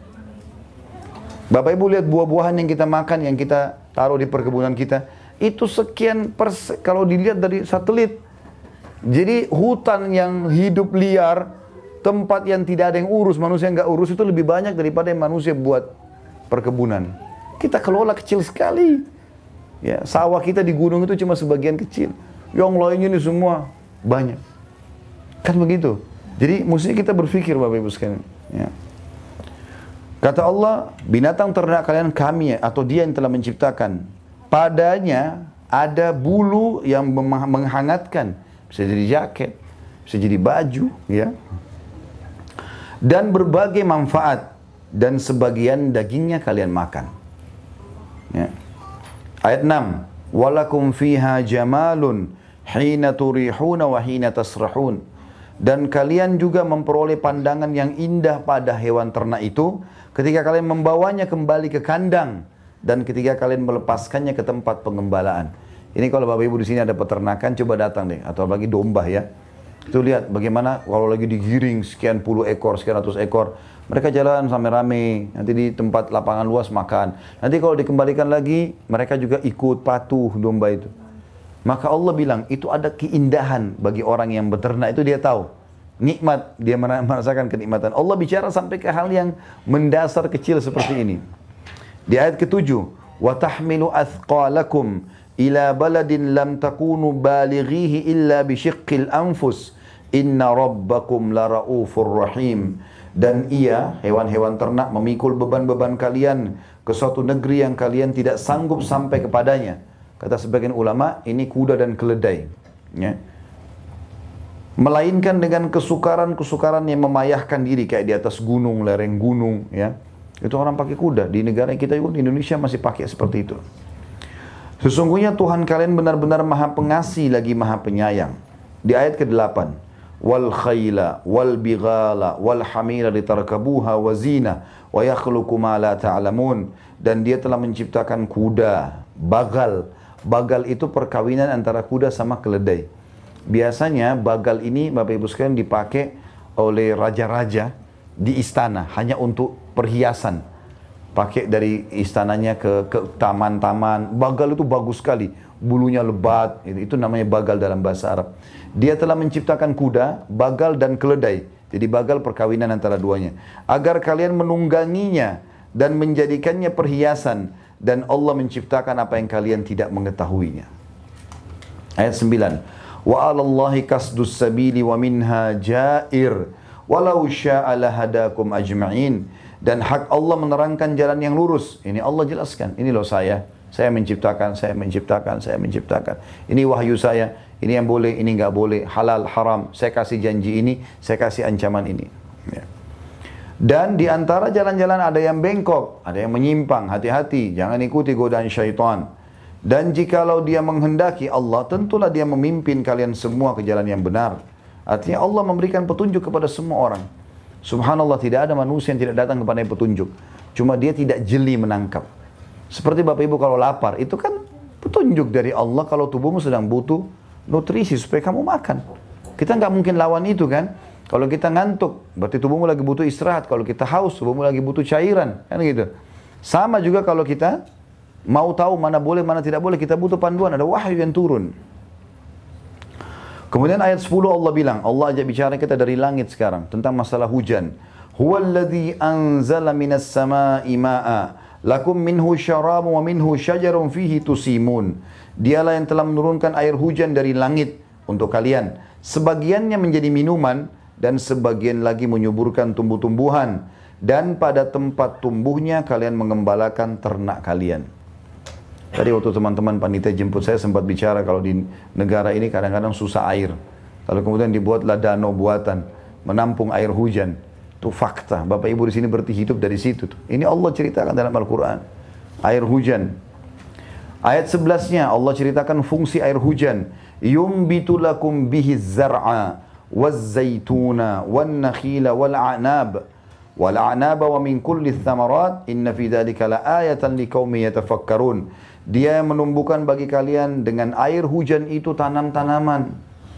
Bapak Ibu lihat buah-buahan yang kita makan, yang kita taruh di perkebunan kita, itu sekian persen kalau dilihat dari satelit. Jadi hutan yang hidup liar, tempat yang tidak ada yang urus, manusia yang nggak urus itu lebih banyak daripada yang manusia buat perkebunan. Kita kelola kecil sekali. Ya, sawah kita di gunung itu cuma sebagian kecil. Yang lainnya ini semua banyak. Kan begitu. Jadi mestinya kita berpikir Bapak Ibu sekalian. Ya. Kata Allah, binatang ternak kalian kami atau dia yang telah menciptakan. Padanya ada bulu yang menghangatkan. Bisa jadi jaket, bisa jadi baju, ya. Dan berbagai manfaat. Dan sebagian dagingnya kalian makan. Ya. Ayat enam. Walakum fiha jamalun hina turihuna wa hina tasrahun. Dan kalian juga memperoleh pandangan yang indah pada hewan ternak itu ketika kalian membawanya kembali ke kandang dan ketika kalian melepaskannya ke tempat pengembalaan. Ini kalau Bapak Ibu di sini ada peternakan, coba datang deh, atau bagi domba ya. Itu lihat bagaimana kalau lagi digiring sekian puluh ekor, sekian ratus ekor, mereka jalan sampai rame, nanti di tempat lapangan luas makan. Nanti kalau dikembalikan lagi, mereka juga ikut patuh domba itu. Maka Allah bilang, itu ada keindahan bagi orang yang beternak, itu dia tahu. Nikmat, dia merasakan kenikmatan. Allah bicara sampai ke hal yang mendasar kecil seperti ini. Di ayat ketujuh, وَتَحْمِلُ أَثْقَالَكُمْ إِلَى بَلَدٍ لَمْ تَكُونُوا بَالِغِيهِ إِلَّا بِشِقِّ الْأَنفُسِ إِنَّ رَبَّكُمْ لَرَؤُوفٌ رَحِيمٌ. Dan ia, hewan-hewan ternak, memikul beban-beban kalian ke suatu negeri yang kalian tidak sanggup sampai kepadanya. Kata sebagian ulama, ini kuda dan keledai. Ya. Melainkan dengan kesukaran-kesukaran yang memayahkan diri, kayak di atas gunung, lereng gunung. Ya. Itu orang pakai kuda. Di negara kita pun, di Indonesia masih pakai seperti itu. Sesungguhnya Tuhan kalian benar-benar maha pengasih lagi maha penyayang. Di ayat kedelapan. Wal khayla wal bighala wal hamira litarkabuha wa zina wa yakhluqu ma la ta'lamun. Dan dia telah menciptakan kuda, bagal. Bagal itu perkawinan antara kuda sama keledai. Biasanya bagal ini Bapak Ibu sekalian dipakai oleh raja-raja di istana hanya untuk perhiasan. Pakai dari istananya ke ke taman-taman. Bagal itu bagus sekali, bulunya lebat. Itu namanya bagal dalam bahasa Arab. Dia telah menciptakan kuda, bagal dan keledai. Jadi bagal perkawinan antara duanya. Agar kalian menungganginya dan menjadikannya perhiasan. Dan Allah menciptakan apa yang kalian tidak mengetahuinya. Ayat sembilan. Wa 'alallahi qasdus sabili wa minha ja'ir walau syaa'a lahadakum ajma'in. Dan hak Allah menerangkan jalan yang lurus. Ini Allah jelaskan. Ini loh saya. Saya menciptakan, saya menciptakan, saya menciptakan. Ini wahyu saya. Ini yang boleh, ini enggak boleh. Halal, haram. Saya kasih janji ini, saya kasih ancaman ini. Ya. Dan di antara jalan-jalan ada yang bengkok, ada yang menyimpang. Hati-hati, jangan ikuti godaan syaitan. Dan jikalau dia menghendaki Allah, tentulah dia memimpin kalian semua ke jalan yang benar. Artinya Allah memberikan petunjuk kepada semua orang. Subhanallah, tidak ada manusia yang tidak datang kepada petunjuk. Cuma dia tidak jeli menangkap. Seperti Bapak Ibu kalau lapar, itu kan petunjuk dari Allah kalau tubuhmu sedang butuh nutrisi supaya kamu makan. Kita nggak mungkin lawan itu kan. Kalau kita ngantuk, berarti tubuhmu lagi butuh istirahat. Kalau kita haus, tubuhmu lagi butuh cairan. Kan gitu. Sama juga kalau kita mau tahu mana boleh, mana tidak boleh, kita butuh panduan. Ada wahyu yang turun. Kemudian ayat sepuluh Allah bilang, Allah ajak bicara kita dari langit sekarang tentang masalah hujan. Huwallazi anzala minas sama'i ma'a lakum minhu syarabu wa minhu syajarun fihi tusimun. Dialah yang telah menurunkan air hujan dari langit untuk kalian. Sebagiannya menjadi minuman dan sebagian lagi menyuburkan tumbuh-tumbuhan. Dan pada tempat tumbuhnya kalian mengembalakan ternak kalian. Tadi waktu teman-teman panitia jemput saya sempat bicara kalau di negara ini kadang-kadang susah air. Lalu kemudian dibuatlah danau buatan menampung air hujan. Itu fakta. Bapak Ibu di sini berarti hidup dari situ. Ini Allah ceritakan dalam Al-Quran. Air hujan. Ayat sebelasnya Allah ceritakan fungsi air hujan. Yumbitu lakum bihi zar'a waz-zaytuna wan-nakhila wal-a'nab wal-a'naba wa min kulli thamarat inna fi dhalika la'ayatan liqaumin yatafakkarun. Dia yang menumbuhkan bagi kalian dengan air hujan itu tanam-tanaman.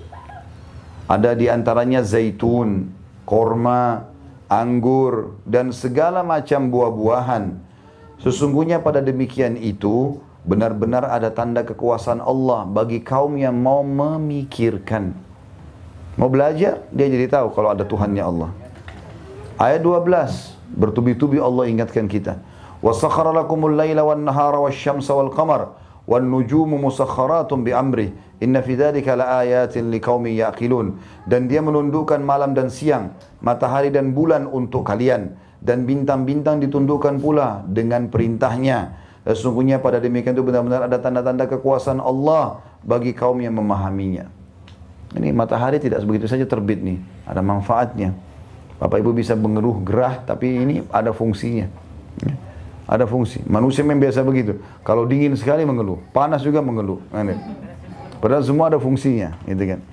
Ada di antaranya zaitun, korma, anggur, dan segala macam buah-buahan. Sesungguhnya pada demikian itu, benar-benar ada tanda kekuasaan Allah bagi kaum yang mau memikirkan. Mau belajar, dia jadi tahu kalau ada Tuhannya Allah. Ayat dua belas, bertubi-tubi Allah ingatkan kita. وَسَخَّرَ لَكُمُ اللَّيْلَ وَالنَّهَارَ وَالشَّمْسَ وَالْقَمَرَ وَالنُّجُومُ مُسَخَّرَاتٌ بِأَمْرِهِ إِنَّ فِي ذَلِكَ لَآيَاتٍ لِقَوْمٍ يَعْقِلُونَ. Dan dia menundukkan malam dan siang, matahari dan bulan untuk kalian, dan bintang-bintang ditundukkan pula dengan perintahnya. Sesungguhnya pada demikian itu benar-benar ada tanda-tanda kekuasaan Allah bagi kaum yang memahaminya. Ini matahari tidak begitu saja terbit nih, ada manfaatnya. Bapak Ibu bisa mengeluh gerah, tapi ini ada fungsinya. Ada fungsi. Manusia memang biasa begitu. Kalau dingin sekali mengeluh, panas juga mengeluh. Padahal semua ada fungsinya, gitu kan.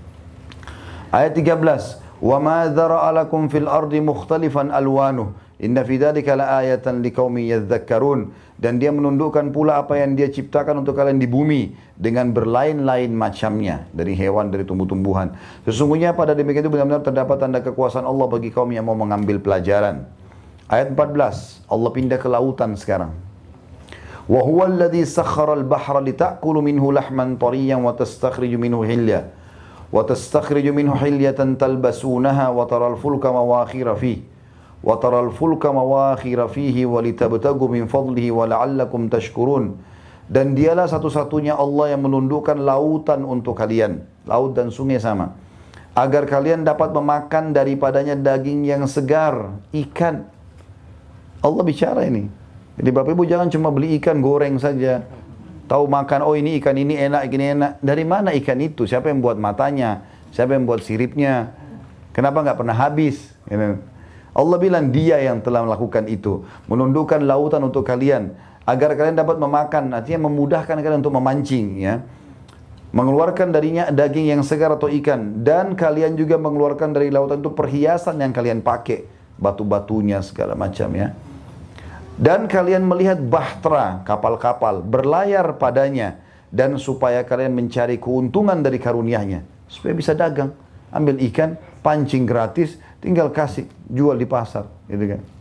Ayat tiga belas. Wa ma dzara'a lakum fil ardi mukhtalifan alwanuh inna fi dzalika laayatan liqaumin yadhakkarun. Dan dia menundukkan pula apa yang dia ciptakan untuk kalian di bumi dengan berlain-lain macamnya dari hewan, dari tumbuh-tumbuhan. Sesungguhnya pada demikian itu benar-benar terdapat tanda kekuasaan Allah bagi kaum yang mau mengambil pelajaran. Ayat empat belas, Allah pindah ke lautan sekarang. Wa huwa alladhi sakhkhara al-bahra lita'kulu minhu lahman tariyan wa tastakhriju minhu hilya wa tastakhriju minhu hilyatan talbasunaha wa taral fulka mawakhira fihi wa taral fulka mawakhira fihi wa litabtagu min fadlihi wa la'allakum tashkurun. Dan dialah satu-satunya Allah yang menundukkan lautan untuk kalian, laut dan sungai sama, agar kalian dapat memakan daripadanya daging yang segar, ikan. Allah bicara ini. Jadi Bapak Ibu jangan cuma beli ikan goreng saja. Tahu makan, oh ini ikan ini enak, ini enak. Dari mana ikan itu? Siapa yang buat matanya? Siapa yang buat siripnya? Kenapa nggak pernah habis? Allah bilang dia yang telah melakukan itu. Menundukkan lautan untuk kalian. Agar kalian dapat memakan. Artinya memudahkan kalian untuk memancing. Ya. Mengeluarkan darinya daging yang segar atau ikan. Dan kalian juga mengeluarkan dari lautan itu perhiasan yang kalian pakai. Batu-batunya segala macam ya. Dan kalian melihat bahtera, kapal-kapal, berlayar padanya. Dan supaya kalian mencari keuntungan dari karunia-Nya. Supaya bisa dagang. Ambil ikan, pancing gratis, tinggal kasih, jual di pasar. Gitu kan.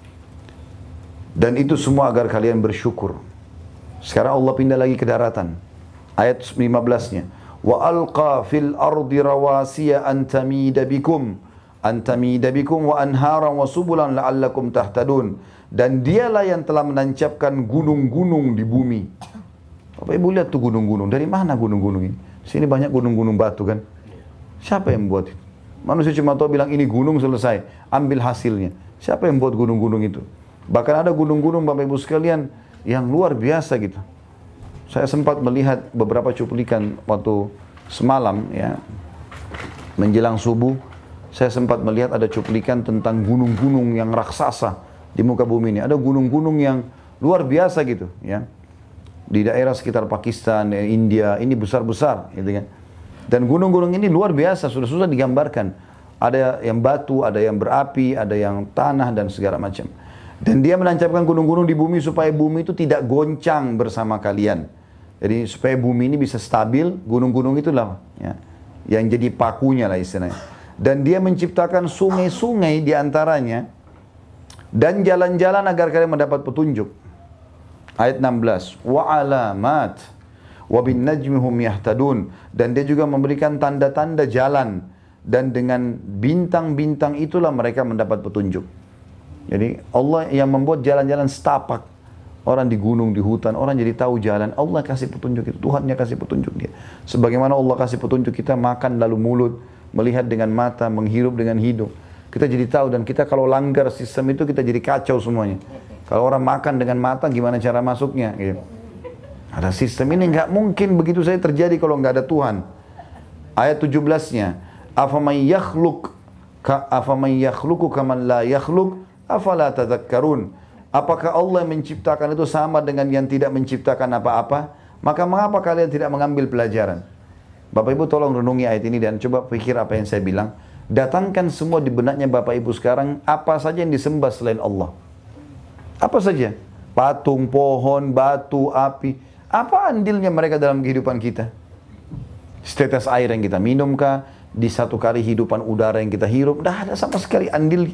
Dan itu semua agar kalian bersyukur. Sekarang Allah pindah lagi ke daratan. Ayat lima belas-nya. Wa alqa fil ardi rawasiya an tamida bikum. Antamida bikum wa anharan wa subulan la'allakum tahtadun. Dan dialah yang telah menancapkan gunung-gunung di bumi. Bapak Ibu lihat tuh gunung-gunung. Dari mana gunung-gunung ini? Sini banyak gunung-gunung batu kan. Siapa yang buat itu? Manusia cuma tahu bilang ini gunung selesai. Ambil hasilnya. Siapa yang buat gunung-gunung itu? Bahkan ada gunung-gunung Bapak Ibu sekalian yang luar biasa gitu. Saya sempat melihat beberapa cuplikan waktu semalam ya. Menjelang subuh. Saya sempat melihat ada cuplikan tentang gunung-gunung yang raksasa di muka bumi ini. Ada gunung-gunung yang luar biasa gitu ya. Di daerah sekitar Pakistan, India, ini besar-besar gitu kan. Dan gunung-gunung ini luar biasa, sudah susah digambarkan. Ada yang batu, ada yang berapi, ada yang tanah dan segala macam. Dan dia menancapkan gunung-gunung di bumi supaya bumi itu tidak goncang bersama kalian. Jadi supaya bumi ini bisa stabil, gunung-gunung itulah ya, yang jadi pakunya lah istilahnya. Dan dia menciptakan sungai-sungai di antaranya dan jalan-jalan agar kalian mendapat petunjuk. Ayat enam belas. Wa alamat wa bin najmi hum yahtadun. Dan dia juga memberikan tanda-tanda jalan dan dengan bintang-bintang itulah mereka mendapat petunjuk. Jadi Allah yang membuat jalan-jalan setapak Orang di gunung, di hutan, orang jadi tahu jalan. Allah kasih petunjuk itu, Tuhannya kasih petunjuk dia. Sebagaimana Allah kasih petunjuk kita makan lalu mulut, melihat dengan mata, menghirup dengan hidung. Kita jadi tahu dan kita kalau langgar sistem itu kita jadi kacau semuanya. Kalau orang makan dengan mata gimana cara masuknya? Gitu. Ada sistem ini nggak mungkin begitu saja terjadi kalau nggak ada Tuhan. Ayat tujuh belas-nya, afaman yakhluq ka afaman yakhluqu kaman la yakhluq afala tadhakkarun. Apakah Allah yang menciptakan itu sama dengan yang tidak menciptakan apa-apa? Maka mengapa kalian tidak mengambil pelajaran? Bapak Ibu tolong renungi ayat ini dan coba pikir apa yang saya bilang. Datangkan semua di benaknya Bapak Ibu sekarang apa saja yang disembah selain Allah. Apa saja? Patung, pohon, batu, api. Apa andilnya mereka dalam kehidupan kita? Setetes air yang kita minumkah? Di satu kali hidupan udara yang kita hirup? Dah ada sama sekali andil.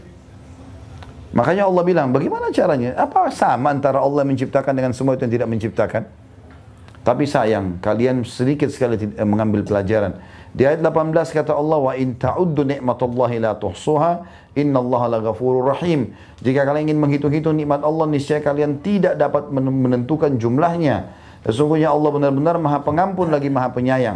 Makanya Allah bilang, bagaimana caranya? Apa sama antara Allah menciptakan dengan semua itu yang tidak menciptakan? Tapi sayang, kalian sedikit sekali mengambil pelajaran. Di ayat delapan belas kata Allah, wa in ta'uddu ni'matallahi la tuhsuha, innallaha laghafurur rahim. Jika kalian ingin menghitung-hitung nikmat Allah, niscaya kalian tidak dapat menentukan jumlahnya. Sesungguhnya Allah benar-benar Maha Pengampun lagi Maha Penyayang.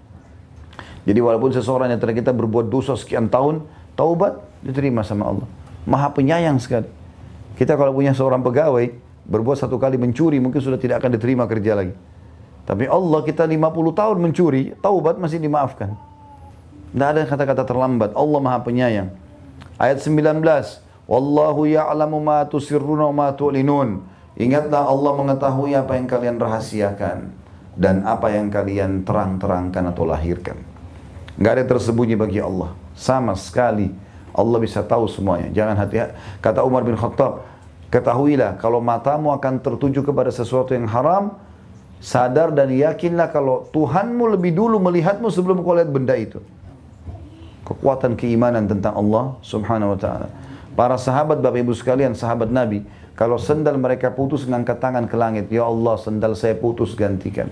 Jadi walaupun seseorang yang ternyata kita berbuat dosa sekian tahun, taubat diterima sama Allah. Maha Penyayang sekali. Kita kalau punya seorang pegawai, berbuat satu kali mencuri, mungkin sudah tidak akan diterima kerja lagi. Tapi Allah kita lima puluh tahun mencuri, taubat masih dimaafkan. Tidak ada kata-kata terlambat. Allah Maha Penyayang. Ayat sembilan belas. Wallahu ya'lamu ma tusirruna wa ma tu'linun. Ingatlah Allah mengetahui apa yang kalian rahasiakan dan apa yang kalian terang-terangkan atau lahirkan. Tidak ada yang tersembunyi bagi Allah. Sama sekali. Allah bisa tahu semuanya. Jangan hati-hati. Kata Umar bin Khattab, ketahuilah kalau matamu akan tertuju kepada sesuatu yang haram, sadar dan yakinlah kalau Tuhanmu lebih dulu melihatmu sebelum kau lihat benda itu. Kekuatan keimanan tentang Allah subhanahu wa ta'ala. Para sahabat Bapak Ibu sekalian, sahabat Nabi, kalau sendal mereka putus, mengangkat tangan ke langit, ya Allah sendal saya putus, gantikan.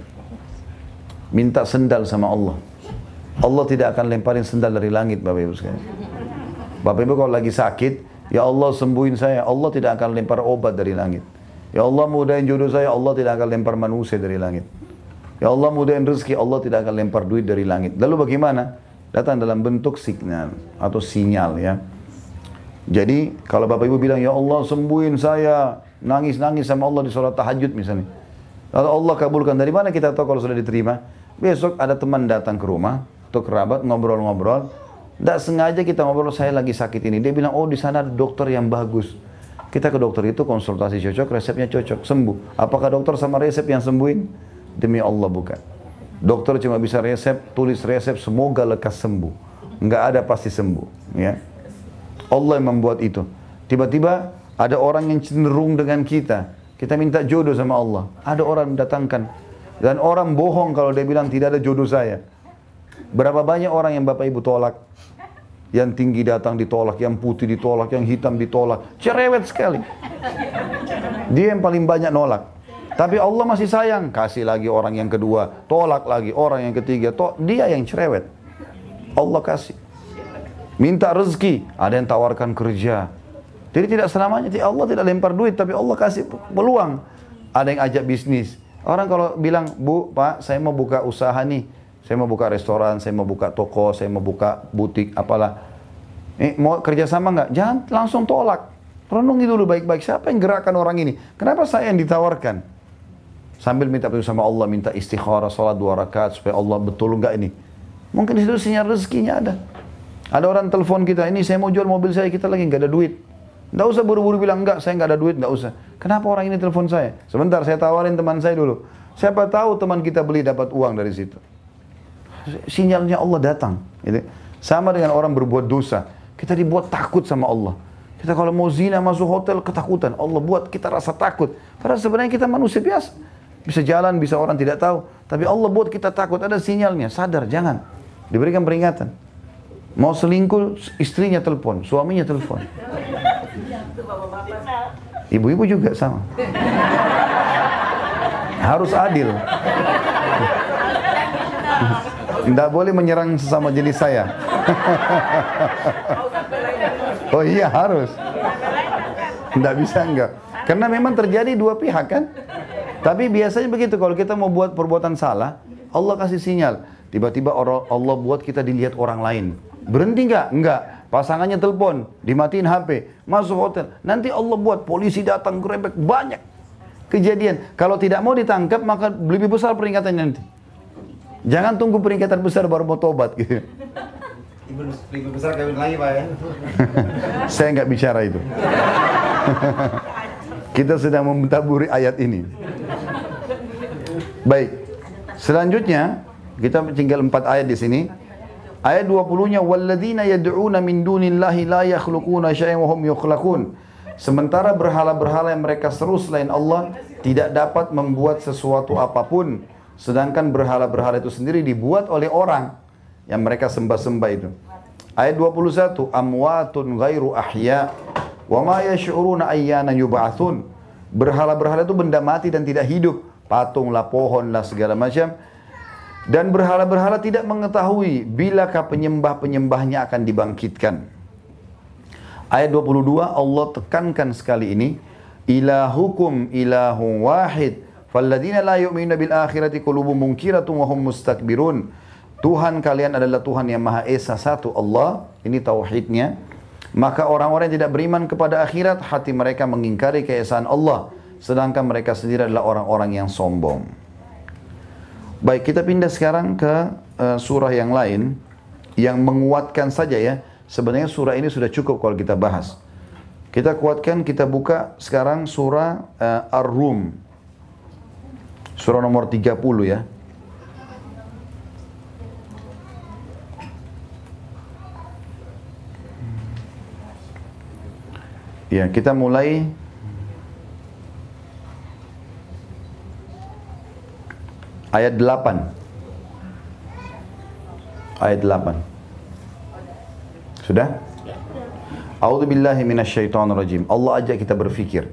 Minta sendal sama Allah. Allah tidak akan lemparin sendal dari langit Bapak Ibu sekalian. Bapak Ibu kalau lagi sakit, ya Allah sembuhin saya, Allah tidak akan lempar obat dari langit. Ya Allah mudahin jodoh saya, Allah tidak akan lempar manusia dari langit. Ya Allah mudahin rezeki, Allah tidak akan lempar duit dari langit. Lalu bagaimana? Datang dalam bentuk signal atau sinyal ya. Jadi kalau Bapak Ibu bilang, ya Allah sembuhin saya, nangis-nangis sama Allah di sholat tahajud misalnya. Lalu Allah kabulkan, dari mana kita tahu kalau sudah diterima? Besok ada teman datang ke rumah, atau kerabat ngobrol-ngobrol. Tidak sengaja kita ngobrol, saya lagi sakit ini. Dia bilang, oh di sana ada dokter yang bagus. Kita ke dokter itu konsultasi cocok, resepnya cocok, sembuh. Apakah dokter sama resep yang sembuhin? Demi Allah bukan. Dokter cuma bisa resep, tulis resep, semoga lekas sembuh. Enggak ada pasti sembuh. Ya. Allah yang membuat itu. Tiba-tiba ada orang yang cenderung dengan kita. Kita minta jodoh sama Allah. Ada orang mendatangkan. Dan orang bohong kalau dia bilang tidak ada jodoh saya. Berapa banyak orang yang Bapak Ibu tolak? Yang tinggi datang ditolak, yang putih ditolak, yang hitam ditolak. Cerewet sekali. Dia yang paling banyak nolak. Tapi Allah masih sayang. Kasih lagi orang yang kedua. Tolak lagi orang yang ketiga. To dia yang cerewet. Allah kasih. Minta rezeki. Ada yang tawarkan kerja. Jadi tidak selamanya. Allah tidak lempar duit. Tapi Allah kasih peluang. Ada yang ajak bisnis. Orang kalau bilang, Bu, Pak, saya mau buka usaha nih. Saya mau buka restoran, saya mau buka toko, saya mau buka butik, apalah. Eh, mau kerjasama nggak? Jangan langsung tolak. Renungi dulu baik-baik. Siapa yang gerakkan orang ini? Kenapa saya yang ditawarkan? Sambil minta petunjuk sama Allah, minta istikharah, salat dua rakaat supaya Allah betul nggak ini. Mungkin di situ sinyal rezekinya ada. Ada orang telepon kita, ini saya mau jual mobil saya, kita lagi nggak ada duit. Nggak usah buru-buru bilang enggak, saya nggak ada duit, nggak usah. Kenapa orang ini telepon saya? Sebentar, saya tawarin teman saya dulu. Siapa tahu teman kita beli dapat uang dari situ. Sinyalnya Allah datang. Gitu. Sama dengan orang berbuat dosa. Kita dibuat takut sama Allah. Kita kalau mau zina masuk hotel ketakutan. Allah buat kita rasa takut. Padahal sebenarnya kita manusia biasa. Bisa jalan, bisa orang tidak tahu. Tapi Allah buat kita takut. Ada sinyalnya. Sadar, jangan. Diberikan peringatan. Mau selingkuh, istrinya telepon. Suaminya telepon. Ibu-ibu juga sama. Harus adil. Tidak boleh menyerang sesama jenis saya. Oh iya harus. Tidak bisa enggak. Karena memang terjadi dua pihak kan. Tapi biasanya begitu, kalau kita mau buat perbuatan salah, Allah kasih sinyal. Tiba-tiba Allah buat kita dilihat orang lain. Berhenti nggak? Nggak. Pasangannya telepon, dimatiin H P, masuk hotel. Nanti Allah buat polisi datang gerebek, banyak kejadian. Kalau tidak mau ditangkap, maka lebih besar peringatannya nanti. Jangan tunggu peringatan besar baru mau tobat gitu. Lebih besar kawin lagi Pak ya. Saya nggak bicara itu. Kita sedang mentaburi ayat ini. Baik. Selanjutnya kita tinggal empat ayat di sini. Ayat dua puluh-nya walladzina yad'una min dunillahi la yakhluquna syai'an wa hum yukhlaqun. Sementara berhala-berhala yang mereka seru selain Allah tidak dapat membuat sesuatu apapun, sedangkan berhala-berhala itu sendiri dibuat oleh orang yang mereka sembah-sembah itu. Ayat dua puluh satu, amwatun ghairu ahya wa ma yash'uruna ayyana yub'atsun. Berhala-berhala itu benda mati dan tidak hidup, patung lah, pohon lah, segala macam. Dan berhala-berhala tidak mengetahui bilakah penyembah-penyembahnya akan dibangkitkan. Ayat dua puluh dua, Allah tekankan sekali ini, ilahukum ilahun wahid falladzina la yu'minuna bil akhirati qulubuhum munkiratun wa hum mustakbirun. Tuhan kalian adalah Tuhan yang Maha Esa, satu Allah, ini tauhidnya. Maka orang-orang yang tidak beriman kepada akhirat, hati mereka mengingkari keesaan Allah, sedangkan mereka sendiri adalah orang-orang yang sombong. Baik, kita pindah sekarang ke uh, surah yang lain yang menguatkan saja ya. Sebenarnya surah ini sudah cukup kalau kita bahas. Kita kuatkan, kita buka sekarang surah uh, Ar-Rum. Surah nomor tiga puluh ya. Ya, kita mulai ayat delapan. Ayat delapan. Sudah? A'udzu billahi minasyaitonir rajim. Allah ajak kita berfikir.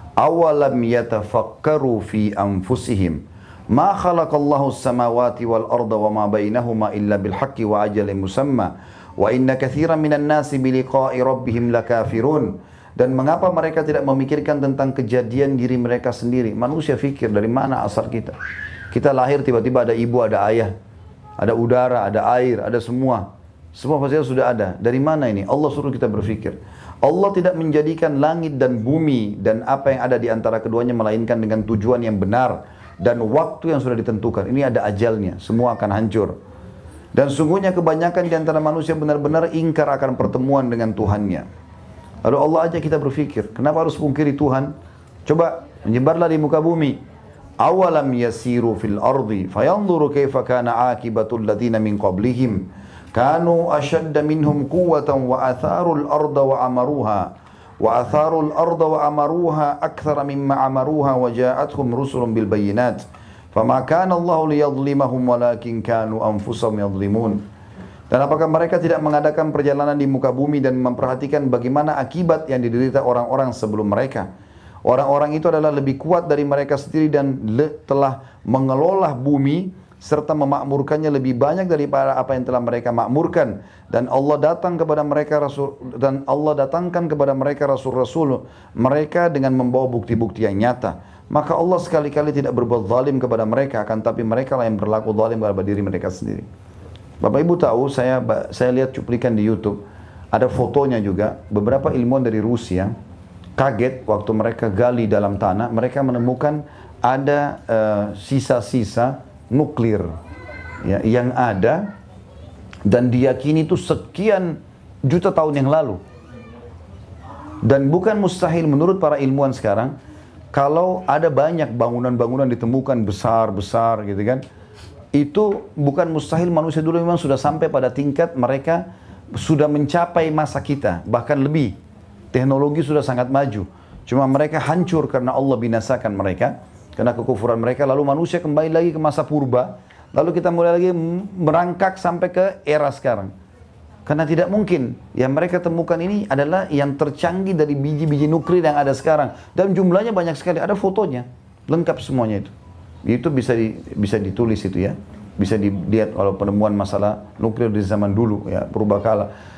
Awalam yatafakkaru fi anfusihim ma khalaqallahu as-samawati wal arda wa ma bainahuma illa bil haqqi wa ajalin musamma wa inna katsiran minan nasi bi liqa'i rabbihim lakafirun. Dan mengapa mereka tidak memikirkan tentang kejadian diri mereka sendiri? Manusia fikir dari mana asal kita? Kita lahir tiba-tiba ada ibu, ada ayah, ada udara, ada air, ada semua. Semua fasilitas sudah ada. Dari mana ini? Allah suruh kita berfikir. Allah tidak menjadikan langit dan bumi dan apa yang ada di antara keduanya melainkan dengan tujuan yang benar dan waktu yang sudah ditentukan. Ini ada ajalnya. Semua akan hancur. Dan sungguhnya kebanyakan di antara manusia benar-benar ingkar akan pertemuan dengan Tuhannya. Lalu Allah ajak kita berfikir, kenapa harus mungkiri Tuhan? Coba menyebarlah di muka bumi. Awalam yasiru fil ardi fayanzuru kaifa kana akibatul ladzina min qablihim kanu ashadda minhum quwwatan wa atharul arda wa amaruha wa atharul arda wa amaruha akthara mimma amaruha wa ja'atuhum rusulun bil bayyinat fama kana Allahu liyadhlimahum walakin kanu anfusahum yadhlimun. Dan apakah mereka tidak mengadakan perjalanan di muka bumi dan memperhatikan bagaimana akibat yang diderita orang-orang sebelum mereka? Orang-orang itu adalah lebih kuat dari mereka sendiri dan telah mengelola bumi serta memakmurkannya lebih banyak daripada apa yang telah mereka makmurkan. Dan Allah datang kepada mereka rasul dan Allah datangkan kepada mereka rasul-rasul mereka dengan membawa bukti-bukti yang nyata. Maka Allah sekali-kali tidak berbuat zalim kepada mereka, akan tapi mereka lah yang berlaku zalim kepada diri mereka sendiri. Bapak Ibu tahu, saya saya lihat cuplikan di YouTube, ada fotonya juga, beberapa ilmuwan dari Rusia kaget waktu mereka gali dalam tanah, mereka menemukan ada sisa-sisa uh, nuklir ya, yang ada dan diyakini itu sekian juta tahun yang lalu. Dan bukan mustahil menurut para ilmuwan sekarang, kalau ada banyak bangunan-bangunan ditemukan besar-besar gitu kan, itu bukan mustahil manusia dulu memang sudah sampai pada tingkat mereka sudah mencapai masa kita, bahkan lebih. Teknologi sudah sangat maju. Cuma mereka hancur karena Allah binasakan mereka, karena kekufuran mereka. Lalu manusia kembali lagi ke masa purba. Lalu kita mulai lagi merangkak sampai ke era sekarang. Karena tidak mungkin. Yang mereka temukan ini adalah yang tercanggih dari biji-biji nuklir yang ada sekarang. Dan jumlahnya banyak sekali. Ada fotonya. Lengkap semuanya itu. Itu bisa di, bisa ditulis itu ya. Bisa dilihat kalau penemuan masalah nuklir di zaman dulu ya, purbakala.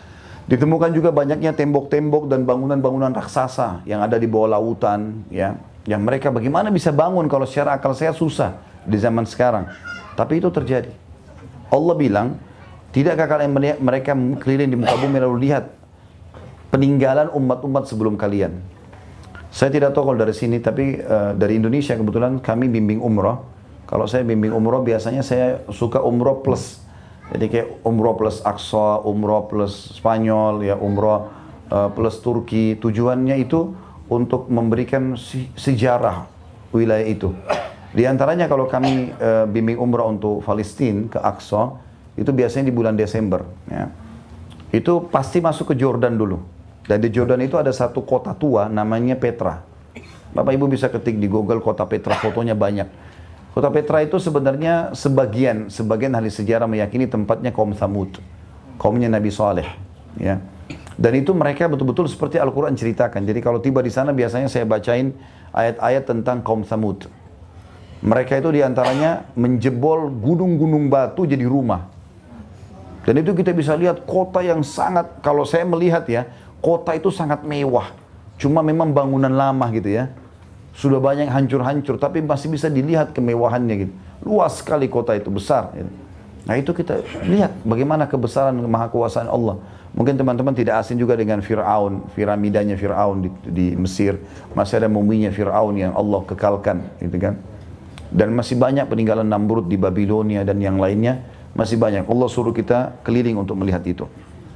Ditemukan juga banyaknya tembok-tembok dan bangunan-bangunan raksasa yang ada di bawah lautan, ya. Yang mereka bagaimana bisa bangun kalau secara akal sehat susah di zaman sekarang. Tapi itu terjadi. Allah bilang, tidakkah kalian melihat mereka keliling di muka bumi lalu lihat peninggalan umat-umat sebelum kalian. Saya tidak tahu kalau dari sini, tapi uh, dari Indonesia kebetulan kami bimbing umroh. Kalau saya bimbing umroh biasanya saya suka umroh plus. Jadi kayak umroh plus Aqsa, umroh plus Spanyol, ya umroh uh, plus Turki. Tujuannya itu untuk memberikan si, sejarah wilayah itu. Di antaranya kalau kami uh, bimbing umroh untuk Palestina ke Aqsa, itu biasanya di bulan Desember. Ya. Itu pasti masuk ke Jordan dulu. Dan di Jordan itu ada satu kota tua namanya Petra. Bapak Ibu bisa ketik di Google kota Petra, fotonya banyak. Kota Petra itu sebenarnya sebagian sebagian ahli sejarah meyakini tempatnya kaum Thamud, kaumnya Nabi Saleh, ya. Dan itu mereka betul-betul seperti Al-Quran ceritakan. Jadi kalau tiba di sana biasanya saya bacain ayat-ayat tentang kaum Thamud. Mereka itu diantaranya menjebol gunung-gunung batu jadi rumah. Dan itu kita bisa lihat kota yang sangat, kalau saya melihat ya, kota itu sangat mewah. Cuma memang bangunan lama gitu ya. Sudah banyak hancur-hancur, tapi masih bisa dilihat kemewahannya gitu. Luas sekali kota itu, besar. Gitu. Nah itu kita lihat bagaimana kebesaran kemahakuasaan Allah. Mungkin teman-teman tidak asing juga dengan Fir'aun, piramidanya Fir'aun di, di Mesir. Masih ada muminya Fir'aun yang Allah kekalkan, gitu kan. Dan masih banyak peninggalan Namrud di Babilonia dan yang lainnya. Masih banyak. Allah suruh kita keliling untuk melihat itu.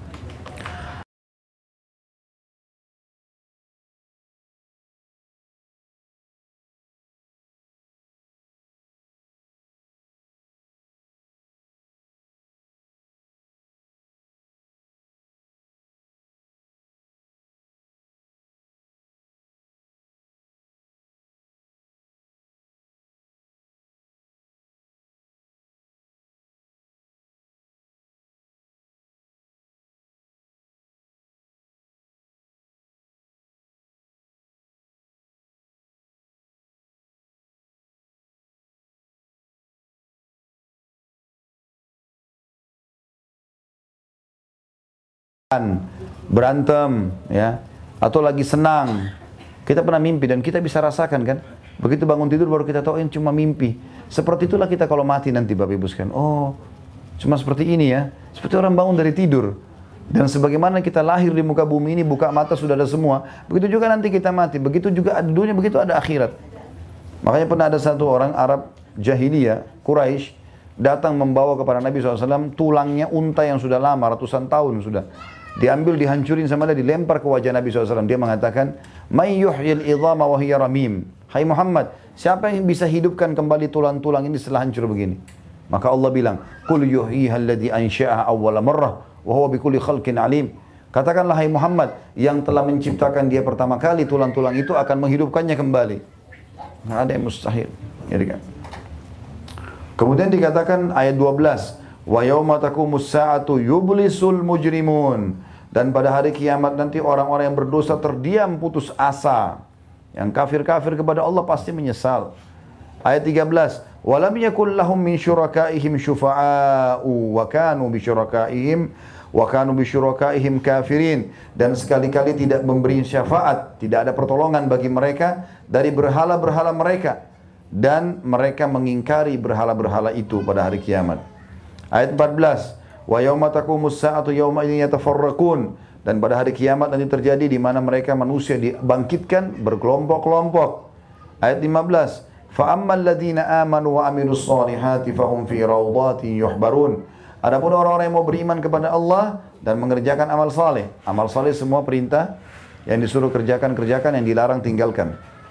Berantem, ya, atau lagi senang, kita pernah mimpi dan kita bisa rasakan kan. Begitu bangun tidur baru kita tahu ini cuma mimpi. Seperti itulah kita kalau mati nanti Bapak Ibu sekalian. Oh, cuma seperti ini ya. Seperti orang bangun dari tidur. Dan sebagaimana kita lahir di muka bumi ini, buka mata sudah ada semua. Begitu juga nanti kita mati. Begitu juga ada dunia, begitu ada akhirat. Makanya pernah ada satu orang Arab jahiliyah, Quraisy, datang membawa kepada Nabi shallallahu alaihi wasallam tulangnya unta yang sudah lama, ratusan tahun sudah. Diambil, dihancurin sama dia, dilempar ke wajah Nabi shallallahu alaihi wasallam. Dia mengatakan, "May yuhyil idhama wa hiya ramim." Hai Muhammad, siapa yang bisa hidupkan kembali tulang-tulang ini setelah hancur begini? Maka Allah bilang, "Qul yuhyiha alladhi ansha'aha awwala marrah wa huwa bikulli khalqin alim." Katakanlah hai Muhammad, yang telah menciptakan dia pertama kali tulang-tulang itu akan menghidupkannya kembali. Nggak ada yang mustahil. Ya, kan? Kemudian dikatakan ayat dua belas, "Wa yauma taqumus sa'atu yublisul mujrimun." Dan pada hari kiamat nanti orang-orang yang berdosa terdiam putus asa. Yang kafir-kafir kepada Allah pasti menyesal. Ayat tiga belas, "Walam yakul lahum min syurakaihim syufa'a'u wa kanu bi syurakaihim wa kanu bi syurakaihim kafirin." Dan sekali-kali tidak memberi syafaat, tidak ada pertolongan bagi mereka dari berhala-berhala mereka, dan mereka mengingkari berhala-berhala itu pada hari kiamat. Ayat empat belas, "Wa yauma taqumus sa'atu yauma idzin yatafarraqun." Dan pada hari kiamat nanti terjadi di mana mereka manusia dibangkitkan berkelompok-kelompok. Ayat lima belas, "Fa ammal ladzina amanu wa amilus solihati fahum fi rawdatin yuhbarun." Adapun orang-orang yang mau beriman kepada Allah dan mengerjakan amal saleh. Amal saleh semua perintah yang disuruh kerjakan kerjakan, yang dilarang tinggalkan.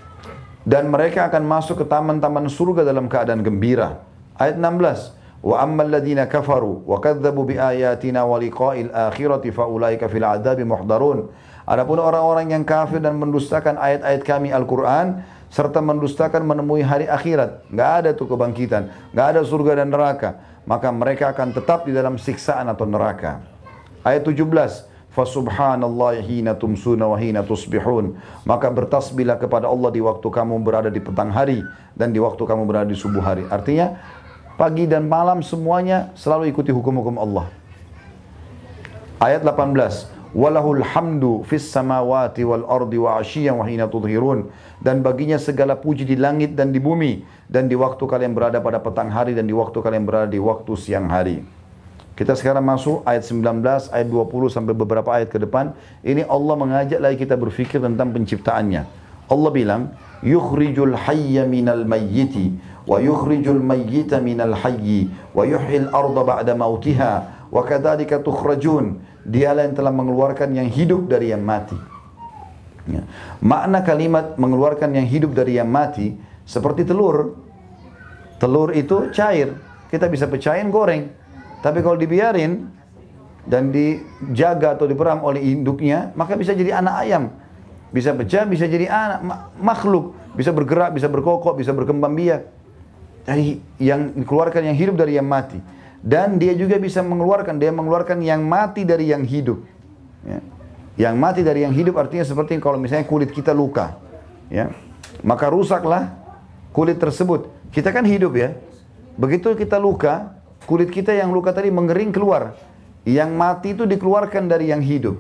Dan mereka akan masuk ke taman-taman surga dalam keadaan gembira. Ayat enam belas, "Wa ammal ladzina kafaru wa kadzdzabu bi ayatina wa liqa'il akhirati fa ulaika fil 'adzabi muhdarun." Adapun orang-orang yang kafir dan mendustakan ayat-ayat kami Al-Qur'an serta mendustakan menemui hari akhirat, enggak ada tuh kebangkitan, enggak ada surga dan neraka, maka mereka akan tetap di dalam siksaan atau neraka. Ayat tujuh belas, "Fa subhanallahi hina tumsuna wa hina tusbihun." Maka bertasbihlah kepada Allah di waktu kamu berada di petang hari dan di waktu kamu berada di subuh hari. Artinya pagi dan malam semuanya selalu ikuti hukum-hukum Allah. Ayat delapan belas, walahul hamdu fis samawati wal ardi wa asyiyan wa hina tudhirun. Dan baginya segala puji di langit dan di bumi, dan di waktu kalian berada pada petang hari dan di waktu kalian berada di waktu siang hari. Kita sekarang masuk ayat sembilan belas, ayat dua puluh sampai beberapa ayat ke depan. Ini Allah mengajak lagi kita berfikir tentang penciptaannya. Allah bilang, yukhrijul hayya minal mayyiti wa yukhrijul mayyita minal hayyi wa yuhyil arda ba'da mautiha wa kadzalika tukhrajun. Dialah yang telah mengeluarkan yang hidup dari yang mati. Ya. Makna kalimat mengeluarkan yang hidup dari yang mati seperti telur. Telur itu cair, kita bisa pecahin, goreng. Tapi kalau dibiarin dan dijaga atau diperam oleh induknya, maka bisa jadi anak ayam. Bisa pecah, bisa jadi anak makhluk, bisa bergerak, bisa berkokok, bisa berkembang biak. Jadi yang dikeluarkan yang hidup dari yang mati. Dan dia juga bisa mengeluarkan, dia mengeluarkan yang mati dari yang hidup. Ya. Yang mati dari yang hidup artinya seperti kalau misalnya kulit kita luka. Ya. Maka rusaklah kulit tersebut. Kita kan hidup ya. Begitu kita luka, kulit kita yang luka tadi mengering keluar. Yang mati itu dikeluarkan dari yang hidup.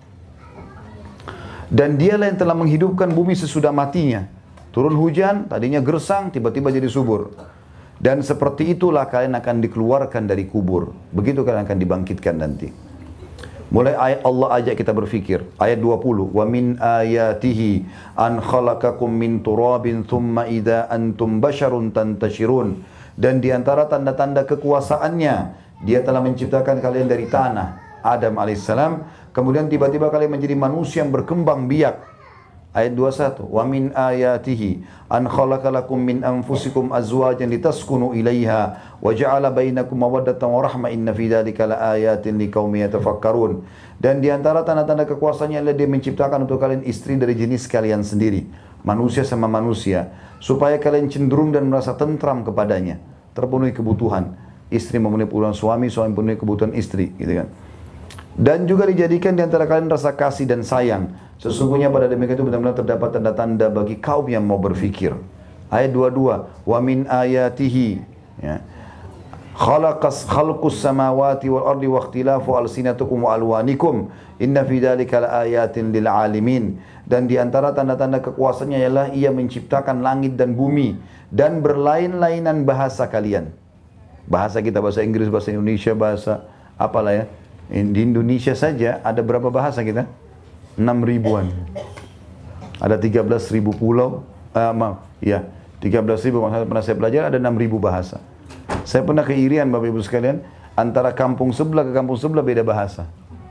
Dan dialah yang telah menghidupkan bumi sesudah matinya. Turun hujan, tadinya gersang, tiba-tiba jadi subur. Dan seperti itulah kalian akan dikeluarkan dari kubur. Begitu kalian akan dibangkitkan nanti. Mulai ayat Allah ajak kita berfikir. Ayat dua puluh. Wa min ayatihi an khalaqakum min turabin thumma idza antum basharun tantashirun. Dan di antara tanda-tanda kekuasaannya, dia telah menciptakan kalian dari tanah, Adam alaihissalam, kemudian tiba-tiba kalian menjadi manusia yang berkembang biak. Ayat dua puluh satu. Wa min ayatihi an khalaqalakum min anfusikum azwajan litaskunu ilaiha wa ja'ala bainakum mawaddatan wa rahmah inna fi dzalika laayatin liqaumin yatafakkarun. Dan di antara tanda-tanda kekuasaannya adalah dia menciptakan untuk kalian istri dari jenis kalian sendiri, manusia sama manusia, supaya kalian cenderung dan merasa tentram kepadanya, terpenuhi kebutuhan. Istri memenuhi kebutuhan suami, suami memenuhi kebutuhan istri, gitu kan. Dan juga dijadikan di antara kalian rasa kasih dan sayang. Sesungguhnya pada demikian itu benar-benar terdapat tanda-tanda bagi kaum yang mau berfikir. Ayat dua puluh dua. Wa min ayatihi ya. Khalaqas khalqus samawati wal ardi wa ikhtilafu alsinatukum wa alwanikum inna fi dzalika laayatin lil alimin. Dan di antara tanda-tanda kekuasaannya ialah ia menciptakan langit dan bumi dan berlain-lainan bahasa kalian. Bahasa kita, bahasa Inggris, bahasa Indonesia, bahasa apalah ya. Di Indonesia saja ada berapa bahasa kita? enam ribuan. Ada tiga belas ribu pulau. Uh, maaf, ya, tiga belas ribu. Pernah saya belajar ada enam ribu bahasa. Saya pernah ke Irian, Bapak Ibu sekalian, antara kampung sebelah ke kampung sebelah beda bahasa.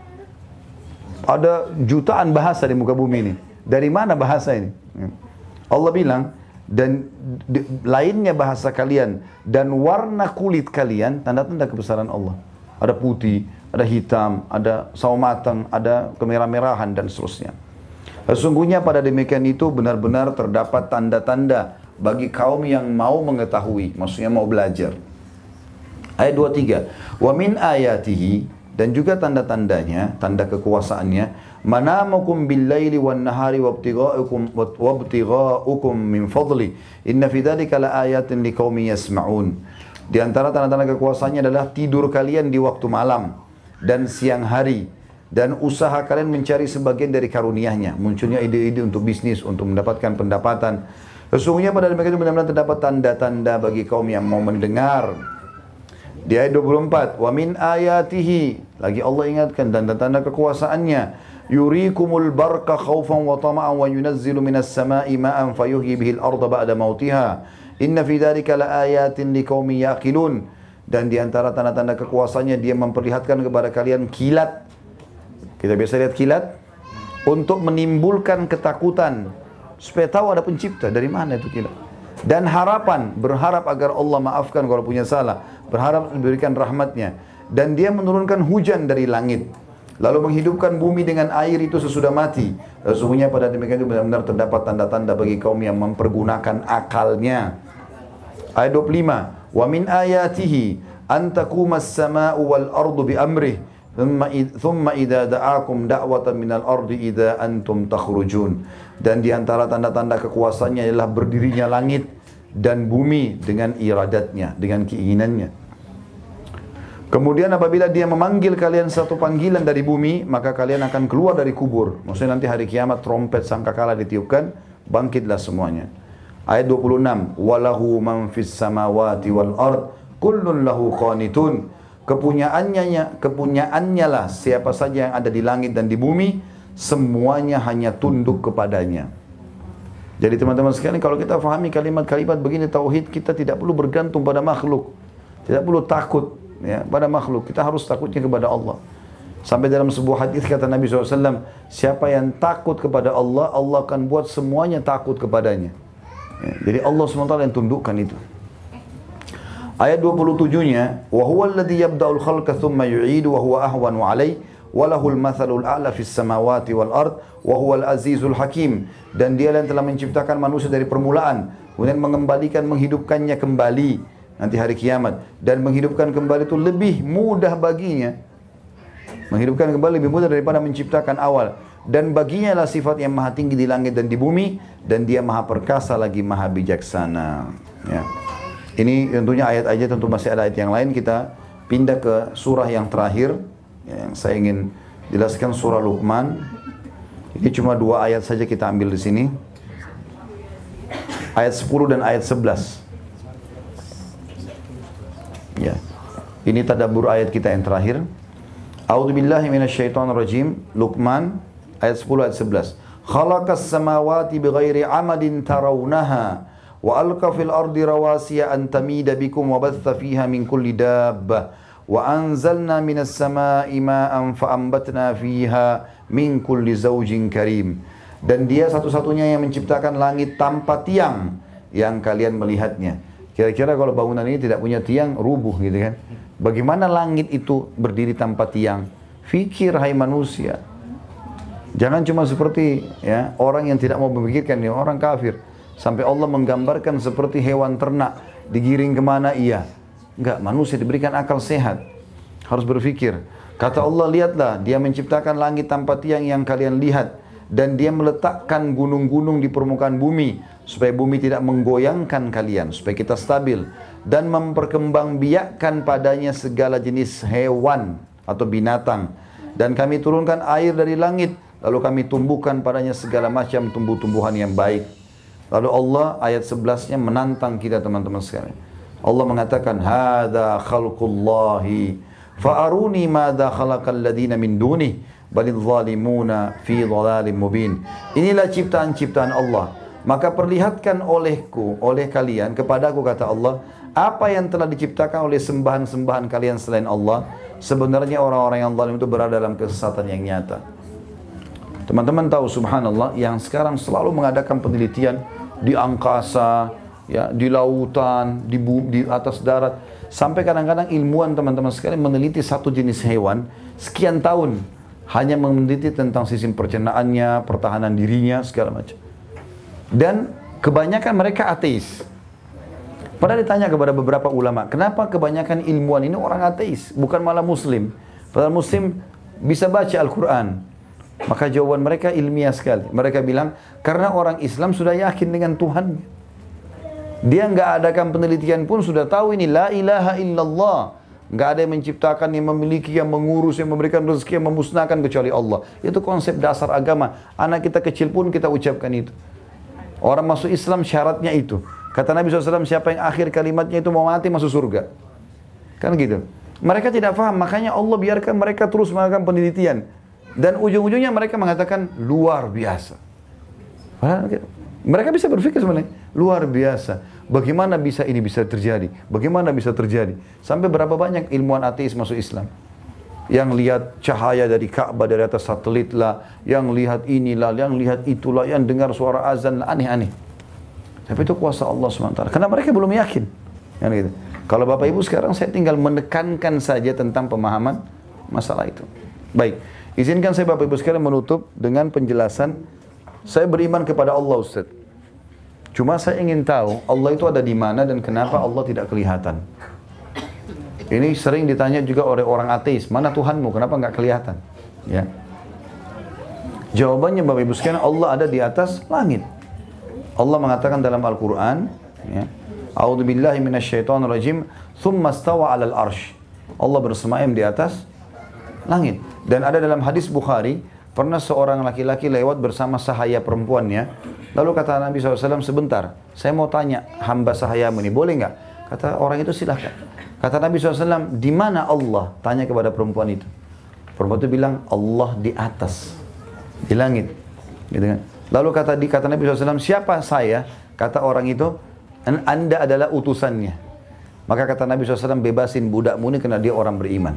Ada jutaan bahasa di muka bumi ini. Dari mana bahasa ini? Allah bilang, dan di, lainnya bahasa kalian dan warna kulit kalian tanda-tanda kebesaran Allah. Ada putih, ada hitam, ada sawo matang, ada kemerah-merahan dan seterusnya. Sesungguhnya pada demikian itu benar-benar terdapat tanda-tanda bagi kaum yang mau mengetahui, maksudnya mau belajar. Ayat dua puluh tiga. Wa min ayatihi, dan juga tanda-tandanya, tanda kekuasaannya, manamukum bil-laili wan-nahari wabtigha'ukum wabtigha'ukum min fadli inna fi dzalika laayatin liqaumin yasma'un. Di antara tanda-tanda kekuasaannya adalah tidur kalian di waktu malam dan siang hari, dan usaha kalian mencari sebagian dari karunia-Nya. Munculnya ide-ide untuk bisnis, untuk mendapatkan pendapatan. Sesungguhnya pada demikian itu benar-benar terdapat tanda-tanda bagi kaum yang mau mendengar. Di ayat dua puluh empat, wa min ayatihi, lagi Allah ingatkan tanda-tanda kekuasaannya, yurikumul barqa khaufan wa tama'an wa yunazzilu minas sama'i ma'an fayuhyi bihil arda ba'da mautiha inna fi dzalika laayatin liqaumin yaqilun. Dan di antara tanda-tanda kekuasaannya dia memperlihatkan kepada kalian kilat. Kita biasa lihat kilat untuk menimbulkan ketakutan supaya tahu ada pencipta. Dari mana itu kilat? Dan harapan, berharap agar Allah maafkan kalau punya salah, berharap diberikan rahmatnya. Dan dia menurunkan hujan dari langit, lalu menghidupkan bumi dengan air itu sesudah mati. Sesungguhnya pada demikian itu benar-benar terdapat tanda-tanda bagi kaum yang mempergunakan akalnya. Ayat dua puluh lima. Wa min ayatihi an taqumas samaa'u wal ardu bi amrih thumma idza da'akum da'watan minal ardi idza antum takhrujun. Dan di antara tanda-tanda kekuasaannya adalah berdirinya langit dan bumi dengan iradatnya, dengan keinginannya. Kemudian apabila dia memanggil kalian satu panggilan dari bumi, maka kalian akan keluar dari kubur. Maksudnya nanti hari kiamat trompet sangkakala ditiupkan, bangkitlah semuanya. Ayat dua puluh enam, walahu man fis samawati wal ard kullun lahu qanitun. Kepunyaannya kepunyaannya lah siapa saja yang ada di langit dan di bumi, semuanya hanya tunduk kepadanya. Jadi teman-teman sekalian, kalau kita fahami kalimat-kalimat begini tauhid, kita tidak perlu bergantung pada makhluk. Tidak perlu takut ya, pada makhluk. Kita harus takutnya kepada Allah. Sampai dalam sebuah hadis kata Nabi shallallahu alaihi wasallam, siapa yang takut kepada Allah, Allah akan buat semuanya takut kepadanya. Ya, jadi Allah subhanahu wa taala yang tundukkan itu. Ayat dua puluh tujuh-nya, wa huwa alladhi yabda'ul khalqa thumma yu'idu wa huwa ahwanu 'alaihi wa lahul mathalul a'la fis samawati wal ard wa huwal azizul hakim. Dan dia yang telah menciptakan manusia dari permulaan, kemudian mengembalikan menghidupkannya kembali nanti hari kiamat, dan menghidupkan kembali itu lebih mudah baginya. Menghidupkan kembali lebih mudah daripada menciptakan awal. Dan baginya lah sifat yang maha tinggi di langit dan di bumi, dan dia maha perkasa lagi maha bijaksana. Ya. Ini tentunya ayat aja, tentu masih ada ayat yang lain. Kita pindah ke surah yang terakhir ya, yang saya ingin jelaskan, surah Luqman. Ini cuma dua ayat saja kita ambil di sini. Ayat sepuluh dan ayat sebelas. Ya. Ini tadabbur ayat kita yang terakhir. A'udzubillahi minasyaitonirrajim. Luqman ayat sepuluh ayat sebelas. Khalaqas samawati bighairi amadin tarawunaha wa alqa fil ardi rawasiya an tamida bikum wa batha fiha min kulli dabbah wa anzalna minas samai ma'an fa ambatna fiha min kulli zawjin karim. Dan dia satu-satunya yang menciptakan langit tanpa tiang yang kalian melihatnya. Kira-kira kalau bangunan ini tidak punya tiang, rubuh gitu kan. Bagaimana langit itu berdiri tanpa tiang? Fikir hai manusia. Jangan cuma seperti ya orang yang tidak mau memikirkan, ya, orang kafir. Sampai Allah menggambarkan seperti hewan ternak, digiring kemana iya. Enggak, manusia diberikan akal sehat. Harus berfikir. Kata Allah, lihatlah, dia menciptakan langit tanpa tiang yang kalian lihat. Dan dia meletakkan gunung-gunung di permukaan bumi, supaya bumi tidak menggoyangkan kalian, supaya kita stabil. Dan memperkembangbiakkan padanya segala jenis hewan atau binatang. Dan kami turunkan air dari langit, lalu kami tumbuhkan padanya segala macam tumbuh-tumbuhan yang baik. Lalu Allah ayat sebelas-nya menantang kita teman-teman sekalian. Allah mengatakan, hadza khalqullahi fa'aruni madza khalaqal ladina min dunih balidh zalimuna fi dhalalin mubin. Inilah ciptaan-ciptaan Allah. Maka perlihatkan olehku, oleh kalian, kepadaku kata Allah, apa yang telah diciptakan oleh sembahan-sembahan kalian selain Allah. Sebenarnya orang-orang yang zalim itu berada dalam kesesatan yang nyata. Teman-teman tahu subhanallah, yang sekarang selalu mengadakan penelitian di angkasa, ya, di lautan, di, di atas darat. Sampai kadang-kadang ilmuwan teman-teman sekalian meneliti satu jenis hewan sekian tahun, hanya meneliti tentang sistem pencernaannya, pertahanan dirinya, segala macam. Dan kebanyakan mereka ateis. Padahal ditanya kepada beberapa ulama, kenapa kebanyakan ilmuwan ini orang ateis, bukan malah muslim? Padahal muslim bisa baca Al-Quran. Maka jawaban mereka ilmiah sekali. Mereka bilang, karena orang Islam sudah yakin dengan Tuhan. Dia nggak adakan penelitian pun sudah tahu ini la ilaha illallah. Nggak ada yang menciptakan, yang memiliki, yang mengurus, yang memberikan rezeki, yang memusnahkan kecuali Allah. Itu konsep dasar agama. Anak kita kecil pun kita ucapkan itu. Orang masuk Islam syaratnya itu. Kata Nabi shallallahu alaihi wasallam, siapa yang akhir kalimatnya itu mau mati masuk surga. Kan gitu. Mereka tidak paham, makanya Allah biarkan mereka terus melakukan penelitian. Dan ujung-ujungnya mereka mengatakan luar biasa. Mereka bisa berpikir sebenarnya luar biasa. Bagaimana bisa ini bisa terjadi? Bagaimana bisa terjadi? Sampai berapa banyak ilmuwan ateis masuk Islam? Yang lihat cahaya dari Ka'bah dari atas satelit lah, yang lihat inilah, yang lihat itulah, yang dengar suara azan lah, aneh-aneh. Tapi itu kuasa Allah subhanahu wa taala. Karena mereka belum yakin. Kan gitu. Kalau Bapak Ibu sekarang saya tinggal menekankan saja tentang pemahaman masalah itu. Baik. Izinkan saya Bapak Ibu sekalian menutup dengan penjelasan. Saya beriman kepada Allah Ustaz. Cuma saya ingin tahu Allah itu ada di mana dan kenapa Allah tidak kelihatan. Ini sering ditanya juga oleh orang ateis, mana Tuhanmu, kenapa nggak kelihatan? Ya. Jawabannya Bapak Ibu sekalian, Allah ada di atas langit. Allah mengatakan dalam Al-Quran, ya, A'udzubillahi minasyaitonirrajim, thumma stawa 'alal arsy. Allah bersemayam di atas langit. Dan ada dalam hadis Bukhari, pernah seorang laki-laki lewat bersama sahaya perempuannya. Lalu kata Nabi shallallahu alaihi wasallam, sebentar, saya mau tanya hamba sahayamu ini, boleh nggak? Kata orang itu, silahkan. Kata Nabi shallallahu alaihi wasallam, di mana Allah? Tanya kepada perempuan itu. Perempuan itu bilang, Allah di atas, di langit. Gitu kan? Lalu kata, di, kata Nabi shallallahu alaihi wasallam, siapa saya? Kata orang itu, Anda adalah utusannya. Maka kata Nabi shallallahu alaihi wasallam, bebasin budakmu ini karena dia orang beriman.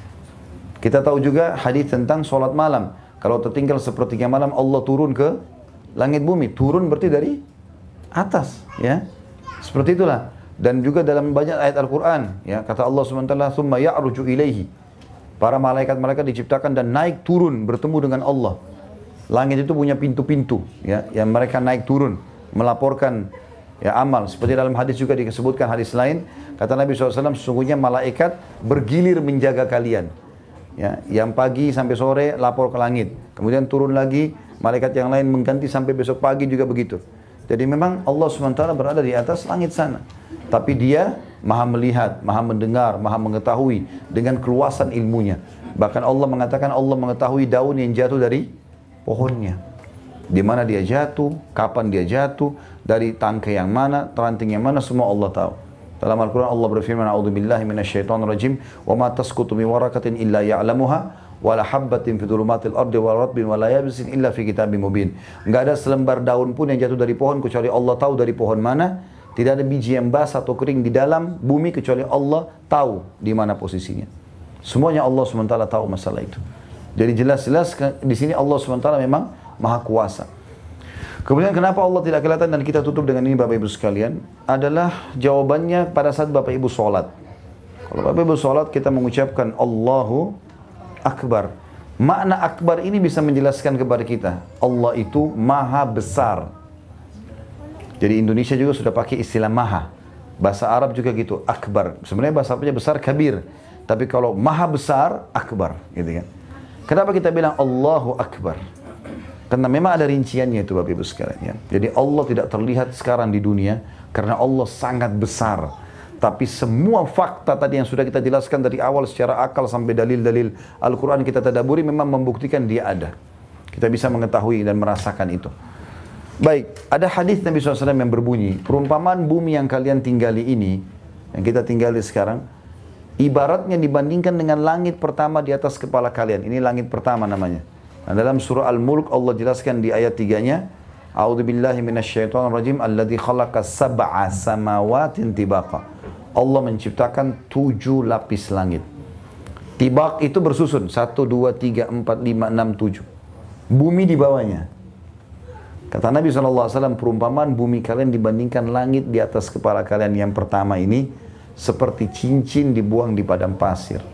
Kita tahu juga hadis tentang sholat malam. Kalau tertinggal sepertiga malam, Allah turun ke langit bumi. Turun berarti dari atas, ya. Seperti itulah. Dan juga dalam banyak ayat Al-Quran, ya, kata Allah subhanahu wa taala, "Tsumma ya'ruju ilaihi." Para malaikat-malaikat diciptakan dan naik turun bertemu dengan Allah. Langit itu punya pintu-pintu, ya, yang mereka naik turun melaporkan, ya, amal. Seperti dalam hadis juga disebutkan hadis lain, kata Nabi shallallahu alaihi wasallam, sesungguhnya malaikat bergilir menjaga kalian. Ya, yang pagi sampai sore lapor ke langit, kemudian turun lagi, malaikat yang lain mengganti sampai besok pagi juga begitu. Jadi memang Allah subhanahu wa taala berada di atas langit sana. Tapi dia maha melihat, maha mendengar, maha mengetahui dengan keluasan ilmunya. Bahkan Allah mengatakan Allah mengetahui daun yang jatuh dari pohonnya. Di mana dia jatuh, kapan dia jatuh, dari tangkai yang mana, ranting yang mana, semua Allah tahu. Dalam Al-Quran Allah berfirman, "A'udzubillahi minasyaitonirrajim, wa ma tasqutu min waraqatin illa ya'lamuha, wa la habbatin fi dhulumatil ardi wa rabbin wa la yabisin illa fi kitabim mubin." Enggak ada selembar daun pun yang jatuh dari pohon kecuali Allah tahu dari pohon mana. Tidak ada biji yang basah atau kering di dalam bumi kecuali Allah tahu di mana posisinya. Semuanya Allah subhanahu wa taala tahu masalah itu. Jadi jelas-jelas di sini Allah subhanahu wa taala memang maha kuasa. Kemudian kenapa Allah tidak kelihatan dan kita tutup dengan ini Bapak Ibu sekalian? Adalah jawabannya pada saat Bapak Ibu sholat. Kalau Bapak Ibu sholat kita mengucapkan Allahu Akbar. Makna Akbar ini bisa menjelaskan kepada kita, Allah itu maha besar. Jadi Indonesia juga sudah pakai istilah maha. Bahasa Arab juga gitu, Akbar. Sebenarnya bahasa Arabnya besar, kabir. Tapi kalau maha besar, Akbar. Gitu kan. Kenapa kita bilang Allahu Akbar? Karena memang ada rinciannya itu Bapak Ibu sekalian, ya. Jadi Allah tidak terlihat sekarang di dunia karena Allah sangat besar. Tapi semua fakta tadi yang sudah kita jelaskan dari awal secara akal sampai dalil-dalil Al-Quran kita tadaburi memang membuktikan dia ada. Kita bisa mengetahui dan merasakan itu. Baik, ada hadis Nabi shallallahu alaihi wasallam yang berbunyi, perumpamaan bumi yang kalian tinggali ini, yang kita tinggali sekarang, ibaratnya dibandingkan dengan langit pertama di atas kepala kalian. Ini langit pertama namanya. Nah, dalam surah Al-Mulk Allah jelaskan di ayat tiga-nya, A'udzubillahi minasyaitonirrajim, alladzi khalaqa sab'a samawatin tibaqa. Allah menciptakan tujuh lapis langit. Tibaq itu bersusun, satu, dua, tiga, empat, lima, enam, tujuh. Bumi di bawahnya. Kata Nabi shallallahu alaihi wasallam, perumpamaan bumi kalian dibandingkan langit di atas kepala kalian yang pertama ini, seperti cincin dibuang di padang pasir.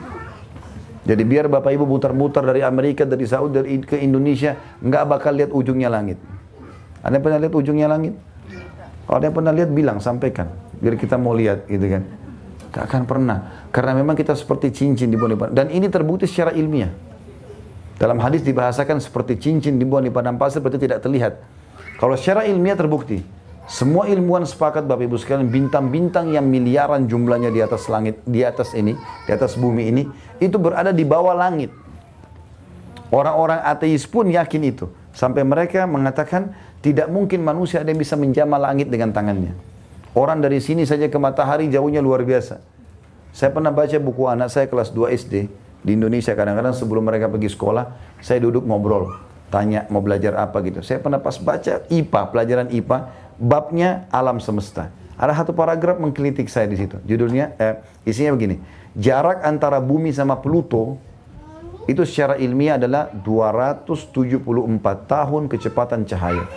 Jadi biar Bapak Ibu muter-muter dari Amerika, dari Saudi, dari ke Indonesia, nggak bakal lihat ujungnya langit. Ada yang pernah lihat ujungnya langit? Kalau ada yang pernah lihat, bilang, sampaikan. Biar kita mau lihat, gitu kan. Gak akan pernah. Karena memang kita seperti cincin dibuang di padang. Dan ini terbukti secara ilmiah. Dalam hadis dibahasakan seperti cincin dibuang di padang pasir, berarti tidak terlihat. Kalau secara ilmiah terbukti. Semua ilmuwan sepakat Bapak Ibu sekalian, bintang-bintang yang miliaran jumlahnya di atas langit, di atas ini, di atas bumi ini, itu berada di bawah langit. Orang-orang ateis pun yakin itu. Sampai mereka mengatakan, tidak mungkin manusia ada yang bisa menjamah langit dengan tangannya. Orang dari sini saja ke matahari jauhnya luar biasa. Saya pernah baca buku anak saya kelas dua S D di Indonesia, kadang-kadang sebelum mereka pergi sekolah, saya duduk ngobrol, tanya mau belajar apa gitu. Saya pernah pas baca I P A, pelajaran I P A, babnya alam semesta. Ada satu paragraf mengkritik saya di situ. Judulnya, eh, isinya begini. Jarak antara bumi sama Pluto itu secara ilmiah adalah dua ratus tujuh puluh empat tahun kecepatan cahaya.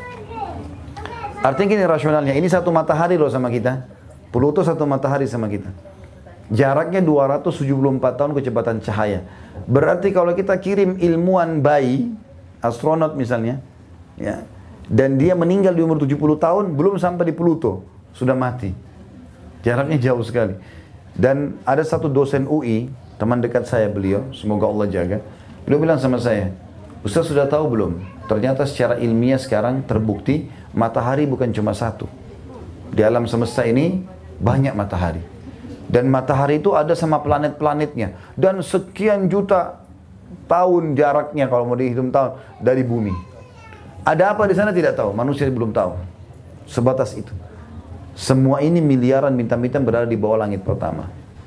Artinya gini rasionalnya, ini satu matahari loh sama kita. Pluto satu matahari sama kita. Jaraknya dua ratus tujuh puluh empat tahun kecepatan cahaya. Berarti kalau kita kirim ilmuwan bayi, astronot misalnya, ya, dan dia meninggal di umur tujuh puluh tahun, belum sampai di Pluto, sudah mati. Jaraknya jauh sekali. Dan ada satu dosen U I, teman dekat saya beliau, semoga Allah jaga. Beliau bilang sama saya, Ustaz sudah tahu belum? Ternyata secara ilmiah sekarang terbukti matahari bukan cuma satu. Di alam semesta ini banyak matahari. Dan matahari itu ada sama planet-planetnya. Dan sekian juta tahun jaraknya kalau mau dihitung tahun dari bumi. Ada apa di sana tidak tahu, manusia belum tahu. Sebatas itu. Semua ini miliaran bintang-bintang berada di bawah langit pertama.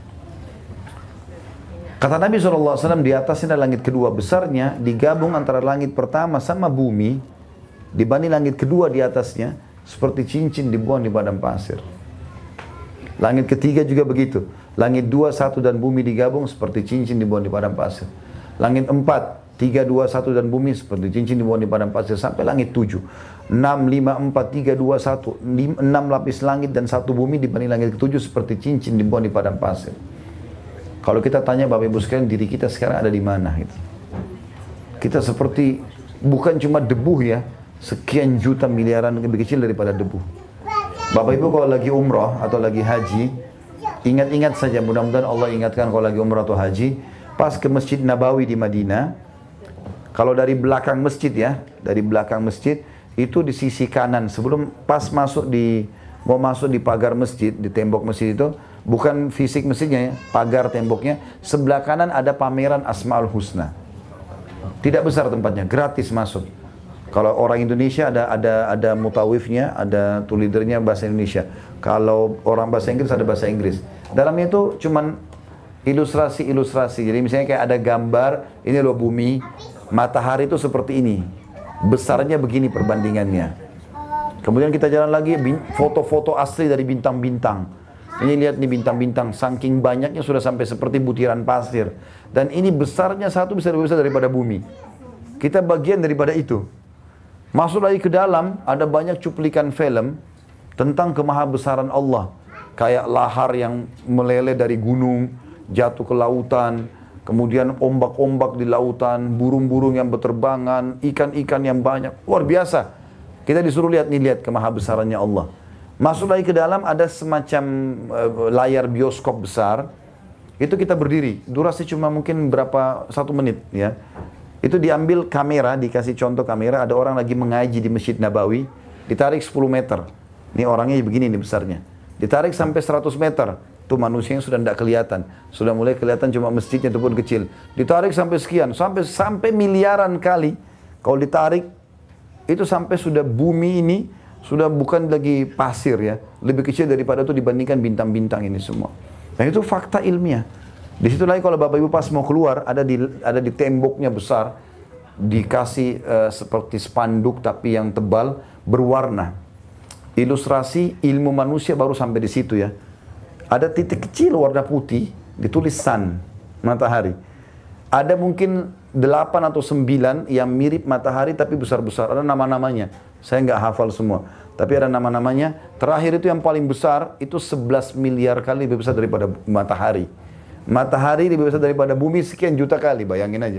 Kata Nabi shallallahu alaihi wasallam, di atasnya ada langit kedua besarnya, digabung antara langit pertama sama bumi, dibanding langit kedua di atasnya, seperti cincin dibuang di padang pasir. Langit ketiga juga begitu. Langit dua, satu dan bumi digabung seperti cincin dibuang di padang pasir. Langit empat, tiga, dua, satu dan bumi seperti cincin dibuang di padang pasir. Sampai langit tujuh. Enam, lima, empat, tiga, dua, satu. Enam lapis langit dan satu bumi dibanding langit ketujuh seperti cincin dibuang di padang pasir. Kalau kita tanya Bapak Ibu sekalian, diri kita sekarang ada di mana? Gitu. Kita seperti bukan cuma debu ya. Sekian juta miliaran lebih kecil daripada debu. Bapak Ibu kalau lagi umrah atau lagi haji, ingat-ingat saja, mudah-mudahan Allah ingatkan kalau lagi umrah atau haji, pas ke Masjid Nabawi di Madinah, kalau dari belakang masjid ya, dari belakang masjid, itu di sisi kanan, sebelum pas masuk di, mau masuk di pagar masjid, di tembok masjid itu, bukan fisik masjidnya ya, pagar temboknya, sebelah kanan ada pameran Asmaul Husna. Tidak besar tempatnya, gratis masuk. Kalau orang Indonesia ada ada ada mutawifnya, ada tour leadernya bahasa Indonesia. Kalau orang bahasa Inggris ada bahasa Inggris. Dalamnya itu cuman ilustrasi-ilustrasi. Jadi misalnya kayak ada gambar, ini loh bumi, matahari itu seperti ini. Besarnya begini perbandingannya. Kemudian kita jalan lagi, foto-foto asli dari bintang-bintang. Ini lihat nih bintang-bintang, saking banyaknya sudah sampai seperti butiran pasir. Dan ini besarnya satu bisa lebih besar daripada bumi. Kita bagian daripada itu. Masuk lagi ke dalam, ada banyak cuplikan film tentang kemahabesaran Allah. Kayak lahar yang meleleh dari gunung, jatuh ke lautan, kemudian ombak-ombak di lautan, burung-burung yang berterbangan, ikan-ikan yang banyak. Luar biasa. Kita disuruh lihat nih, lihat kemahabesarannya Allah. Masuk lagi ke dalam, ada semacam uh, layar bioskop besar. Itu kita berdiri, durasi cuma mungkin berapa, satu menit ya. Itu diambil kamera, dikasih contoh kamera, ada orang lagi mengaji di Masjid Nabawi, ditarik sepuluh meter. Ini orangnya begini nih besarnya. Ditarik sampai seratus meter, tuh manusia yang sudah tidak kelihatan. Sudah mulai kelihatan cuma masjidnya itu pun kecil. Ditarik sampai sekian, sampai sampai miliaran kali. Kalau ditarik, itu sampai sudah bumi ini, sudah bukan lagi pasir ya. Lebih kecil daripada itu dibandingkan bintang-bintang ini semua. Dan itu fakta ilmiah. Di situ lagi kalau Bapak Ibu pas mau keluar, ada di ada di temboknya besar, dikasih uh, seperti spanduk tapi yang tebal, berwarna. Ilustrasi ilmu manusia baru sampai di situ ya. Ada titik kecil warna putih, ditulis sun, matahari. Ada mungkin delapan atau sembilan yang mirip matahari tapi besar-besar. Ada nama-namanya. Saya nggak hafal semua. Tapi ada nama-namanya. Terakhir itu yang paling besar, itu sebelas miliar kali lebih besar daripada matahari. Matahari lebih besar daripada bumi sekian juta kali, bayangin aja.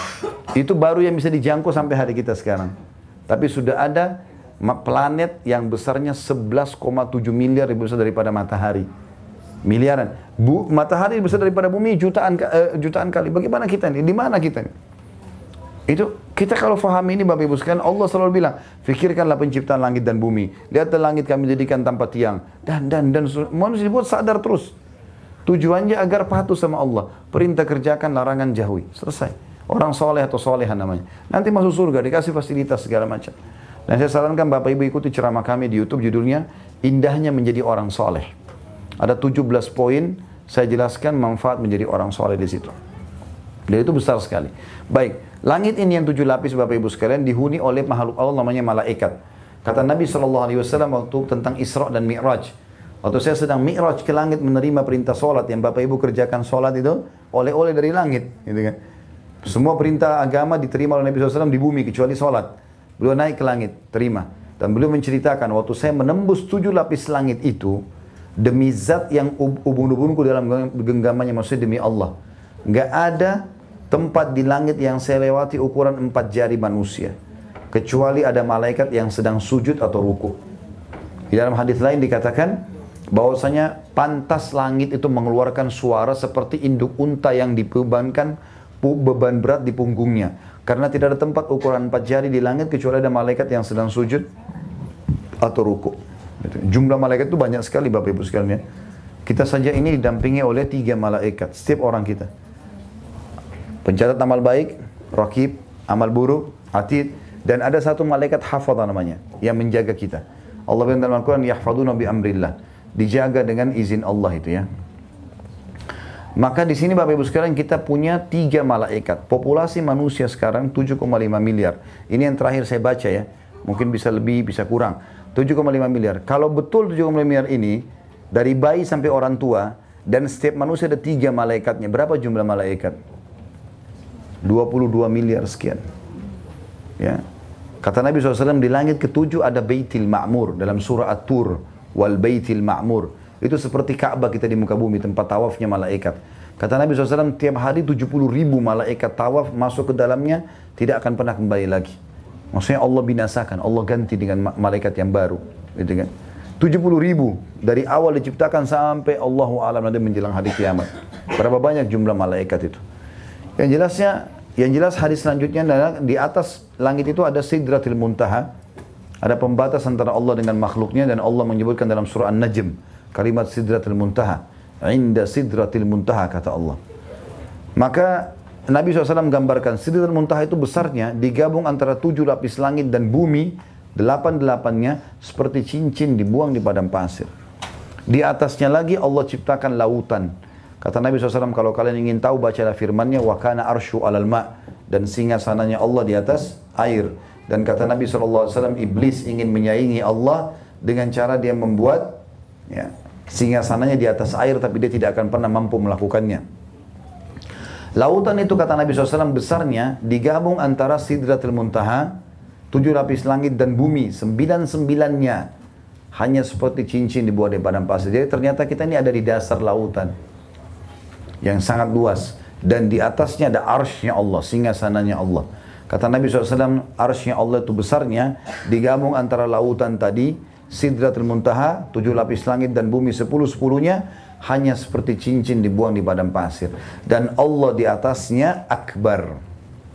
Itu baru yang bisa dijangkau sampai hari kita sekarang. Tapi sudah ada planet yang besarnya sebelas koma tujuh miliar lebih besar daripada matahari. Miliaran. Bu, matahari lebih besar daripada bumi jutaan uh, jutaan kali. Bagaimana kita nih? Di mana kita nih? Itu kita kalau faham ini Bapak Ibu sekalian, Allah selalu bilang, fikirkanlah penciptaan langit dan bumi. Lihatlah langit kami jadikan tanpa tiang. Dan dan dan manusia dibuat sadar terus. Tujuannya agar patuh sama Allah. Perintah kerjakan, larangan jauhi. Selesai. Orang soleh atau solehan namanya. Nanti masuk surga, dikasih fasilitas segala macam. Dan saya sarankan Bapak Ibu ikuti ceramah kami di YouTube, judulnya Indahnya Menjadi Orang Soleh. Ada tujuh belas poin, saya jelaskan manfaat menjadi orang soleh di situ. Dan itu besar sekali. Baik, langit ini yang tujuh lapis Bapak Ibu sekalian dihuni oleh makhluk Allah namanya malaikat. Kata Nabi shallallahu alaihi wasallam waktu tentang Isra dan Mi'raj. Waktu saya sedang Mi'raj ke langit menerima perintah solat yang Bapak Ibu kerjakan solat itu oleh-oleh dari langit, gitu kan. Semua perintah agama diterima oleh Nabi shallallahu alaihi wasallam di bumi kecuali solat. Beliau naik ke langit, terima. Dan beliau menceritakan waktu saya menembus tujuh lapis langit itu, demi zat yang ubun-ubunku dalam genggamannya, maksudnya demi Allah. Nggak ada tempat di langit yang saya lewati ukuran empat jari manusia, kecuali ada malaikat yang sedang sujud atau ruku. Di dalam hadis lain dikatakan bahwasanya pantas langit itu mengeluarkan suara seperti induk unta yang dibebankan beban berat di punggungnya. Karena tidak ada tempat ukuran empat jari di langit kecuali ada malaikat yang sedang sujud atau ruku. Jumlah malaikat itu banyak sekali Bapak Ibu sekalian ya. Kita saja ini didampingi oleh tiga malaikat, setiap orang kita. Pencatat amal baik, rakib, amal buruk, atid, dan ada satu malaikat hafadha namanya, yang menjaga kita. Allah bilang dalam Al-Quran, yahfaduna bi amrillah, dijaga dengan izin Allah itu ya. Maka di sini Bapak Ibu sekalian kita punya tiga malaikat. Populasi manusia sekarang tujuh koma lima miliar. Ini yang terakhir saya baca ya. Mungkin bisa lebih, bisa kurang. tujuh koma lima miliar. Kalau betul tujuh koma lima miliar ini, dari bayi sampai orang tua, dan setiap manusia ada tiga malaikatnya. Berapa jumlah malaikat? dua puluh dua miliar sekian. Ya. Kata Nabi shallallahu alaihi wasallam, di langit ketujuh ada Baitil Ma'mur. Dalam surah At-Tur. Wal Baitil Ma'mur. Itu seperti Ka'bah kita di muka bumi, tempat tawafnya malaikat. Kata Nabi shallallahu alaihi wasallam, tiap hari tujuh puluh ribu malaikat tawaf masuk ke dalamnya, tidak akan pernah kembali lagi. Maksudnya Allah binasakan, Allah ganti dengan malaikat yang baru. Gitu kan? tujuh puluh ribu dari awal diciptakan sampai Allahu a'lam nanti menjelang hari kiamat. Berapa banyak jumlah malaikat itu? Yang jelasnya, yang jelas hadis selanjutnya adalah di atas langit itu ada Sidratil Muntaha. Ada pembatas antara Allah dengan makhluknya, dan Allah menyebutkan dalam surah An-Najm kalimat Sidratil Muntaha. Inda Sidratil Muntaha kata Allah. Maka Nabi shallallahu alaihi wasallam gambarkan Sidratil Muntaha itu besarnya digabung antara tujuh lapis langit dan bumi. Delapan-delapannya seperti cincin dibuang di padang pasir. Di atasnya lagi Allah ciptakan lautan. Kata Nabi shallallahu alaihi wasallam, kalau kalian ingin tahu bacalah firmannya, wa kana arsyu alal ma', dan singgasananya Allah di atas air. Dan kata Nabi shallallahu alaihi wasallam, iblis ingin menyaingi Allah dengan cara dia membuat ya, singgasananya di atas air, tapi dia tidak akan pernah mampu melakukannya. Lautan itu kata Nabi shallallahu alaihi wasallam besarnya digabung antara Sidratil Muntaha, tujuh lapis langit dan bumi, sembilan-sembilannya hanya seperti cincin dibuat di padang pasir. Jadi ternyata kita ini ada di dasar lautan yang sangat luas, dan di atasnya ada arsy-nya Allah, singgasananya Allah. Kata Nabi shallallahu alaihi wasallam, arsy-nya Allah itu besarnya digabung antara lautan tadi, Sidratul Muntaha, tujuh lapis langit dan bumi sepuluh-sepuluhnya, hanya seperti cincin dibuang di padang pasir. Dan Allah di atasnya akbar.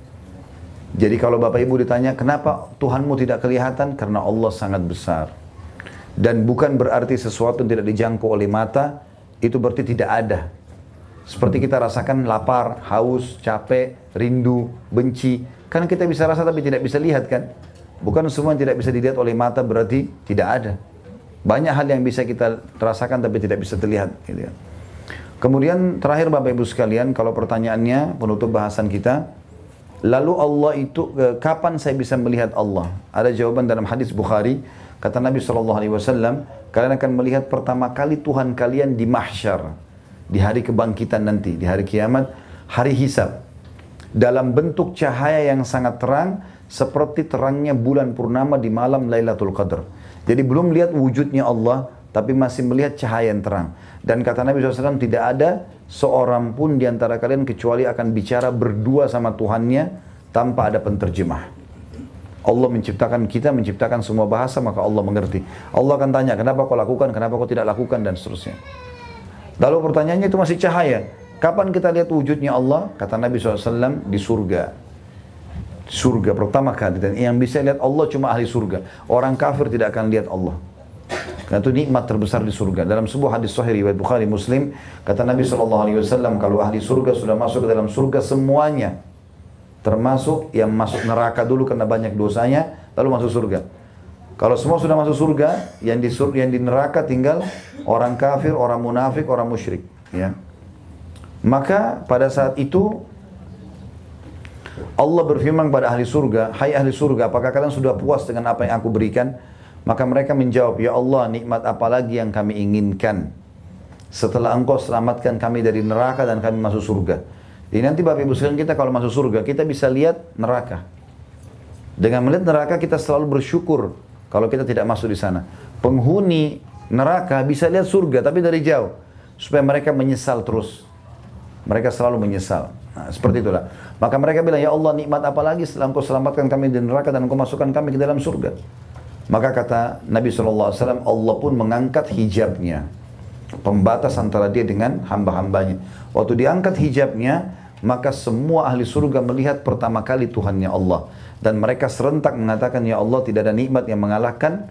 Jadi kalau Bapak Ibu ditanya, kenapa Tuhanmu tidak kelihatan? Karena Allah sangat besar. Dan bukan berarti sesuatu yang tidak dijangkau oleh mata, itu berarti tidak ada. Seperti kita rasakan lapar, haus, capek, rindu, benci. Kan kita bisa rasa tapi tidak bisa lihat kan? Bukan semua yang tidak bisa dilihat oleh mata berarti tidak ada. Banyak hal yang bisa kita rasakan tapi tidak bisa terlihat. Gitu ya. Kemudian terakhir Bapak Ibu sekalian, kalau pertanyaannya penutup bahasan kita, lalu Allah itu, kapan saya bisa melihat Allah? Ada jawaban dalam hadis Bukhari. Kata Nabi shallallahu alaihi wasallam, kalian akan melihat pertama kali Tuhan kalian di mahsyar, di hari kebangkitan nanti, di hari kiamat, hari hisab, dalam bentuk cahaya yang sangat terang, seperti terangnya bulan purnama di malam Lailatul Qadar. Jadi belum lihat wujudnya Allah, tapi masih melihat cahaya yang terang. Dan kata Nabi shallallahu alaihi wasallam, tidak ada seorang pun di antara kalian kecuali akan bicara berdua sama Tuhannya tanpa ada penterjemah. Allah menciptakan kita, menciptakan semua bahasa, maka Allah mengerti. Allah akan tanya, kenapa kau lakukan, kenapa kau tidak lakukan, dan seterusnya. Lalu pertanyaannya itu masih cahaya. Kapan kita lihat wujudnya Allah? Kata Nabi shallallahu alaihi wasallam, di surga. Surga pertama kali. Dan yang bisa lihat Allah cuma ahli surga. Orang kafir tidak akan lihat Allah. Karena itu nikmat terbesar di surga. Dalam sebuah hadis sahih riwayat Bukhari Muslim, kata Nabi shallallahu alaihi wasallam, kalau ahli surga sudah masuk ke dalam surga semuanya, termasuk yang masuk neraka dulu karena banyak dosanya, lalu masuk surga. Kalau semua sudah masuk surga, yang di surga, yang di neraka tinggal orang kafir, orang munafik, orang musyrik. Ya. Maka pada saat itu Allah berfirman kepada ahli surga, hai ahli surga, apakah kalian sudah puas dengan apa yang aku berikan? Maka mereka menjawab, ya Allah, nikmat apa lagi yang kami inginkan setelah engkau selamatkan kami dari neraka dan kami masuk surga. Jadi nanti Bapak Ibu sekalian, kita kalau masuk surga, kita bisa lihat neraka. Dengan melihat neraka kita selalu bersyukur kalau kita tidak masuk di sana. Penghuni neraka bisa lihat surga tapi dari jauh, supaya mereka menyesal terus. Mereka selalu menyesal. Nah, seperti itulah. Maka mereka bilang, ya Allah, nikmat apa lagi setelah engkau selamatkan kami dari neraka dan engkau masukkan kami ke dalam surga. Maka kata Nabi shallallahu alaihi wasallam, Allah pun mengangkat hijabnya, pembatas antara dia dengan hamba-hambanya. Waktu diangkat hijabnya, maka semua ahli surga melihat pertama kali Tuhannya Allah. Dan mereka serentak mengatakan, ya Allah, tidak ada nikmat yang mengalahkan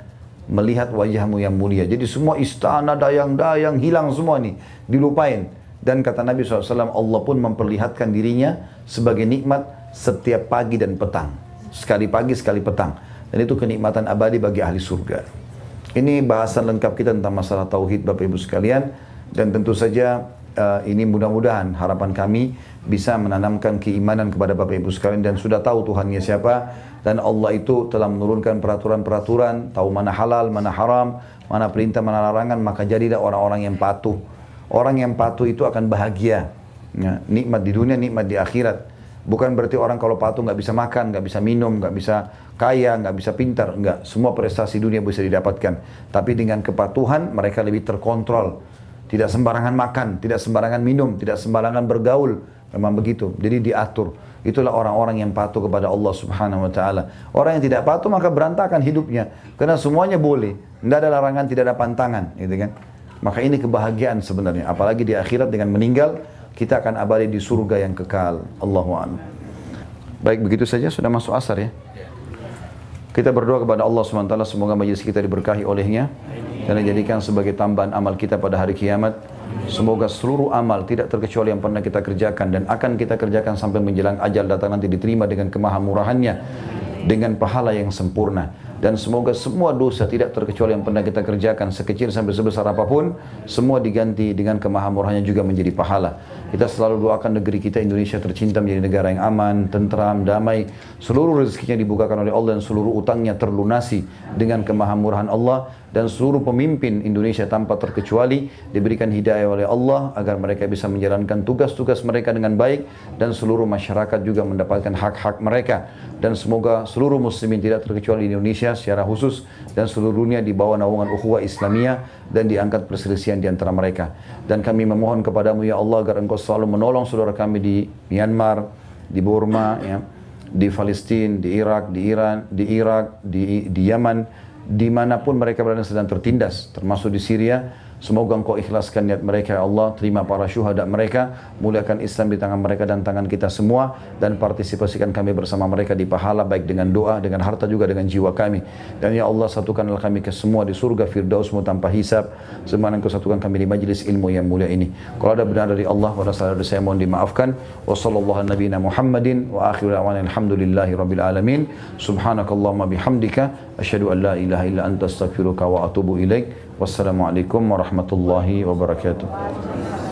melihat wajahmu yang mulia. Jadi semua istana, dayang-dayang hilang semua nih, dilupain. Dan kata Nabi shallallahu alaihi wasallam, Allah pun memperlihatkan dirinya sebagai nikmat setiap pagi dan petang. Sekali pagi, sekali petang. Dan itu kenikmatan abadi bagi ahli surga. Ini bahasan lengkap kita tentang masalah tauhid, Bapak Ibu sekalian. Dan tentu saja uh, ini mudah-mudahan harapan kami bisa menanamkan keimanan kepada Bapak Ibu sekalian. Dan sudah tahu Tuhannya siapa. Dan Allah itu telah menurunkan peraturan-peraturan, tahu mana halal, mana haram, mana perintah, mana larangan. Maka jadilah orang-orang yang patuh. Orang yang patuh itu akan bahagia, ya, nikmat di dunia, nikmat di akhirat. Bukan berarti orang kalau patuh nggak bisa makan, nggak bisa minum, nggak bisa kaya, nggak bisa pintar, nggak. Semua prestasi dunia bisa didapatkan. Tapi dengan kepatuhan mereka lebih terkontrol. Tidak sembarangan makan, tidak sembarangan minum, tidak sembarangan bergaul. Memang begitu. Jadi diatur. Itulah orang-orang yang patuh kepada Allah Subhanahu Wa Taala. Orang yang tidak patuh maka berantakan hidupnya. Karena semuanya boleh, tidak ada larangan, tidak ada pantangan, gitu kan? Maka ini kebahagiaan sebenarnya. Apalagi di akhirat dengan meninggal, kita akan abadi di surga yang kekal. Allahu a'lam. Baik, begitu saja. Sudah masuk asar ya. Kita berdoa kepada Allah subhanahu wa taala semoga majelis kita diberkahi olehnya dan dijadikan sebagai tambahan amal kita pada hari kiamat. Semoga seluruh amal tidak terkecuali yang pernah kita kerjakan dan akan kita kerjakan sampai menjelang ajal datang nanti diterima dengan kemahamurahannya, dengan pahala yang sempurna. Dan semoga semua dosa tidak terkecuali yang pernah kita kerjakan, sekecil sampai sebesar apapun, semua diganti dengan kemahamurahannya juga menjadi pahala. Kita selalu doakan negeri kita Indonesia tercinta menjadi negara yang aman, tentram, damai. Seluruh rezekinya dibukakan oleh Allah dan seluruh utangnya terlunasi dengan kemahamurahan Allah. Dan seluruh pemimpin Indonesia tanpa terkecuali diberikan hidayah oleh Allah agar mereka bisa menjalankan tugas-tugas mereka dengan baik. Dan seluruh masyarakat juga mendapatkan hak-hak mereka. Dan semoga seluruh muslimin tidak terkecuali di Indonesia secara khusus dan seluruh dunia di bawah naungan ukhuwah Islamiyah dan diangkat perselisihan di antara mereka. Dan kami memohon kepadamu ya Allah agar engkau selalu menolong saudara kami di Myanmar, di Burma, ya, di Palestina, di Irak, di Iran, di Irak, di, di Yaman, dimanapun mereka berada sedang tertindas, termasuk di Syria. Semoga engkau ikhlaskan niat mereka ya Allah, terima para syuhada mereka, muliakan Islam di tangan mereka dan tangan kita semua, dan partisipasikan kami bersama mereka di pahala baik dengan doa, dengan harta juga dengan jiwa kami. Dan ya Allah satukanlah kami ke semua di surga Firdausmu tanpa hisab, sebagaimana engkau satukan kami di majlis ilmu yang mulia ini. Kalau ada benar dari Allah, pada salah dari saya mohon dimaafkan. Wa sallallahu nabiyina Muhammadin wa akhiru da'wana alhamdulillahi rabbil alamin. Subhanakallahumma bihamdika asyhadu an la ilaha illa anta astaghfiruka wa atubu ilaik. Wassalamualaikum warahmatullahi wabarakatuh.